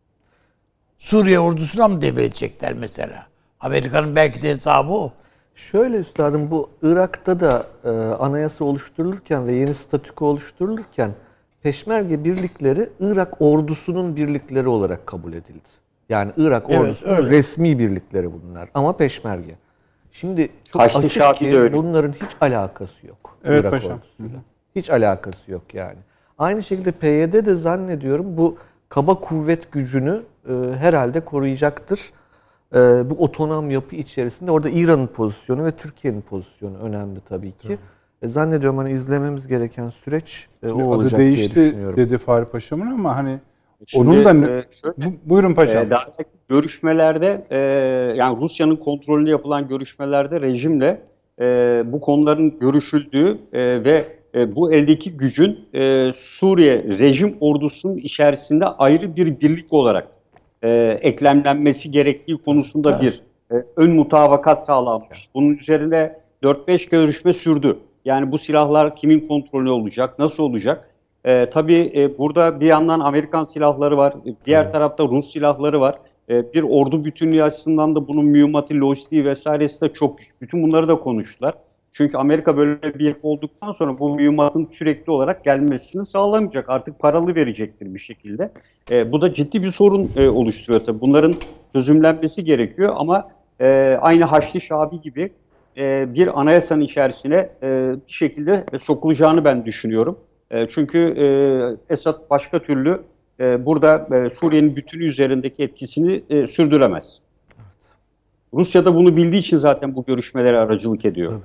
Suriye ordusuna mı devredecekler mesela? Amerika'nın belki de hesabı o. Şöyle üstadım, bu Irak'ta da e, anayasa oluşturulurken ve yeni statüko oluşturulurken Peşmerge birlikleri Irak ordusunun birlikleri olarak kabul edildi. Yani Irak evet, ordusunun öyle. resmi birlikleri bunlar ama Peşmerge. Şimdi çok Haçlı açık ki bunların hiç alakası yok. Evet Irak paşam. ordusuyla. Hiç alakası yok yani. Aynı şekilde P Y D de zannediyorum bu kaba kuvvet gücünü e, herhalde koruyacaktır. E, bu otonom yapı içerisinde orada İran'ın pozisyonu ve Türkiye'nin pozisyonu önemli tabii ki. E, zannediyorum hani izlememiz gereken süreç e, o olacak diye düşünüyorum. Dedi Fahri Paşam'ın ama hani şimdi, onun da e, şöyle, bu, buyurun paşam. E, daha görüşmelerde e, yani Rusya'nın kontrolünde yapılan görüşmelerde rejimle e, bu konuların görüşüldüğü e, ve E, bu eldeki gücün e, Suriye rejim ordusunun içerisinde ayrı bir birlik olarak e, eklemlenmesi gerektiği konusunda bir e, ön mutabakat sağlanmış. Bunun üzerine dört beş görüşme sürdü. Yani bu silahlar kimin kontrolü olacak, nasıl olacak? E, tabii e, burada bir yandan Amerikan silahları var, diğer evet. tarafta Rus silahları var. E, bir ordu bütünlüğü açısından da bunun mühimmatı, lojistiği vesairesi de çok güç. Bütün bunları da konuştular. Çünkü Amerika böyle bir yapı olduktan sonra bu mühimmatın sürekli olarak gelmesini sağlamayacak. Artık paralı verecektir bir şekilde. E, bu da ciddi bir sorun e, oluşturuyor tabii. Bunların çözümlenmesi gerekiyor ama e, aynı Haçlı Şabi gibi e, bir anayasanın içerisine e, bir şekilde sokulacağını ben düşünüyorum. E, çünkü e, Esad başka türlü e, burada e, Suriye'nin bütünü üzerindeki etkisini e, sürdüremez. Evet. Rusya da bunu bildiği için zaten bu görüşmelere aracılık ediyor. Tabii.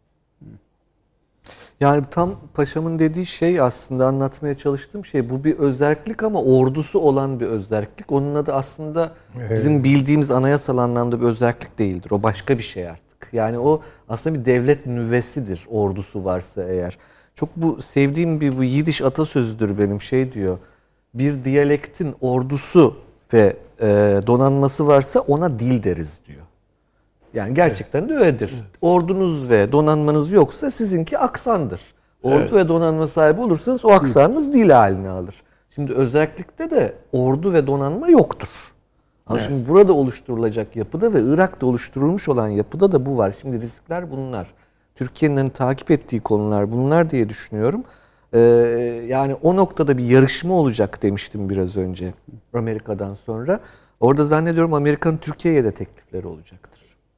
Yani tam paşamın dediği şey aslında anlatmaya çalıştığım şey bu bir özerklik ama ordusu olan bir özerklik. Onun adı aslında evet. bizim bildiğimiz anayasal anlamda bir özerklik değildir. O başka bir şey artık. Yani o aslında bir devlet nüvesidir ordusu varsa eğer. Çok bu sevdiğim bir bu Yidiş atasözüdür benim şey diyor. Bir diyalektin ordusu ve e, donanması varsa ona dil deriz diyor. Yani gerçekten evet. de öyledir. Evet. Ordunuz ve donanmanız yoksa sizinki aksandır. Ordu evet. ve donanma sahibi olursanız o aksanınız dil haline alır. Şimdi özellikle de ordu ve donanma yoktur. Ama evet. şimdi burada oluşturulacak yapıda ve Irak'ta oluşturulmuş olan yapıda da bu var. Şimdi riskler bunlar. Türkiye'nin hani takip ettiği konular bunlar diye düşünüyorum. Ee, yani o noktada bir yarışma olacak demiştim biraz önce Amerika'dan sonra. Orada zannediyorum Amerika'nın Türkiye'ye de teklifleri olacaktır.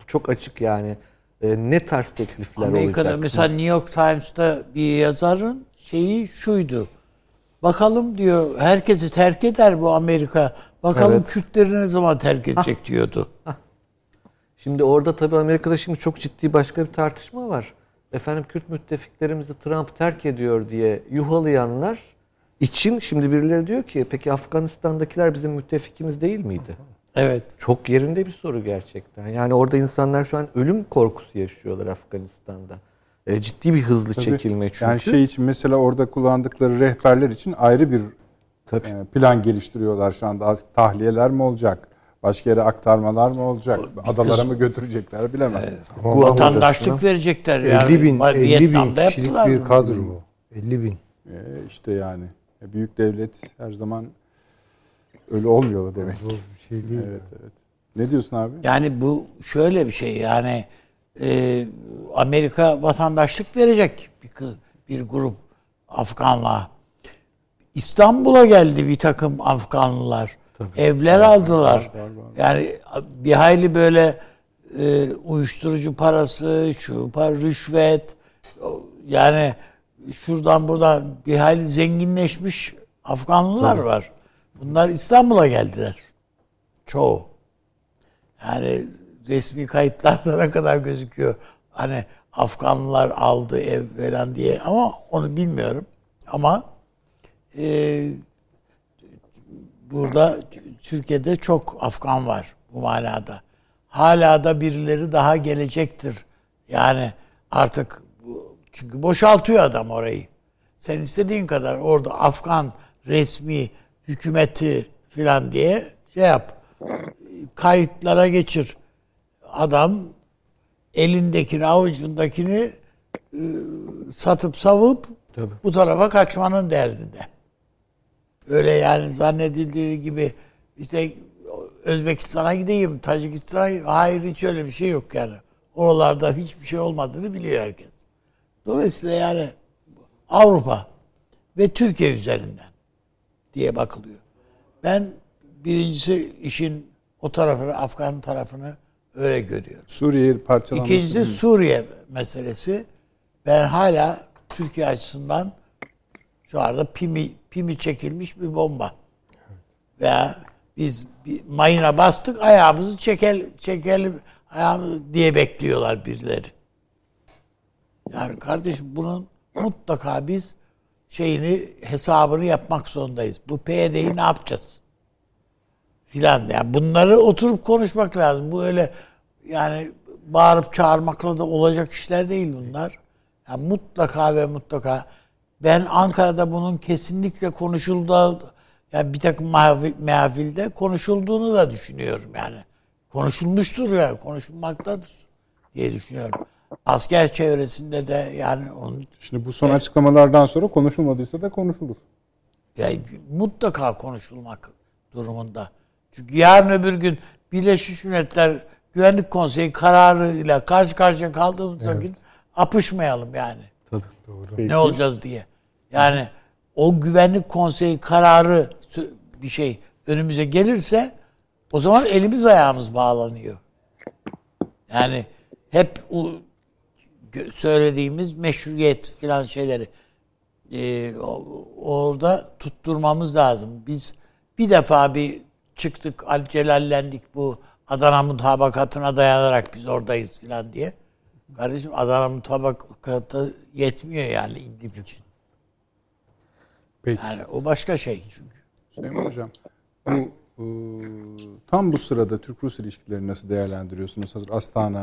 çok açık yani. E, ne tarz teklifler Amerika'da olacak? mesela New York Times'ta bir yazarın şeyi şuydu. Bakalım diyor, herkesi terk eder bu Amerika. Bakalım Evet. Kürtleri ne zaman terk edecek diyordu. Şimdi orada tabii Amerika'da şimdi çok ciddi başka bir tartışma var. Efendim Kürt müttefiklerimizi Trump terk ediyor diye yuhalayanlar için şimdi birileri diyor ki peki Afganistan'dakiler bizim müttefikimiz değil miydi? Evet. Çok yerinde bir soru gerçekten. Yani orada insanlar şu an ölüm korkusu yaşıyorlar Afganistan'da. E, ciddi bir hızlı Tabii, çekilme çünkü. Yani şey için mesela orada kullandıkları rehberler için ayrı bir Tabii. e, plan geliştiriyorlar şu anda. Az tahliyeler mi olacak? Başka yere aktarmalar mı olacak? Adalara mı götürecekler bilemem. Guam Vatandaşlık odasına verecekler yani. elli bin, elli bin Vietnam'da kişilik yaptılar bir bunu. kadro bu. elli bin. E, işte yani e, büyük devlet her zaman öyle olmuyor demek. Zor bir şey değil. Evet, evet. Ne diyorsun abi? Yani bu şöyle bir şey yani e, Amerika vatandaşlık verecek bir, kı- bir grup Afganlığa. İstanbul'a geldi bir takım Afganlılar. Evler aldılar. Var, var, var. Yani bir hayli böyle e, uyuşturucu parası, şu para, rüşvet, yani şuradan buradan bir hayli zenginleşmiş Afganlılar Tabii. var. Bunlar İstanbul'a geldiler. Çoğu. Yani resmi kayıtlarda ne kadar gözüküyor. Hani Afganlılar aldı ev falan diye ama onu bilmiyorum. Ama e, burada Türkiye'de çok Afgan var bu manada. Hala da birileri daha gelecektir. Yani artık bu, çünkü boşaltıyor adam orayı. Sen istediğin kadar orada Afgan resmi hükümeti falan diye şey yap. Kayıtlara geçir. Adam elindekini, avucundakini e, satıp savup Tabii. bu tarafa kaçmanın derdinde. Öyle yani zannedildiği gibi işte Özbekistan'a gideyim, Tacikistan'a gideyim. Hayır, hiç öyle bir şey yok yani. Oralarda hiçbir şey olmadığını biliyor herkes. Dolayısıyla yani Avrupa ve Türkiye üzerinden diye bakılıyor. Ben birincisi işin o tarafını, Afgan tarafını öyle görüyorum. Suriye parçalanması. İkincisi Suriye meselesi. Ben hala Türkiye açısından şu anda pimi, pimi çekilmiş bir bomba. Veya biz bir mayına bastık, ayağımızı çekel, çekelim ayağımızı diye bekliyorlar birileri. Yani kardeşim bunun mutlaka biz şeyini, hesabını yapmak zorundayız. Bu P Y D'yi ne yapacağız? Filan. Yani bunları oturup konuşmak lazım. Bu öyle yani bağırıp çağırmakla da olacak işler değil bunlar. Yani mutlaka ve mutlaka ben Ankara'da bunun kesinlikle konuşulduğu, yani bir takım mehafilde konuşulduğunu da düşünüyorum yani. Konuşulmuştur yani, konuşulmaktadır diye düşünüyorum. Asker çevresinde de yani onun... Şimdi bu son açıklamalardan sonra konuşulmadıysa da konuşulur. Yani mutlaka konuşulmak durumunda. Çünkü yarın öbür gün Birleşmiş Milletler Güvenlik Konseyi kararıyla karşı karşıya kaldığımız vakit evet. apışmayalım yani. Tabii. Doğru. Ne Peki. olacağız diye. Yani o Güvenlik Konseyi kararı bir şey önümüze gelirse o zaman elimiz ayağımız bağlanıyor. Yani hep o söylediğimiz meşruiyet filan şeyleri e, orada tutturmamız lazım. Biz bir defa bir çıktık, celallendik bu Adana mutabakatına dayanarak biz oradayız filan diye. Kardeşim Adana mutabakatı yetmiyor yani İdlib için. Peki. Yani o başka şey çünkü. Süleyman Hocam, bu e, tam bu sırada Türk-Rus ilişkilerini nasıl değerlendiriyorsunuz? Hazır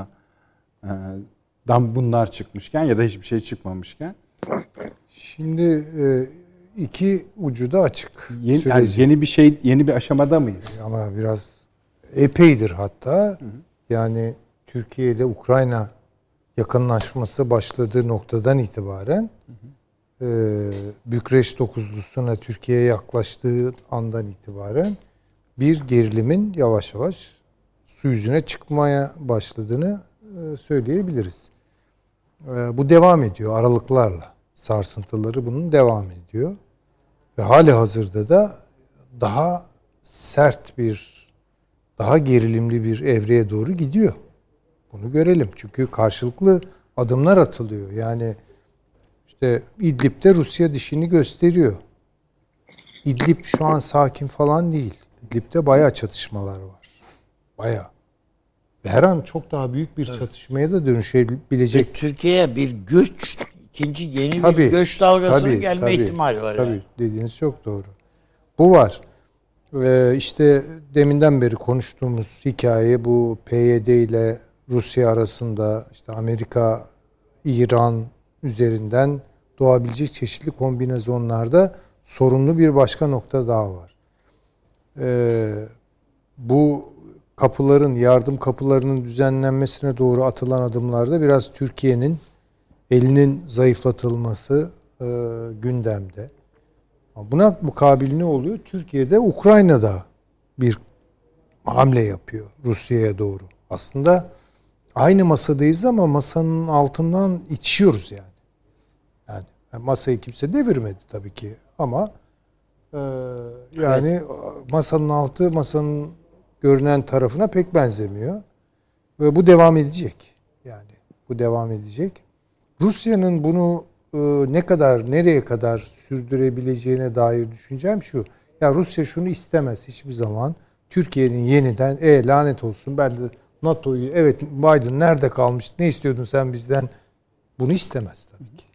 Astana'dan bunlar çıkmışken ya da hiçbir şey çıkmamışken. Şimdi iki ucu da açık. Yeni, yani yeni bir şey, yeni bir aşamada mıyız? Ama biraz epeydir hatta. Hı hı. Yani Türkiye ile Ukrayna yakınlaşması başladığı noktadan itibaren hı hı. E, Bükreş dokuzlusuna Türkiye'ye yaklaştığı andan itibaren bir gerilimin yavaş yavaş su yüzüne çıkmaya başladığını e, söyleyebiliriz. E, bu devam ediyor aralıklarla. Sarsıntıları bunun devam ediyor. Ve hali hazırda da daha sert bir, daha gerilimli bir evreye doğru gidiyor. Bunu görelim. Çünkü karşılıklı adımlar atılıyor. Yani işte İdlib'de Rusya dişini gösteriyor. İdlib şu an sakin falan değil. İdlib'de bayağı çatışmalar var. Bayağı. Ve her an çok daha büyük bir çatışmaya da dönüşebilecek. Ve Türkiye'ye bir göç, ikinci yeni Tabii, bir göç dalgasının tabii, gelme tabii, ihtimali var. Tabii, yani. dediğiniz çok doğru. Bu var. Ee, işte deminden beri konuştuğumuz hikaye bu P Y D ile Rusya arasında işte Amerika, İran üzerinden doğabilecek çeşitli kombinasyonlarda sorunlu bir başka nokta daha var. Ee, bu kapıların, yardım kapılarının düzenlenmesine doğru atılan adımlarda biraz Türkiye'nin elinin zayıflatılması e, gündemde. Buna mukabil ne oluyor? Türkiye'de Ukrayna'da bir hamle yapıyor Rusya'ya doğru. Aslında aynı masadayız ama masanın altından içiyoruz yani. Yani masayı kimse devirmedi tabii ki ama e, yani evet. Masanın altı masanın görünen tarafına pek benzemiyor. Ve bu devam edecek. Yani bu devam edecek. Rusya'nın bunu e, ne kadar, nereye kadar sürdürebileceğine dair düşüncem şu. Ya Rusya şunu istemez hiçbir zaman. Türkiye'nin yeniden e lanet olsun ben de NATO'yu evet Biden nerede kalmış ne istiyordun sen bizden bunu istemez tabii ki.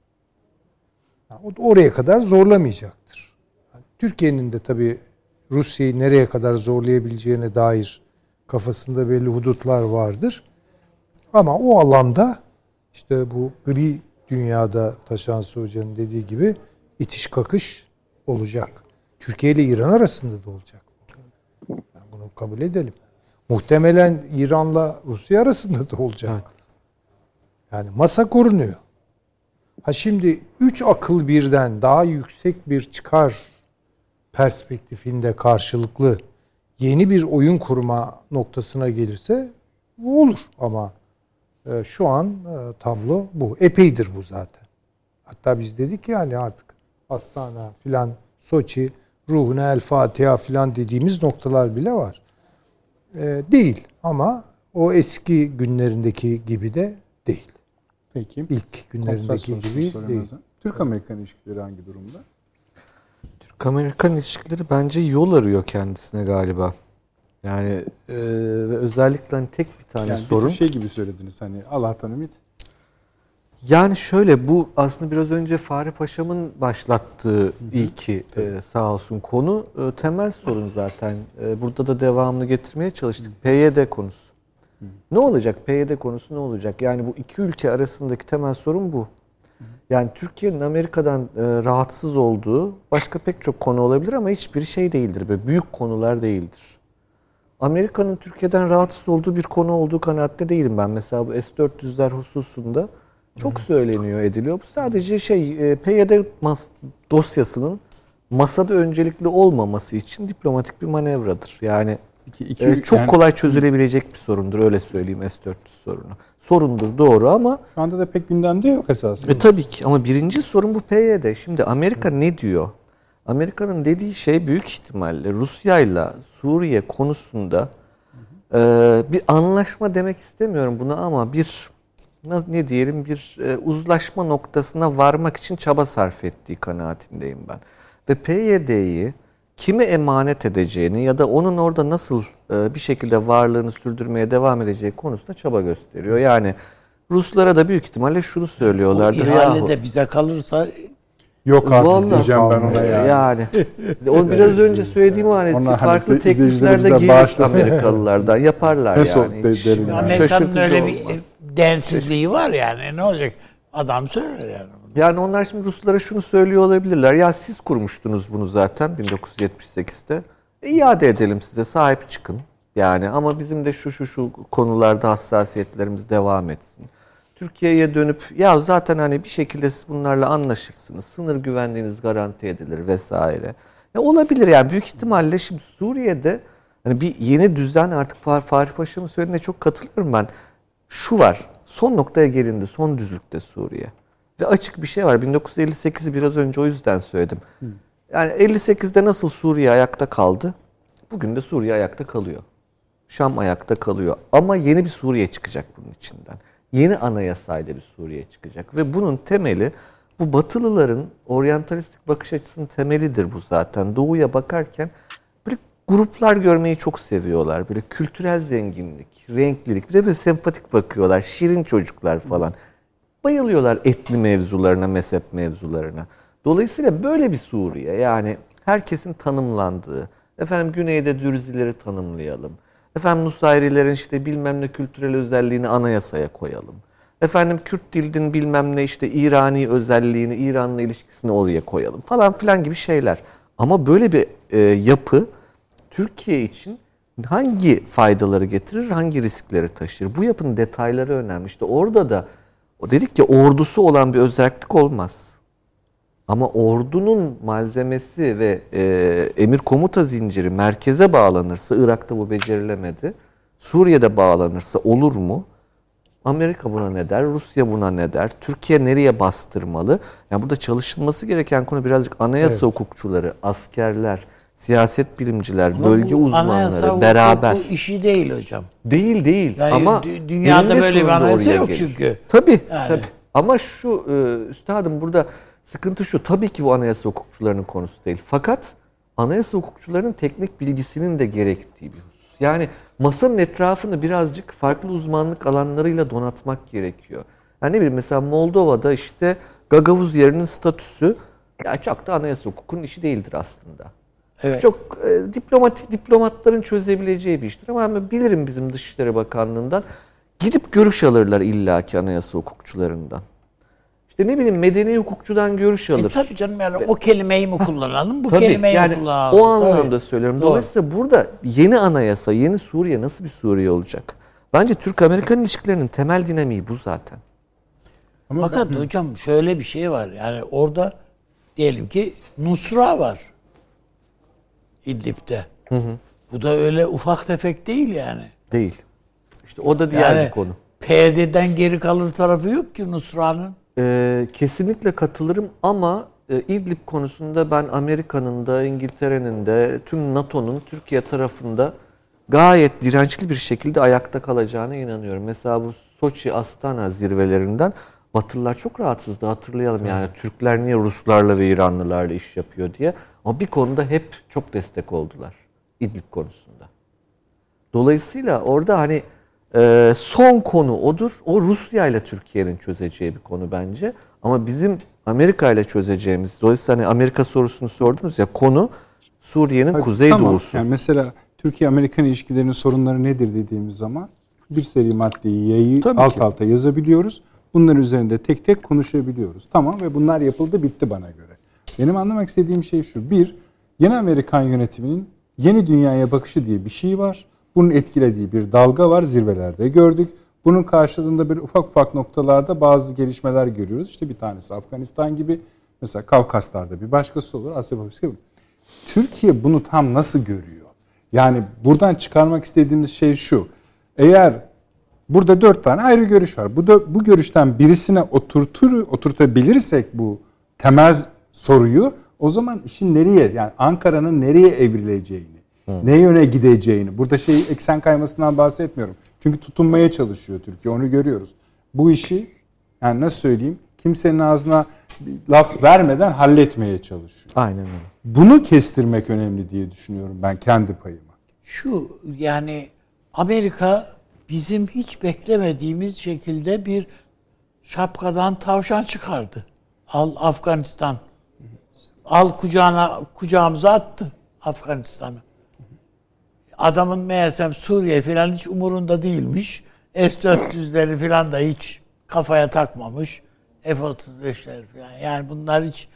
Yani oraya kadar zorlamayacaktır. Yani Türkiye'nin de tabii Rusya'yı nereye kadar zorlayabileceğine dair kafasında belli hudutlar vardır. Ama o alanda işte bu gri dünyada Taşansı Hoca'nın dediği gibi itiş kakış olacak. Türkiye ile İran arasında da olacak. Yani bunu kabul edelim. Muhtemelen İran'la Rusya arasında da olacak. Evet. Yani masa korunuyor. Ha şimdi üç akıl birden daha yüksek bir çıkar perspektifinde karşılıklı yeni bir oyun kurma noktasına gelirse bu olur. Ama e, şu an e, tablo bu. Epeydir bu zaten. Hatta biz dedik yani artık Astana filan, Soçi, ruhuna el Fatiha filan dediğimiz noktalar bile var. E, değil ama o eski günlerindeki gibi de değil. Peki. İlk günlerindeki gibi değil. Türk-Amerikan ilişkileri hangi durumda? Türk-Amerikan ilişkileri bence yol arıyor kendisine galiba. Yani e, ve özellikle hani tek bir tane yani sorun. Bir şey gibi söylediniz hani Allah'tan ümit. Yani şöyle bu aslında biraz önce Fahri Paşam'ın başlattığı hı hı. ilki e, sağ olsun konu e, temel sorun zaten. E, burada da devamını getirmeye çalıştık. Hı. P Y D konusu. Hı. Ne olacak? P Y D konusu ne olacak? Yani bu iki ülke arasındaki temel sorun bu. Yani Türkiye'nin Amerika'dan e, rahatsız olduğu başka pek çok konu olabilir ama hiçbir şey değildir. Böyle büyük konular değildir. Amerika'nın Türkiye'den rahatsız olduğu bir konu olduğu kanaatte değilim ben. Mesela bu S dört yüzler hususunda çok söyleniyor, ediliyor. Bu sadece şey P Y D mas- dosyasının masada öncelikli olmaması için diplomatik bir manevradır. Yani iki, iki, e, çok yani, kolay çözülebilecek bir sorundur öyle söyleyeyim S dört yüz sorunu. Sorundur doğru ama şu anda da pek gündemde yok esasında. E, tabii ki ama birinci sorun bu P Y D. Şimdi Amerika ne diyor? Amerika'nın dediği şey büyük ihtimalle Rusya ile Suriye konusunda e, bir anlaşma demek istemiyorum buna ama bir ne diyelim bir e, uzlaşma noktasına varmak için çaba sarf ettiği kanaatindeyim ben. Ve P Y D'yi kime emanet edeceğini ya da onun orada nasıl e, bir şekilde varlığını sürdürmeye devam edeceği konusunda çaba gösteriyor. Yani Ruslara da büyük ihtimalle şunu söylüyorlardır. O ihale de bize kalırsa yok artık diyeceğim ben ona yani. Yani. O biraz önce söylediğim hani farklı hani tekliflerde gelir Amerikalılardan yaparlar Nasıl yani. De, Amerika'nın öyle bir densizliği var yani. Ne olacak? Adam söyler yani. Yani onlar şimdi Ruslara şunu söylüyor olabilirler. Ya siz kurmuştunuz bunu zaten bin dokuz yüz yetmiş sekizde. E, iade edelim size, sahip çıkın. Yani ama bizim de şu şu şu konularda hassasiyetlerimiz devam etsin. Türkiye'ye dönüp ya zaten hani bir şekilde siz bunlarla anlaşırsınız. Sınır güvenliğiniz garanti edilir vesaire. Ya olabilir yani büyük ihtimalle şimdi Suriye'de hani bir yeni düzen artık Fahri Paşa'nın söylediğine çok katılıyorum ben. Şu var. Son noktaya gelindi. Son düzlükte Suriye. Ve açık bir şey var. bin dokuz yüz elli sekizi biraz önce o yüzden söyledim. Yani elli sekizde nasıl Suriye ayakta kaldı? Bugün de Suriye ayakta kalıyor. Şam ayakta kalıyor. Ama yeni bir Suriye çıkacak bunun içinden. Yeni anayasayla bir Suriye çıkacak. Ve bunun temeli bu Batılıların oryantalistik bakış açısının temelidir bu zaten. Doğuya bakarken böyle gruplar görmeyi çok seviyorlar. Böyle kültürel zenginlik, renklilik. Bir de böyle sempatik bakıyorlar. Şirin çocuklar falan. Bayılıyorlar etni mevzularına, mezhep mevzularına. Dolayısıyla böyle bir Suriye, yani herkesin tanımlandığı, efendim güneyde Dürzileri tanımlayalım, efendim Nusayrilerin işte bilmem ne kültürel özelliğini anayasaya koyalım, efendim Kürt dilinin bilmem ne işte İrani özelliğini, İran'la ilişkisini oraya koyalım falan filan gibi şeyler. Ama böyle bir e, yapı Türkiye için hangi faydaları getirir, hangi riskleri taşır? Bu yapının detayları önemli. İşte orada da o dedik ya, ordusu olan bir özellik olmaz. Ama ordunun malzemesi ve e, emir komuta zinciri merkeze bağlanırsa, Irak'ta bu becerilemedi, Suriye'de bağlanırsa olur mu? Amerika buna ne der? Rusya buna ne der? Türkiye nereye bastırmalı? Yani burada çalışılması gereken konu birazcık anayasa evet. hukukçuları, askerler, siyaset bilimciler, ama bölge uzmanları beraber. Bu işi değil hocam. Değil değil. Yani ama dünyada böyle bir anayasa yok gelir. Çünkü. Tabii, yani. tabii. Ama şu e, üstadım burada sıkıntı şu. Tabii ki bu anayasa hukukçularının konusu değil. Fakat anayasa hukukçularının teknik bilgisinin de gerektiği bir husus. Yani masanın etrafını birazcık farklı uzmanlık alanlarıyla donatmak gerekiyor. Yani ne bileyim mesela Moldova'da işte Gagavuz yerinin statüsü ya çok da anayasa hukukunun işi değildir aslında. Evet. Çok e, diplomatik diplomatların çözebileceği bir iştir ama ben bilirim bizim Dışişleri Bakanlığı'ndan gidip görüş alırlar illaki anayasa hukukçularından. İşte ne bileyim medeni hukukçudan görüş alır. E, tabii canım yani o kelimeyi mi kullanalım, bu tabii, kelimeyi yani mi kullanalım? O anlamda tabii. söylüyorum. Doğru. Dolayısıyla burada yeni anayasa, yeni Suriye nasıl bir Suriye olacak? Bence Türk-Amerikan ilişkilerinin temel dinamiği bu zaten. Ama fakat ben... hocam şöyle bir şey var. Yani orada diyelim ki Nusra var. İdlib'de. Hı hı. Bu da öyle ufak tefek değil yani. Değil. İşte o da diğer yani, bir konu. P Y D'den geri kalır tarafı yok ki Nusra'nın. Ee, kesinlikle katılırım ama e, İdlib konusunda ben Amerika'nın da İngiltere'nin de tüm NATO'nun Türkiye tarafında gayet dirençli bir şekilde ayakta kalacağına inanıyorum. Mesela bu Soçi Astana zirvelerinden Batılılar çok rahatsızdı, hatırlayalım evet. Yani Türkler niye Ruslarla ve İranlılarla iş yapıyor diye. Ama bir konuda hep çok destek oldular İdlib konusunda. Dolayısıyla orada hani e, son konu odur. O Rusya ile Türkiye'nin çözeceği bir konu bence. Ama bizim Amerika ile çözeceğimiz, dolayısıyla hani Amerika sorusunu sordunuz ya, konu Suriye'nin Hayır, kuzeydoğusu. Tamam. Yani mesela Türkiye-Amerikan ilişkilerinin sorunları nedir dediğimiz zaman bir seri maddeyi yayı Tabii alt ki. alta yazabiliyoruz. Bunların üzerinde tek tek konuşabiliyoruz. Tamam ve bunlar yapıldı, bitti bana göre. Benim anlamak istediğim şey şu. Bir, yeni Amerikan yönetiminin yeni dünyaya bakışı diye bir şey var. Bunun etkilediği bir dalga var. Zirvelerde gördük. Bunun karşılığında bir ufak ufak noktalarda bazı gelişmeler görüyoruz. İşte bir tanesi Afganistan gibi. Mesela Kavkaslar'da bir başkası olur. Asya Papis'te gibi. Türkiye bunu tam nasıl görüyor? Yani buradan çıkarmak istediğimiz şey şu. Eğer burada dört tane ayrı görüş var. Bu, da, bu görüşten birisine oturtur, oturtabilirsek bu temel soruyu, o zaman işin nereye, yani Ankara'nın nereye evrileceğini, Hı. ne yöne gideceğini, burada şey eksen kaymasından bahsetmiyorum. Çünkü tutunmaya çalışıyor Türkiye, onu görüyoruz. Bu işi, yani nasıl söyleyeyim, kimsenin ağzına laf vermeden halletmeye çalışıyor. Aynen öyle. Bunu kestirmek önemli diye düşünüyorum ben kendi payıma. Şu, yani Amerika bizim hiç beklemediğimiz şekilde bir şapkadan tavşan çıkardı. Al Afganistan. Al kucağına, kucağımıza attı Afganistan'ı. Adamın meğersem Suriye falan hiç umurunda değilmiş. S dört yüzleri falan da hiç kafaya takmamış. F otuz beşler falan. Yani bunlar hiç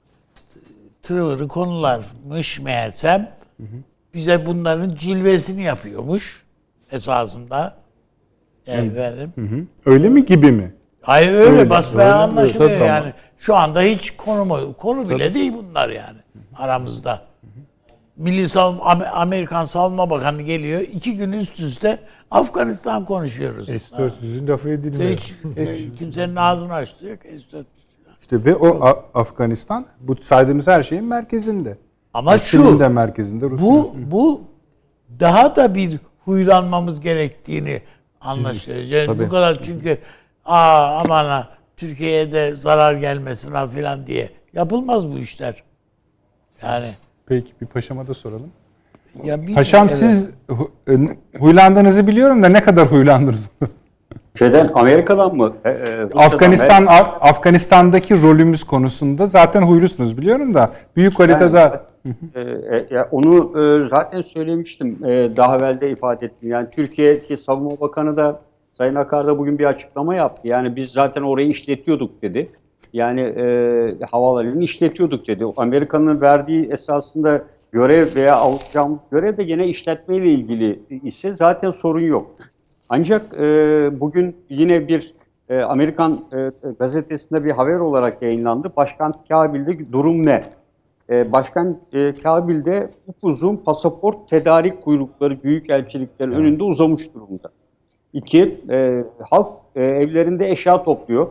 tırvırı konularmış meğersem. Bize bunların cilvesini yapıyormuş esasında. Efendim. Hı hı. Öyle mi gibi mi? Hayır öyle, öyle basmaya anlaşılıyor öyle, yani. Tamam. Şu anda hiç konu konu bile Tabii. değil bunlar yani aramızda. Milli Savunma, Amerikan Savunma Bakanı geliyor. iki gün üst üste Afganistan konuşuyoruz. S dört yüzün lafı edilmiyor. Hiç kimsenin ağzını açtı yok. S dört yüz. İşte ve o A- Afganistan bu saydığımız her şeyin merkezinde. Ama şu de merkezinde Rusya. Bu bu daha da bir huylanmamız gerektiğini anlaşılıyor. Yani Tabii. bu kadar çünkü aa aman ha Türkiye'ye de zarar gelmesin ha filan diye yapılmaz bu işler. Yani Peki bir paşama da soralım. ya bilmiyorum, Paşam evet. siz hu- huylandığınızı biliyorum da ne kadar huylandınız? Şeyden Amerika'dan mı? E, e, Rusya'dan Afganistan mı? Af- Afganistan'daki rolümüz konusunda zaten huylusunuz biliyorum da büyük haritada E, e, ya onu e, zaten söylemiştim. E, daha evvel de ifade ettim. Yani Türkiye'deki Savunma Bakanı da Sayın Akar da bugün bir açıklama yaptı. Yani biz zaten orayı işletiyorduk dedi. Yani e, havalarını işletiyorduk dedi. Amerika'nın verdiği esasında görev veya alacağımız görev de gene işletmeyle ilgili ise zaten sorun yok. Ancak e, bugün yine bir e, Amerikan e, gazetesinde bir haber olarak yayınlandı. Başkan Kabil'de durum ne? E, Başkan e, Kabil'de upuzun pasaport tedarik kuyrukları büyükelçiliklerin önünde uzamış durumda. İki, e, halk e, evlerinde eşya topluyor.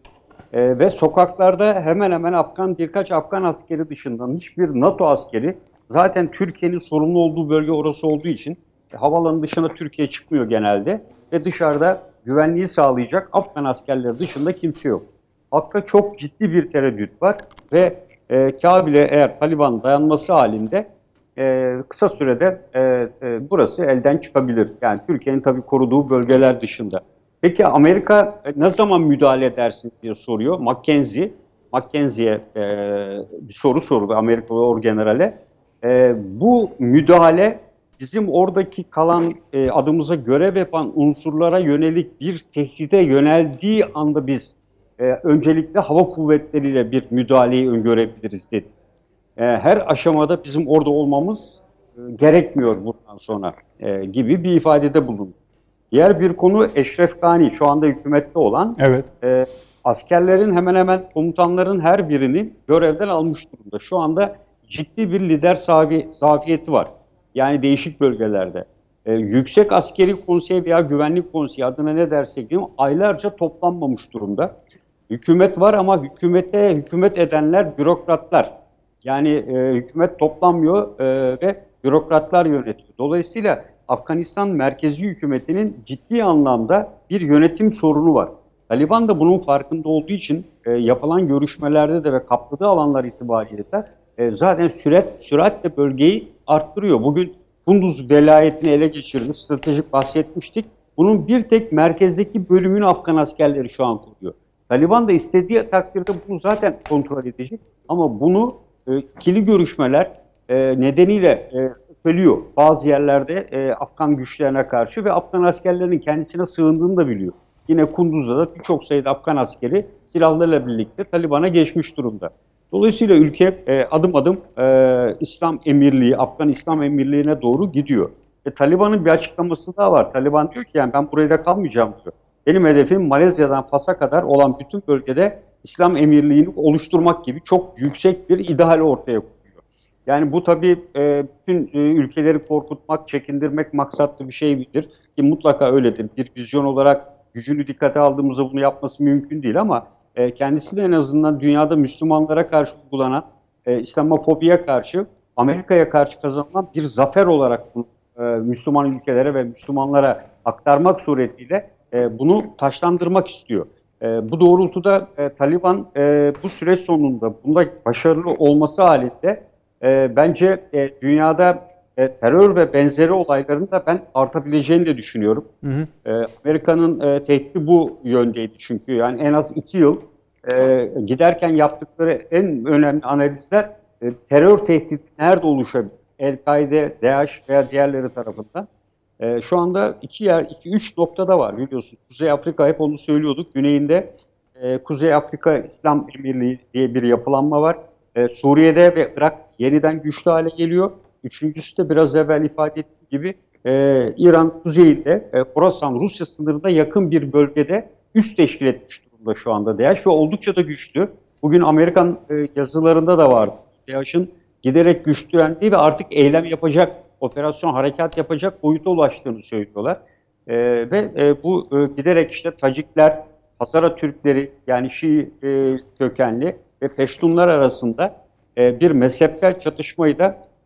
E, ve sokaklarda hemen hemen Afgan birkaç Afgan askeri dışından hiçbir NATO askeri, zaten Türkiye'nin sorumlu olduğu bölge orası olduğu için e, havalanın dışına Türkiye çıkmıyor genelde ve dışarıda güvenliği sağlayacak Afgan askerleri dışında kimse yok. Halkta çok ciddi bir tereddüt var ve e, Kabil'e eğer Taliban dayanması halinde e, kısa sürede e, e, burası elden çıkabilir. Yani Türkiye'nin tabii koruduğu bölgeler dışında. Peki Amerika ne zaman müdahale edersin diye soruyor. Mackenzie, Mackenzie'ye e, bir soru sordu Amerikalı Orgeneral'e. E, bu müdahale bizim oradaki kalan e, adımıza görev yapan unsurlara yönelik bir tehdide yöneldiği anda biz e, öncelikle hava kuvvetleriyle bir müdahaleyi öngörebiliriz dedi. E, her aşamada bizim orada olmamız e, gerekmiyor bundan sonra e, gibi bir ifadede bulundu. Diğer bir konu Eşref Gani, şu anda hükümette olan. evet. E, askerlerin hemen hemen komutanların her birini görevden almış durumda. Şu anda ciddi bir lider zafiyeti var. Yani değişik bölgelerde. E, Yüksek Askeri Konsey veya Güvenlik Konseyi adına ne dersek diyeyim aylarca toplanmamış durumda. Hükümet var ama hükümete hükümet edenler bürokratlar. Yani e, hükümet toplanmıyor e, ve bürokratlar yönetiyor. Dolayısıyla Afganistan merkezi hükümetinin ciddi anlamda bir yönetim sorunu var. Taliban da bunun farkında olduğu için e, yapılan görüşmelerde de ve kapladığı alanlar itibariyle de e, zaten sürat, süratle bölgeyi arttırıyor. Bugün Kunduz velayetini ele geçirdi, stratejik bahsetmiştik. Bunun bir tek merkezdeki bölümünü Afgan askerleri şu an kuruyor. Taliban da istediği takdirde bunu zaten kontrol edecek ama bunu e, ikili görüşmeler e, nedeniyle e, söylüyor. Bazı yerlerde e, Afgan güçlerine karşı ve Afgan askerlerinin kendisine sığındığını da biliyor. Yine Kunduz'da da birçok sayıda Afgan askeri silahlarıyla birlikte Taliban'a geçmiş durumda. Dolayısıyla ülke e, adım adım e, İslam Emirliği, Afgan İslam Emirliği'ne doğru gidiyor. E, Taliban'ın bir açıklaması daha var. Taliban diyor ki yani ben buraya kalmayacağım diyor. Benim hedefim Malezya'dan Fas'a kadar olan bütün bölgede İslam Emirliği'ni oluşturmak gibi çok yüksek bir ideal ortaya koyuyor. Yani bu tabii e, bütün e, ülkeleri korkutmak, çekindirmek maksatlı bir şey midir? Ki mutlaka öyledir. Bir vizyon olarak gücünü dikkate aldığımızda bunu yapması mümkün değil ama e, kendisi de en azından dünyada Müslümanlara karşı uygulanan e, İslamofobiye karşı, Amerika'ya karşı kazanılan bir zafer olarak bunu e, Müslüman ülkelere ve Müslümanlara aktarmak suretiyle e, bunu taşlandırmak istiyor. E, bu doğrultuda e, Taliban e, bu süreç sonunda bunda başarılı olması halinde e, bence e, dünyada e, terör ve benzeri olayların da ben artabileceğini de düşünüyorum. Hı hı. E, Amerika'nın e, tehdidi bu yöndeydi çünkü yani en az iki yıl e, giderken yaptıkları en önemli analizler e, terör tehdidi nerede oluşabilir? El-Kaide, DAEŞ veya diğerleri tarafından. E, şu anda iki yer, iki üç noktada var biliyorsunuz. Kuzey Afrika hep onu söylüyorduk. Güneyinde e, Kuzey Afrika İslam Emirliği diye bir yapılanma var. E, Suriye'de ve Irak yeniden güçlü hale geliyor. Üçüncüsü de biraz evvel ifade ettiğim gibi e, İran kuzeyinde, e, Horasan Rusya sınırına yakın bir bölgede üs teşkil etmiş durumda şu anda DAEŞ ve oldukça da güçlü. Bugün Amerikan e, yazılarında da vardı. DAEŞ'in giderek güçlendiği ve artık eylem yapacak, operasyon harekat yapacak boyuta ulaştığını söylüyorlar. E, ve e, bu e, giderek işte Tacikler, Hazara Türkleri yani Şii e, kökenli ve Peştunlar arasında e, bir mezhepsel çatışmayı da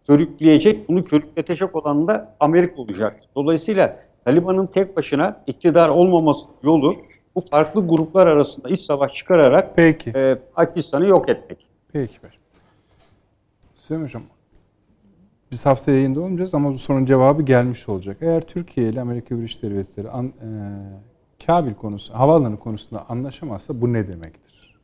körükleyecek, bunu körükletecek olan da Amerika olacak. Dolayısıyla Taliban'ın tek başına iktidar olmaması yolu bu farklı gruplar arasında iç savaş çıkararak Peki. e, Pakistan'ı yok etmek. Peki. Süleyman Hocam, biz haftaya yayında olmayacağız ama bu sorunun cevabı gelmiş olacak. Eğer Türkiye ile Amerika Birleşik Devletleri an, e, Kabil konusu, havaalanı konusunda anlaşamazsa bu ne demektir?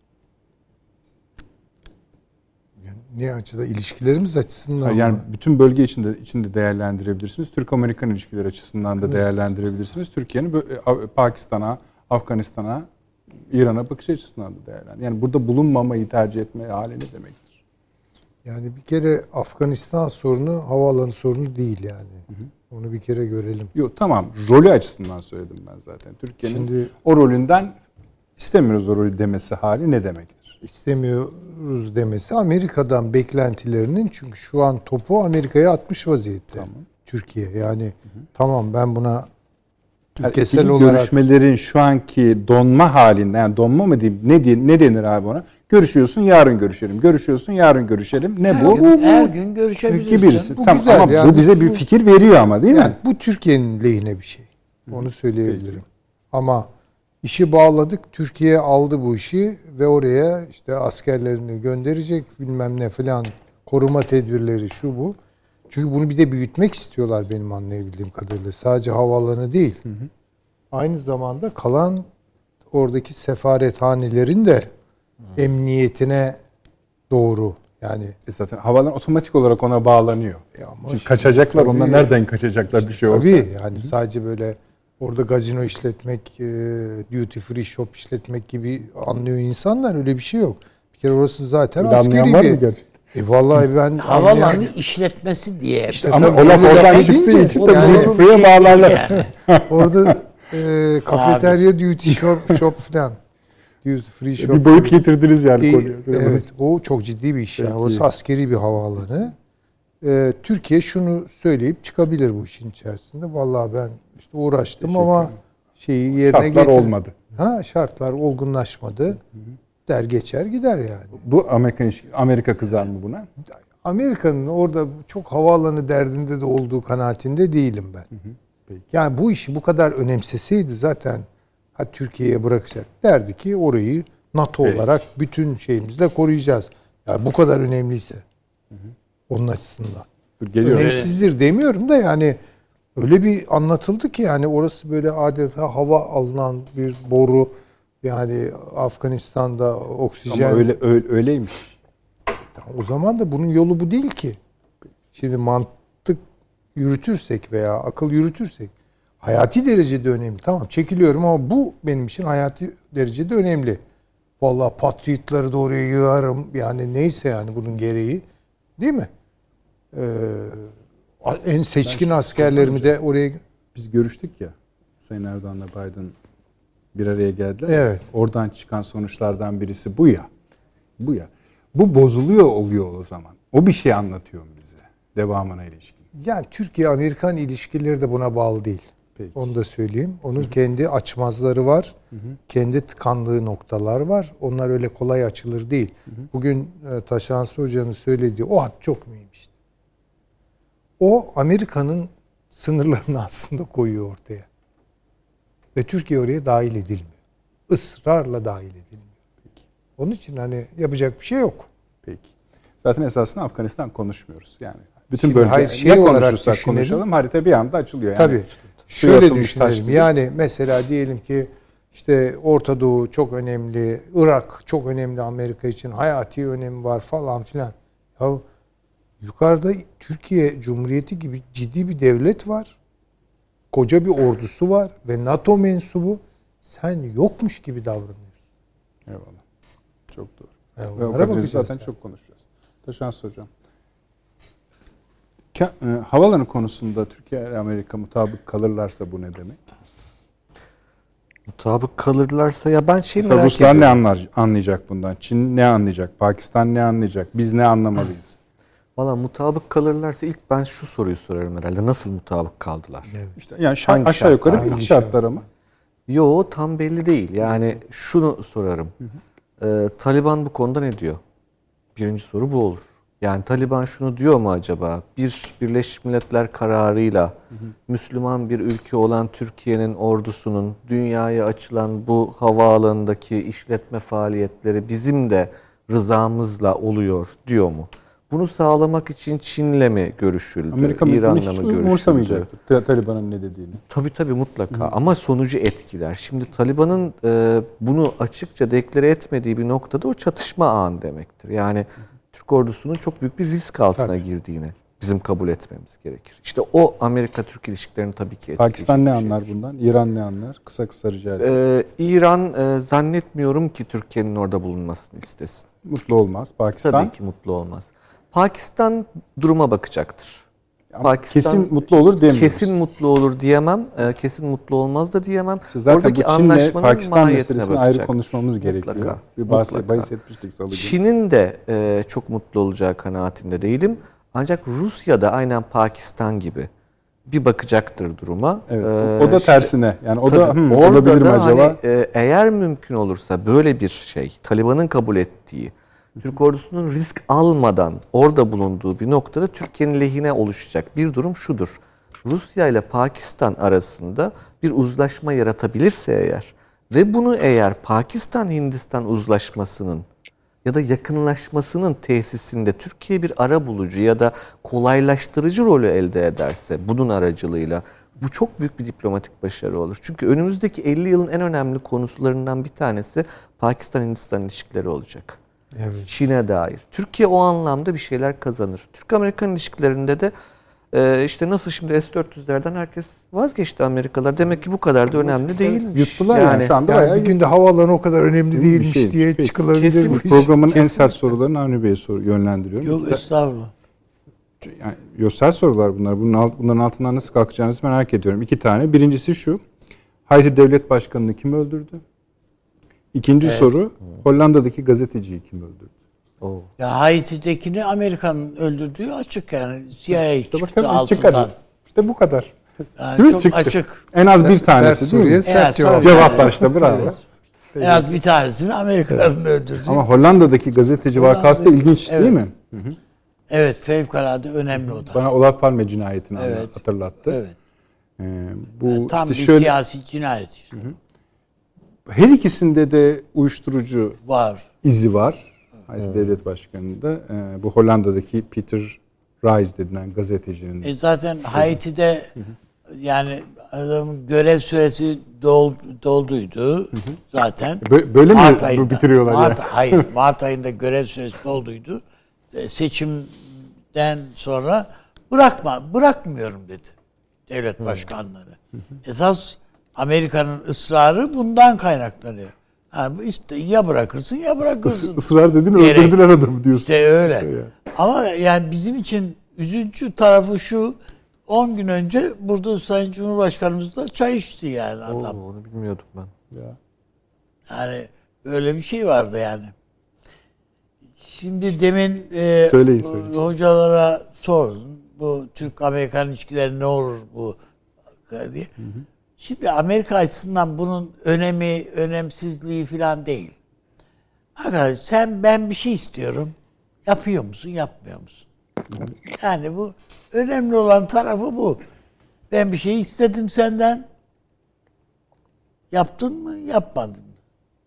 Yani ne açıdan? İlişkilerimiz açısından Yani mı? bütün bölge içinde içinde değerlendirebilirsiniz. Türk-Amerikan ilişkileri açısından da değerlendirebilirsiniz. Türkiye'nin Pakistan'a, Afganistan'a, İran'a bakış açısından da değerlendirebilirsiniz. Yani burada bulunmamayı tercih etme hali ne demektir? Yani bir kere Afganistan sorunu havaalanı sorunu değil yani. Hı hı. Onu bir kere görelim. Yok tamam, rolü açısından söyledim ben zaten. Türkiye'nin Şimdi, o rolünden istemiyoruz o rolü demesi hali ne demektir? İstemiyoruz demesi Amerika'dan beklentilerinin, çünkü şu an topu Amerika'ya atmış vaziyette. Tamam. Türkiye yani, hı hı, tamam ben buna ülkesel yani olarak görüşmelerin şu anki donma halinde, yani donma mı diyeyim, ne diyeyim, ne denir abi ona? Görüşüyorsun, yarın görüşelim. Görüşüyorsun, yarın görüşelim. Ne her bu? Gün, bu her gün görüşebiliriz. Birisi. Bu Tamam, güzel ama yani, bu bize bir bu, fikir veriyor ama değil yani mi? Bu Türkiye'nin lehine bir şey. Onu söyleyebilirim. Peki. Ama işi bağladık. Türkiye aldı bu işi ve oraya işte askerlerini gönderecek, bilmem ne falan, koruma tedbirleri şu bu. Çünkü bunu bir de büyütmek istiyorlar benim anlayabildiğim kadarıyla. Sadece havaalanı değil. Hı hı. Aynı zamanda kalan oradaki sefarethanelerin de hı, emniyetine doğru. Yani e zaten havaalanı otomatik olarak ona bağlanıyor. E ama Çünkü kaçacaklar. tabii, Onlar nereden kaçacaklar bir şey olsa? Tabii yani, hı, sadece böyle orada gazino işletmek, duty free shop işletmek gibi anlıyor insanlar. Öyle bir şey yok. Bir kere orası zaten Öyle askeri anlayan var bir. mı gerçekten? E vallahi ben Havaalanı anlayan, işletmesi diye. İşte ama tabii o laf öyle oradan laf çıktığı edince, için o tabii da duty doğru bir free'ye şey bağlarlar. değil yani. orada e, kafeterya duty shop, shop falan. Duty free shop. Bir boyut getirdiniz yani E, konuya. evet, o çok ciddi bir iş. Yani. Peki. Orası askeri bir havaalanı. E, Türkiye şunu söyleyip çıkabilir bu işin içerisinde. Vallahi ben işte uğraştım Teşekkür ama ederim. şeyi yerine Şartlar getir. olmadı. Ha, şartlar olgunlaşmadı. Hı hı. Der geçer gider yani. Bu Amerika Amerika kızar mı buna? Amerika'nın orada çok havaalanı derdinde de olduğu kanaatinde değilim ben. Hı hı. Peki. Yani bu işi bu kadar önemseseydi zaten ha Türkiye'ye bırakacak. Derdi ki orayı NATO Peki. olarak bütün şeyimizle koruyacağız. Yani bu kadar önemliyse. Hı hı. Onun açısından. Geliyor. Önemsizdir demiyorum da yani öyle bir anlatıldı ki yani orası böyle adeta hava alınan bir boru. Yani Afganistan'da oksijen... Ama öyle, öyle öyleymiş. O zaman da bunun yolu bu değil ki. Şimdi mantık yürütürsek veya akıl yürütürsek hayati derecede önemli. Tamam çekiliyorum ama bu benim için hayati derecede önemli. Vallahi Patriotları da oraya yığarım. Yani neyse yani bunun gereği. Değil mi? Ee, en seçkin ben askerlerimi de oraya... Biz görüştük ya. Sayın Erdoğan'la Biden bir araya geldiler. Evet. Oradan çıkan sonuçlardan birisi bu ya. Bu ya. Bu bozuluyor oluyor o zaman. O bir şey anlatıyor mu bize devamına ilişkin? Yani Türkiye-Amerikan ilişkileri de buna bağlı değil. Peki. Onu da söyleyeyim. Onun Hı-hı. kendi açmazları var. Hı-hı. Kendi tıkandığı noktalar var. Onlar öyle kolay açılır değil. Hı-hı. Bugün e, Taşansı Hoca'nın söylediği o hat çok mühim işte. O Amerika'nın sınırlarını aslında koyuyor ortaya. Ve Türkiye oraya dahil edilmiyor. Israrla dahil edilmiyor. Peki. Onun için hani yapacak bir şey yok. Peki. Zaten esasında Afganistan konuşmuyoruz. Yani bütün Şimdi bölge hayır, şey ne olarak konuşursak düşünelim. konuşalım harita bir anda açılıyor. Yani. Tabii. Şöyle düşünelim. Yani mesela diyelim ki işte Orta Doğu çok önemli, Irak çok önemli Amerika için, hayati önemi var falan filan. Ya yukarıda Türkiye Cumhuriyeti gibi ciddi bir devlet var. Koca bir ordusu var ve NATO mensubu. Sen yokmuş gibi davranıyorsun. Eyvallah. Çok doğru. Yani ve o kadar zaten yani. Çok konuşacağız. Taşans Hocam. E, havalanı konusunda Türkiye ile Amerika mutabık kalırlarsa bu ne demek? Mutabık kalırlarsa ya ben şey Mesela merak Ruslar ediyorum. ne anlar, anlayacak bundan? Çin ne anlayacak? Pakistan ne anlayacak? Biz ne anlamalıyız? Valla mutabık kalırlarsa ilk ben şu soruyu sorarım herhalde. Nasıl mutabık kaldılar? Evet. İşte yani şart, aşağı şart, yukarı bir şartlar ama. Yo tam belli değil. Yani şunu sorarım. Hı hı. Ee, Taliban bu konuda ne diyor? Birinci soru bu olur. Yani Taliban şunu diyor mu acaba? Bir Birleşmiş Milletler kararıyla hı hı. Müslüman bir ülke olan Türkiye'nin ordusunun dünyaya açılan bu havaalanındaki işletme faaliyetleri bizim de rızamızla oluyor diyor mu? Bunu sağlamak için Çin'le mi görüşüldü? Amerika İran'la hiç mı görüşüldü? umursamayacaktır Taliban'ın ne dediğini. Tabii tabii mutlaka Hı. ama sonucu etkiler. Şimdi Taliban'ın e, bunu açıkça deklare etmediği bir noktada o çatışma anı demektir. Yani Hı. Türk ordusunun çok büyük bir risk altına tabii. girdiğini bizim kabul etmemiz gerekir. İşte o Amerika-Türk ilişkilerini tabii ki etkileyecek. Pakistan ne anlar şeydir. Bundan? İran ne anlar? Kısa kısa rica ederim. Ee, İran e, zannetmiyorum ki Türkiye'nin orada bulunmasını istesin. Mutlu olmaz. Pakistan? Tabii ki mutlu olmaz. Pakistan duruma bakacaktır. Pakistan, kesin mutlu olur diyemiyoruz. Kesin mutlu olur diyemem. E, kesin mutlu olmaz da diyemem. Zaten oradaki anlaşmanın Pakistan meselesini ayrı konuşmamız gerekiyor. Mutlaka. Bir bahs- bahis etmiştik salı günü. Çin'in de e, çok mutlu olacağı kanaatinde değilim. Ancak Rusya da aynen Pakistan gibi bir bakacaktır duruma. Evet, ee, o da tersine. Yani o tabii, da hmm, orada olabilir mi da acaba? Hani, e, eğer mümkün olursa böyle bir şey, Taliban'ın kabul ettiği, Türk ordusunun risk almadan orada bulunduğu bir noktada Türkiye'nin lehine oluşacak bir durum şudur. Rusya ile Pakistan arasında bir uzlaşma yaratabilirse eğer ve bunu eğer Pakistan-Hindistan uzlaşmasının ya da yakınlaşmasının tesisinde Türkiye bir arabulucu ya da kolaylaştırıcı rolü elde ederse bunun aracılığıyla bu çok büyük bir diplomatik başarı olur. Çünkü önümüzdeki elli yılın en önemli konularından bir tanesi Pakistan-Hindistan ilişkileri olacak. Evet. Çin'e dair. Türkiye o anlamda bir şeyler kazanır. Türk-Amerikan ilişkilerinde de e, işte nasıl şimdi S dört yüzlerden herkes vazgeçti Amerikalılar. Demek ki bu kadar da önemli değilmiş. Yuttular yani, yani şu anda yani bir günde havaalanı o kadar önemli değilmiş şey, diye peki, çıkılabilir bu iş. Programın kesin. En sert sorularını Avni Bey'e sor, yönlendiriyorum. Yok estağfurullah. Yani görsel sorular bunlar. Bunun alt, bunların altından nasıl kalkacağınızı merak ediyorum. İki tane. Birincisi şu. Haiti Devlet Başkanı'nı kim öldürdü? İkinci evet. soru. Hollanda'daki gazeteciyi kim öldürdü? Oo. Ya Haiti'dekini Amerika'nın öldürdüğü açık yani. C I A işte çıktı bakın, altından. Çıkardı. İşte bu kadar. Yani çok çıktı. Açık. En az bir tanesi sert değil mi? Sert evet, cevap. Cevaplar işte bravo. En az bir tanesini Amerika'nın öldürdü. Ama Hollanda'daki gazeteci Hollanda, vakası da ilginç evet. değil mi? Hı hı. Evet, fevkalade önemli o da. Bana Olaf Palme cinayetini evet. hatırlattı. Evet. Ee, bu yani tam işte bir şöyle, siyasi cinayet işte. Hı hı. Her ikisinde de uyuşturucu var. izi var. Haiti evet. Devlet Başkanı'nda. Ee, bu Hollanda'daki Peter Reis denilen gazetecinin. E zaten Haiti'de hı hı. yani adamın görev süresi dol, dolduydu hı hı. zaten. Böyle, böyle Mart mi ayında, bitiriyorlar Mart, ya? Hayır, Mart ayında görev süresi dolduydu. Seçimden sonra bırakma, bırakmıyorum dedi devlet hı. başkanları. Hı hı. Esas Amerika'nın ısrarı bundan kaynaklanıyor. Yani işte ya bırakırsın ya bırakırsın. Israr dedin öldürdüler adamı diyorsun. İşte öyle. Yani. Ama yani bizim için üzücü tarafı şu, on gün önce burada Sayın Cumhurbaşkanımızla çay içti yani adam. Oo, onu bilmiyordum ben. Ya. Yani böyle bir şey vardı yani. Şimdi demin e, söyleyin, söyleyin. hocalara sordum. Bu Türk-Amerikan ilişkileri ne olur bu diye. Hı hı. Şimdi Amerika açısından bunun önemi, önemsizliği falan değil. Arkadaş sen ben bir şey istiyorum. Yapıyor musun, yapmıyor musun? Yani bu önemli olan tarafı bu. Ben bir şey istedim senden. Yaptın mı, yapmadın mı?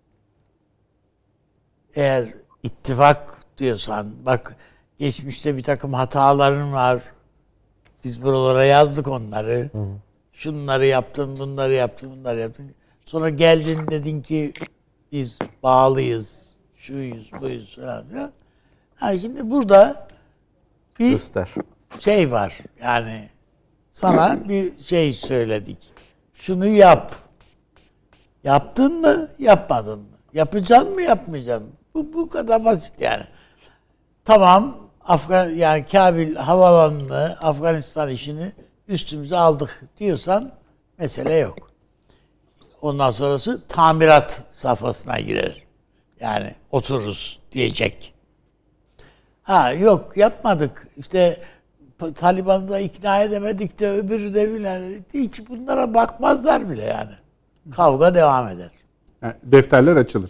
Eğer ittifak diyorsan, bak geçmişte bir takım hataların var. Biz buralara yazdık onları. Hı. Şunları yaptın, bunları yaptın, bunları yaptın. Sonra geldin dedin ki biz bağlıyız, şuyuz, buyuz falan. falan. Ha şimdi burada bir Göster. şey var. Yani sana bir şey söyledik. Şunu yap. Yaptın mı, yapmadın mı? Yapacaksın mı, yapmayacaksın mı? Bu, bu kadar basit yani. Tamam, Afgan yani Kabil havaalanını, Afganistan işini üstümüze aldık diyorsan mesele yok. Ondan sonrası tamirat safhasına girer. Yani otururuz diyecek. Ha yok yapmadık. İşte Taliban'ı da ikna edemedik de öbürü de bile hiç bunlara bakmazlar bile yani. Kavga devam eder. Yani defterler açılır.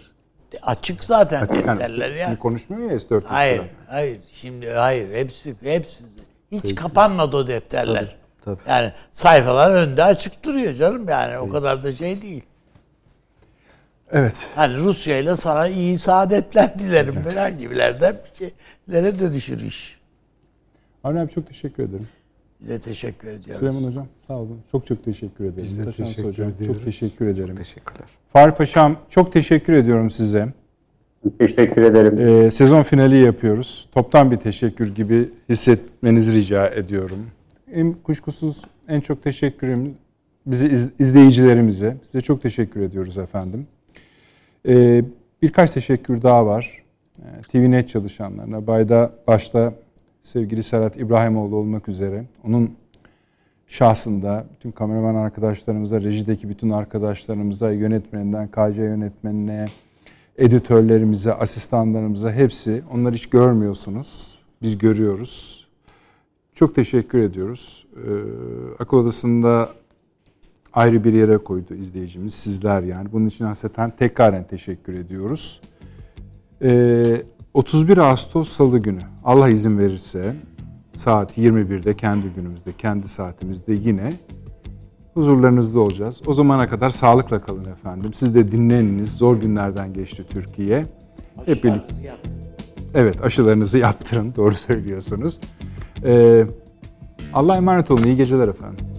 Açık zaten Açık, yani defterler şimdi ya. konuşmuyor ya S dört yüz. Hayır, hayır. Şimdi hayır. Hepsi, hepsi. Hiç Peki. kapanmadı o defterler. Tabii, tabii. Yani sayfalar önde açık duruyor canım yani. Peki. O kadar da şey değil. Evet. Hani Rusya ile sana iyi saadetler dilerim. Evet. Falan gibilerden bir şeylere dönüşür iş. Avni abi çok teşekkür ederim. Bize teşekkür ediyoruz. Süleyman Hocam sağ olun. Çok çok teşekkür ederim. Biz de Taşans teşekkür Hocam, ediyoruz. çok teşekkür ederim. Çok teşekkürler. Fahri Paşam çok teşekkür ediyorum size. Teşekkür ederim. Ee, sezon finali yapıyoruz. Toptan bir teşekkür gibi hissetmenizi rica ediyorum. En, kuşkusuz en çok teşekkürüm bizi iz, izleyicilerimize. Size çok teşekkür ediyoruz efendim. Ee, birkaç teşekkür daha var. Ee, T V Net çalışanlarına, bayda başta sevgili Serhat İbrahimoğlu olmak üzere, onun şahsında bütün kameraman arkadaşlarımıza, rejideki bütün arkadaşlarımıza, yönetmeninden K C yönetmenine, editörlerimize, asistanlarımıza hepsi, onları hiç görmüyorsunuz. Biz görüyoruz. Çok teşekkür ediyoruz. Ee, akıl odasında ayrı bir yere koydu izleyicimiz, sizler yani. Bunun için hasreten tekraren teşekkür ediyoruz. Ee, otuz bir Ağustos Salı günü, Allah izin verirse saat yirmi birde kendi günümüzde, kendi saatimizde yine huzurlarınızda olacağız. O zamana kadar sağlıkla kalın efendim. Siz de dinleniniz. Zor günlerden geçti Türkiye. Hep birlikte. Evet, aşılarınızı yaptırın. Doğru söylüyorsunuz. Ee, Allah'a emanet olun. İyi geceler efendim.